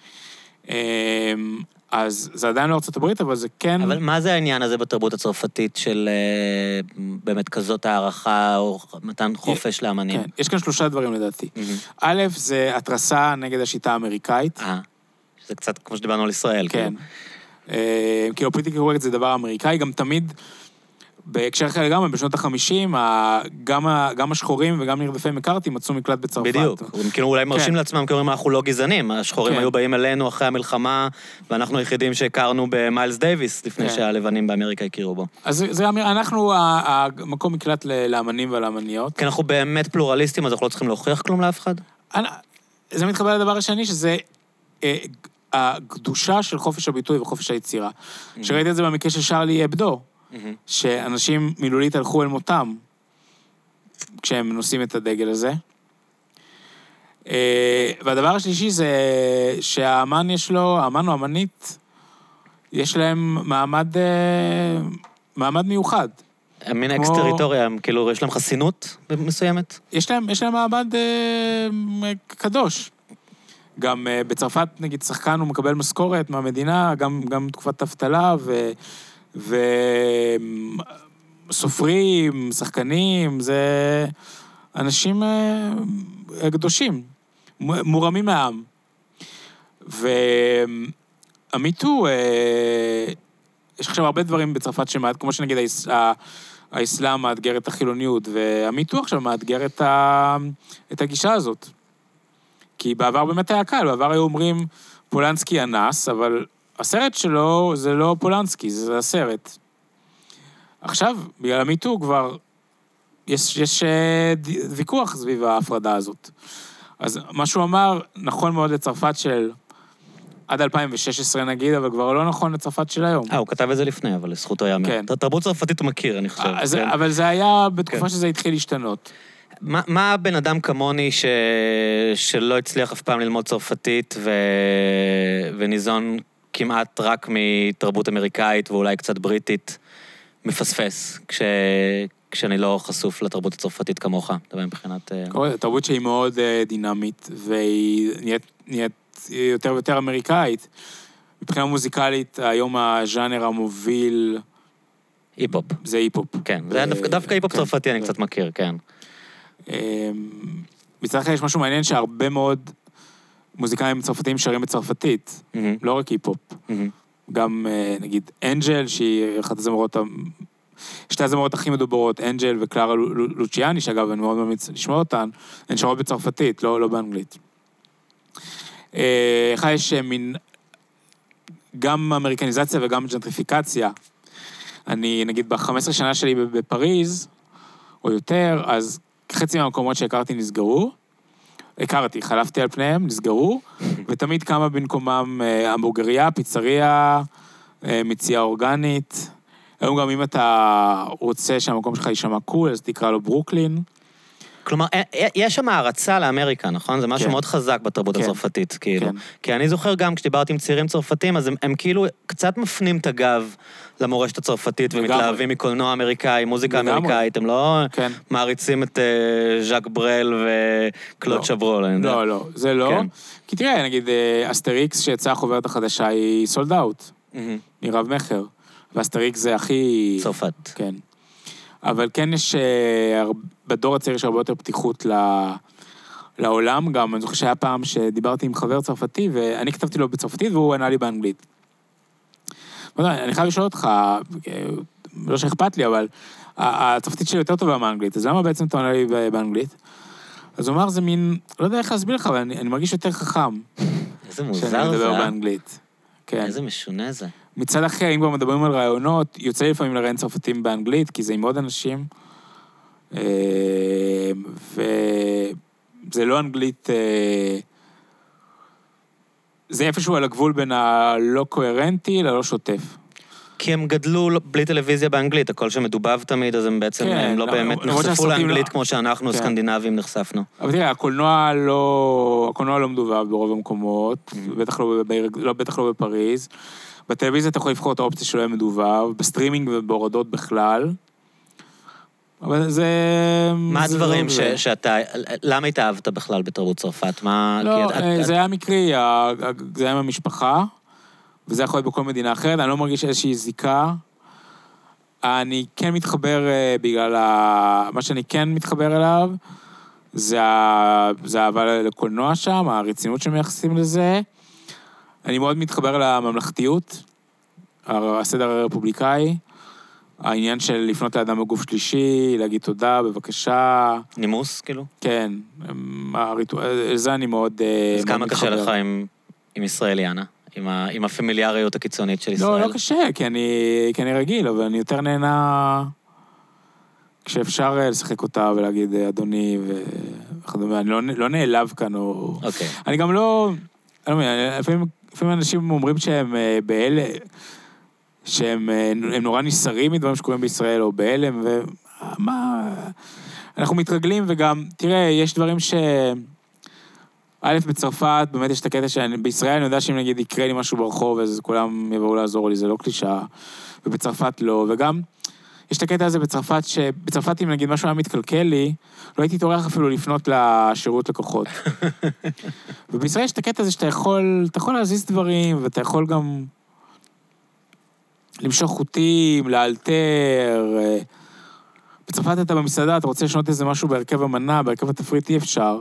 אז זה עדיין לא ארצות הברית, אבל זה כן... אבל מה זה העניין הזה בתרבות הצרפתית של באמת כזאת הערכה או מתן חופש לאמנים? כן, יש כאן שלושה דברים לדעתי. א', זה התרסה נגד השיטה האמריקאית. אה, שזה קצת כמו שדיברנו על ישראל. כן. כאילו פוליטיקה קורקט זה דבר אמריקאי, גם תמיד... בהקשר אחר לגמרי, בשנות ה-חמישים, גם השחורים וגם נרדפי מקארתי מצאו מקלט בצרפת. בדיוק. הם כאילו אולי מרשים לעצמם, כי אומרים, אנחנו לא גזענים. השחורים היו באים אלינו אחרי המלחמה, ואנחנו היחידים שהכרנו במיילס דייביס, לפני שהלבנים באמריקה הכירו בו. אז זה אמר, אנחנו המקום מקלט לאמנים ולאמניות. כי אנחנו באמת פלורליסטים, אז אנחנו לא צריכים להוכיח כלום לאף אחד? זה מתחבר לדבר השני, שזה... הקדושה של חופש הביטוי וחופש היצירה. שראיתי את זה במקרה של שרלי אבדו. שאנשים מילולית הלכו אל מותם כשהם נושאים את הדגל הזה. והדבר השלישי זה שהאמן יש לו, האמן או האמנית, יש להם מעמד, מעמד מיוחד. מין אקס-טריטוריה, כאילו יש להם חסינות מסוימת? יש להם, יש להם מעמד קדוש. גם בצרפת, נגיד, שחקן הוא מקבל משכורת מהמדינה, גם, גם תקופת אבטלה ו... וסופרים, שחקנים, זה אנשים קדושים, מורמים מהעם. והמיתו, יש עכשיו הרבה דברים בצרפת שמעט, כמו שנגיד האסלאם מאתגר את החילוניות, והמיתו עכשיו מאתגר את הגישה הזאת. כי בעבר באמת היה קל, בעבר היו אומרים פולנסקי אנס, אבל... הסרט שלו זה לא פולנסקי, זה הסרט. עכשיו, בגלל המיתו כבר, יש, יש ויכוח סביב ההפרדה הזאת. אז מה שהוא אמר, נכון מאוד לצרפת של עד אלפיים ושש עשרה נגיד, אבל כבר לא נכון לצרפת של היום. אה, הוא כתב את זה לפני, אבל לזכותו יאמר. כן. תרבות צרפתית הוא מכיר, אני חושב. אז, כן. אבל זה היה בתקופה כן. שזה התחיל להשתנות. מה, מה בן אדם כמוני ש... שלא הצליח אף פעם ללמוד צרפתית ו... וניזון... כמעט רק מתרבות אמריקאית ואולי קצת בריטית, מפספס, כש... כשאני לא חשוף לתרבות הצרפתית כמוך, אתה יודע, מבחינת... תרבות שהיא מאוד דינמית, והיא נהיית, נהיית יותר ויותר אמריקאית, מבחינה מוזיקלית, היום הז'אנר המוביל... היפ-הופ. זה היפ-הופ. כן, זה דווקא היפ-הופ צרפתי, אני קצת מכיר, כן. מצד אחר יש משהו מעניין שהרבה מאוד מוזיקאים צרפתיים שרים בצרפתית, לא רק היפ-הופ. גם, נגיד, אנג'ל, שהיא אחת הזמרות, שתי הזמרות הכי מדוברות, אנג'ל וקלרה לוציאני, שאגב, אני מאוד ממליץ לשמוע אותן, הן שרות בצרפתית, לא באנגלית. איך יש מין, גם אמריקניזציה וגם ג'נטריפיקציה. אני, נגיד, ב-חמש עשרה שנה שלי בפריז, או יותר, אז חצי מהמקומות שהכרתי נסגרו, הכרתי, חלפתי על פניהם, נסגרו, ותמיד קמה במקומם המבורגריה, פיצריה, מציאה אורגנית. היום גם אם אתה רוצה שהמקום שלך יישמע קול, אז תקרא לו ברוקלין. כלומר, יש שם הערצה לאמריקה, נכון? זה משהו מאוד חזק בתרבות הצרפתית, כאילו. כי אני זוכר גם, כשדיברתי עם צעירים צרפתים, אז הם כאילו קצת מפנים את הגב למורשת הצרפתית, ומתלהבים מקולנוע אמריקאי, מוזיקה אמריקאית, הם לא מעריצים את ז'אק ברל וקלוד שברול. לא, לא, זה לא. כי תראה, נגיד, אסטריקס שיצאה החוברת החדשה היא סולד אאוט, מרב מחר, ואסטריקס זה הכי... צרפת. כן. אבל כן יש, בדור הצעיר יש הרבה יותר פתיחות לעולם גם. אני זוכר שהיה פעם שדיברתי עם חבר צרפתי, ואני כתבתי לו בצרפתית, והוא ענה לי באנגלית. אני חייב לשאול אותך, לא שאכפת לי, אבל הצרפתית שלי יותר טובה מאנגלית, אז למה בעצם אתה עונה לי באנגלית? אז הוא אמר, זה מין, לא יודע איך להסביר לך, אבל אני מרגיש יותר חכם. איזה מוזר זה. שאני מדבר באנגלית. איזה משונה זה. מצד אחר, אם כבר מדברים על רעיונות, יוצא לפעמים לראיין צרפתים באנגלית, כי זה עם עוד אנשים, וזה לא אנגלית, זה איפשהו על הגבול בין הלא קוהרנטי ללא שוטף. כי הם גדלו בלי טלוויזיה באנגלית, הכל שמדובב תמיד, אז הם בעצם הם לא באמת נחשפו לאנגלית כמו שאנחנו, סקנדינבים, נחשפנו. אבל תראה, הקולנוע לא מדובב ברוב המקומות, בטח לא בפריז, בטלוויזיה אתה יכול לבחור את האופציה שלו מדובב, בסטרימינג ובהורדות בכלל. אבל זה... מה הדברים שאתה... למה התאהבת בכלל בתרבות צרפת? לא, זה היה מקרי, זה היה מהמשפחה, וזה יכול להיות בכל מדינה אחרת, אני לא מרגיש איזושהי זיקה. אני כן מתחבר בגלל ה... מה שאני כן מתחבר אליו, זה האהבה לקולנוע שם, הרצינות שמייחסים לזה. אני מאוד מתחבר לממלכתיות, הסדר הרפובליקאי, העניין של לפנות לאדם בגוף שלישי, להגיד תודה, בבקשה. נימוס, כאילו? כן, זה אני מאוד מתחבר. אז כמה קשה לך עם ישראליאנה? עם הפמיליאריות הקיצונית של ישראל? לא, לא קשה, כי אני רגיל, אבל אני יותר נהנה כשאפשר לשחק אותה ולהגיד אדוני וכדומה. אני לא נעלב כאן, או... אני גם לא... אני לא מבין, לפעמים... לפעמים אנשים אומרים שהם באלה, שהם נורא ניסרים מדברים שקוראים בישראל, או באלם, ומה... אנחנו מתרגלים, וגם, תראה, יש דברים ש... א', בצרפת, באמת יש את הקטע שבישראל אני יודע שאם נגיד יקרה לי משהו ברחוב, אז כולם יבואו לעזור לי, זה לא קלישה, ובצרפת לא, וגם, יש את הקטע הזה בצרפת, שבצרפת אם נגיד משהו היה מתקלקל לי, לא הייתי תורח אפילו לפנות לשירות לקוחות. ובישראל יש את הקטע הזה שאתה יכול, אתה יכול להזיז דברים, ואתה יכול גם למשוך חוטים, לאלתר. בצרפת אתה במסעדה, אתה רוצה לשנות איזה משהו בהרכב המנה, בהרכב התפריט אי אפשר.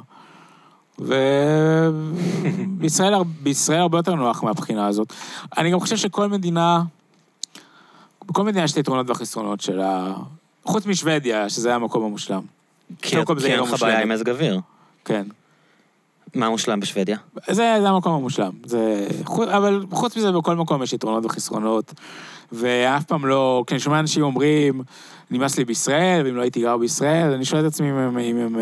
ובישראל בישראל הרבה יותר נוח מהבחינה הזאת. אני גם חושב שכל מדינה, בכל מדינה יש את היתרונות והחסרונות שלה, חוץ משוודיה, שזה היה המקום המושלם. כי אין לך בעיה עם מזג אוויר. כן. מה מושלם בשוודיה? זה המקום המושלם. אבל חוץ מזה, בכל מקום יש יתרונות וחסרונות, ואף פעם לא, כשאני שומע אנשים אומרים, נמאס לי בישראל, ואם לא הייתי גר בישראל, אני שואל את עצמי אם הם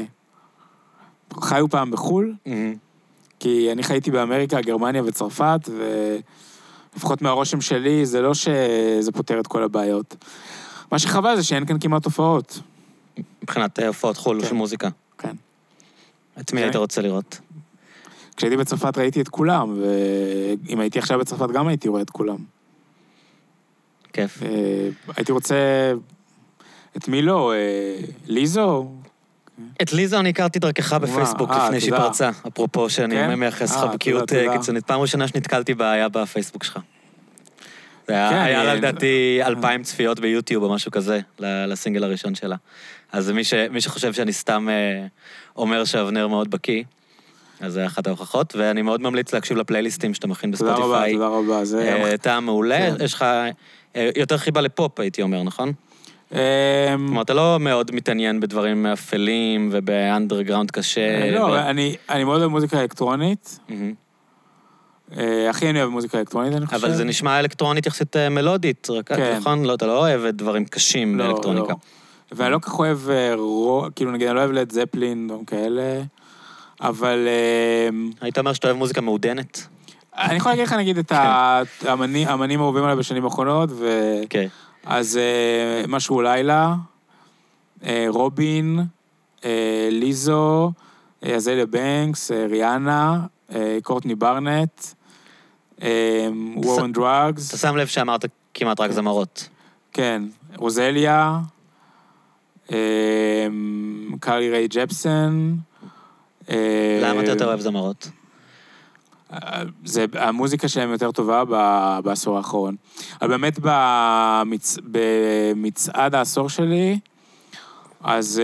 חיו פעם בחול, כי אני חייתי באמריקה, גרמניה וצרפת, ולפחות מהרושם שלי, זה לא שזה פותר את כל הבעיות. מה שחבל זה שאין כאן כמעט הופעות. מבחינת הופעות חול של מוזיקה. כן. את מי היית רוצה לראות? כשהייתי בצרפת ראיתי את כולם, ואם הייתי עכשיו בצרפת גם הייתי רואה את כולם. כיף. הייתי רוצה... את מי לא? ליזו? את ליזו אני הכרתי דרכך בפייסבוק לפני שהיא פרצה, אפרופו שאני מייחס לך בקיאות קיצונית. פעם ראשונה שנתקלתי בה היה בפייסבוק שלך. זה היה לדעתי אלפיים צפיות ביוטיוב או משהו כזה, לסינגל הראשון שלה. אז מי שחושב שאני סתם אומר שאבנר מאוד בקיא, אז זה אחת ההוכחות, ואני מאוד ממליץ להקשיב לפלייליסטים שאתה מכין בספוטיפיי. תודה רבה, תודה רבה. זה טעם מעולה. יש לך יותר חיבה לפופ, הייתי אומר, נכון? כלומר, אתה לא מאוד מתעניין בדברים אפלים ובאנדרגראונד קשה. לא, אני מאוד אוהב מוזיקה אלקטרונית. הכי אני אוהב מוזיקה אלקטרונית, אני חושב. אבל זה נשמע אלקטרונית יחסית מלודית, נכון? לא, אתה לא אוהב דברים קשים באלקטרוניקה. ואני לא כך אוהב, כאילו נגיד, אני לא אוהב לד זפלין, דברים כאלה, אבל... היית אומר שאתה אוהב מוזיקה מעודנת? אני יכול להגיד לך, נגיד, את האמנים האהובים עליי בשנים האחרונות, אז משהו לילה, רובין, ליזו, אזליה בנקס, ריאנה, קורטני ברנט, וורן דרגס. אתה שם לב שאמרת כמעט רק זמרות. כן, רוזליה, קארי ריי ג'פסון. למה אתה יותר אוהב זמרות? זה, המוזיקה שלהם יותר טובה בעשור האחרון. אבל באמת במצ... במצעד העשור שלי, אז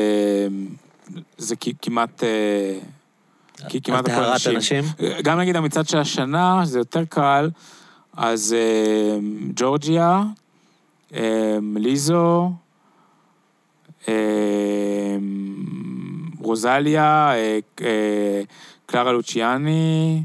זה כמעט... כמעט הכל אנשים. גם נגיד המצעד של השנה, זה יותר קל, אז ג'ורג'יה, ליזו, רוזליה, קלרה לוציאני,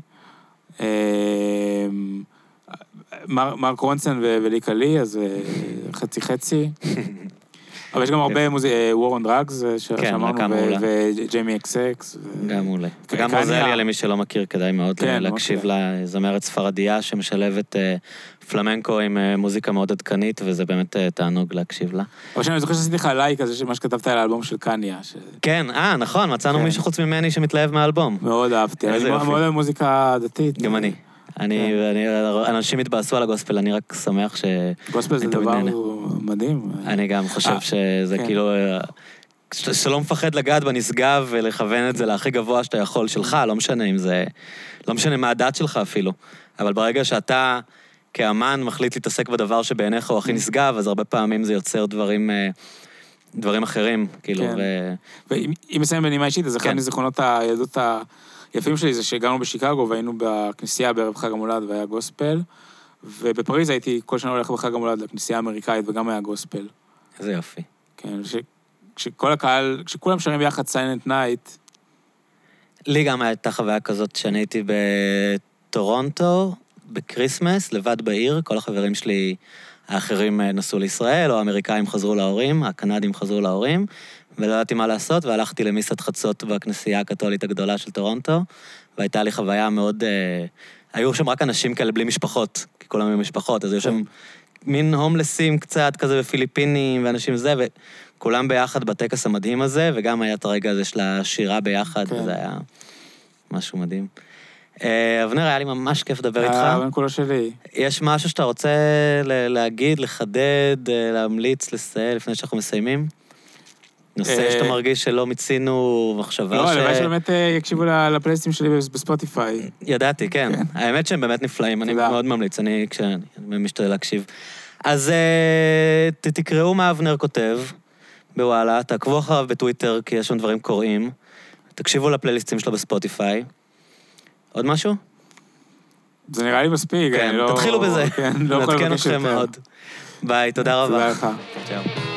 מרק רונסן וליקה לי, אז חצי חצי. אבל יש גם הרבה מוזיקה, וורן דרגס, שאמרנו, וג'יימי אקס אקס. גם מעולה. וגם רוזליה, למי שלא מכיר, כדאי מאוד להקשיב לה, זמרת ספרדיה שמשלבת פלמנקו עם מוזיקה מאוד עדכנית, וזה באמת תענוג להקשיב לה. אבל שאני זוכר שעשיתי לך לייק, אז מה שכתבת על האלבום של קניה. כן, אה, נכון, מצאנו מישהו חוץ ממני שמתלהב מהאלבום. מאוד אהבתי, אני מאוד אוהב מוזיקה דתית. גם אני. אני, אנשים התבאסו על הגוספל, אני רק שמח ש... גוספל זה דבר מדהים. אני גם חושב שזה כאילו... שלא מפחד לגעת בנשגב ולכוון את זה להכי גבוה שאתה יכול שלך, לא משנה אם זה... לא משנה מה הדת שלך אפילו. אבל ברגע שאתה כאמן מחליט להתעסק בדבר שבעיניך הוא הכי נשגב, אז הרבה פעמים זה יוצר דברים... דברים אחרים, כאילו. ואם מסיים בנימה אישית, אז אחד מזיכרונות הילדות ה... יפים שלי זה שהגענו בשיקגו והיינו בכנסייה בערב חג המולד והיה גוספל, ובפריז הייתי כל שנה הולך בחג המולד לכנסייה האמריקאית וגם היה גוספל. איזה יופי. כן, כשכל הקהל, כשכולם שרים ביחד סיילנט נייט. לי גם הייתה חוויה כזאת שאני הייתי בטורונטו, בקריסמס, לבד בעיר, כל החברים שלי האחרים נסעו לישראל, או האמריקאים חזרו להורים, הקנדים חזרו להורים, ולא ידעתי מה לעשות, והלכתי למיסת חצות בכנסייה הקתולית הגדולה של טורונטו, והייתה לי חוויה מאוד... אה, היו שם רק אנשים כאלה בלי משפחות, כי כולם היו משפחות, אז היו שם מין הומלסים קצת כזה בפיליפינים, ואנשים זה, וכולם ביחד בטקס המדהים הזה, וגם היה את הרגע הזה של השירה ביחד, כן. וזה היה משהו מדהים. אה, אבנר, היה לי ממש כיף לדבר איתך. אה, כולו שלי. יש משהו שאתה רוצה להגיד, לחדד, להמליץ, לסייל, לפני שאנחנו מסיימים? נושא שאתה מרגיש שלא מצינו מחשבה ש... לא, הלוואי שבאמת יקשיבו לפלייליסטים שלי בספוטיפיי. ידעתי, כן. האמת שהם באמת נפלאים, אני מאוד ממליץ, אני כשאני משתדל להקשיב. אז תקראו מה אבנר כותב בוואלה, תעקבו אחריו בטוויטר, כי יש שם דברים קוראים, תקשיבו לפלייליסטים שלו בספוטיפיי. עוד משהו? זה נראה לי מספיק. כן, תתחילו בזה. נתקן אתכם מאוד. ביי, תודה רבה. תודה לך. צ'או.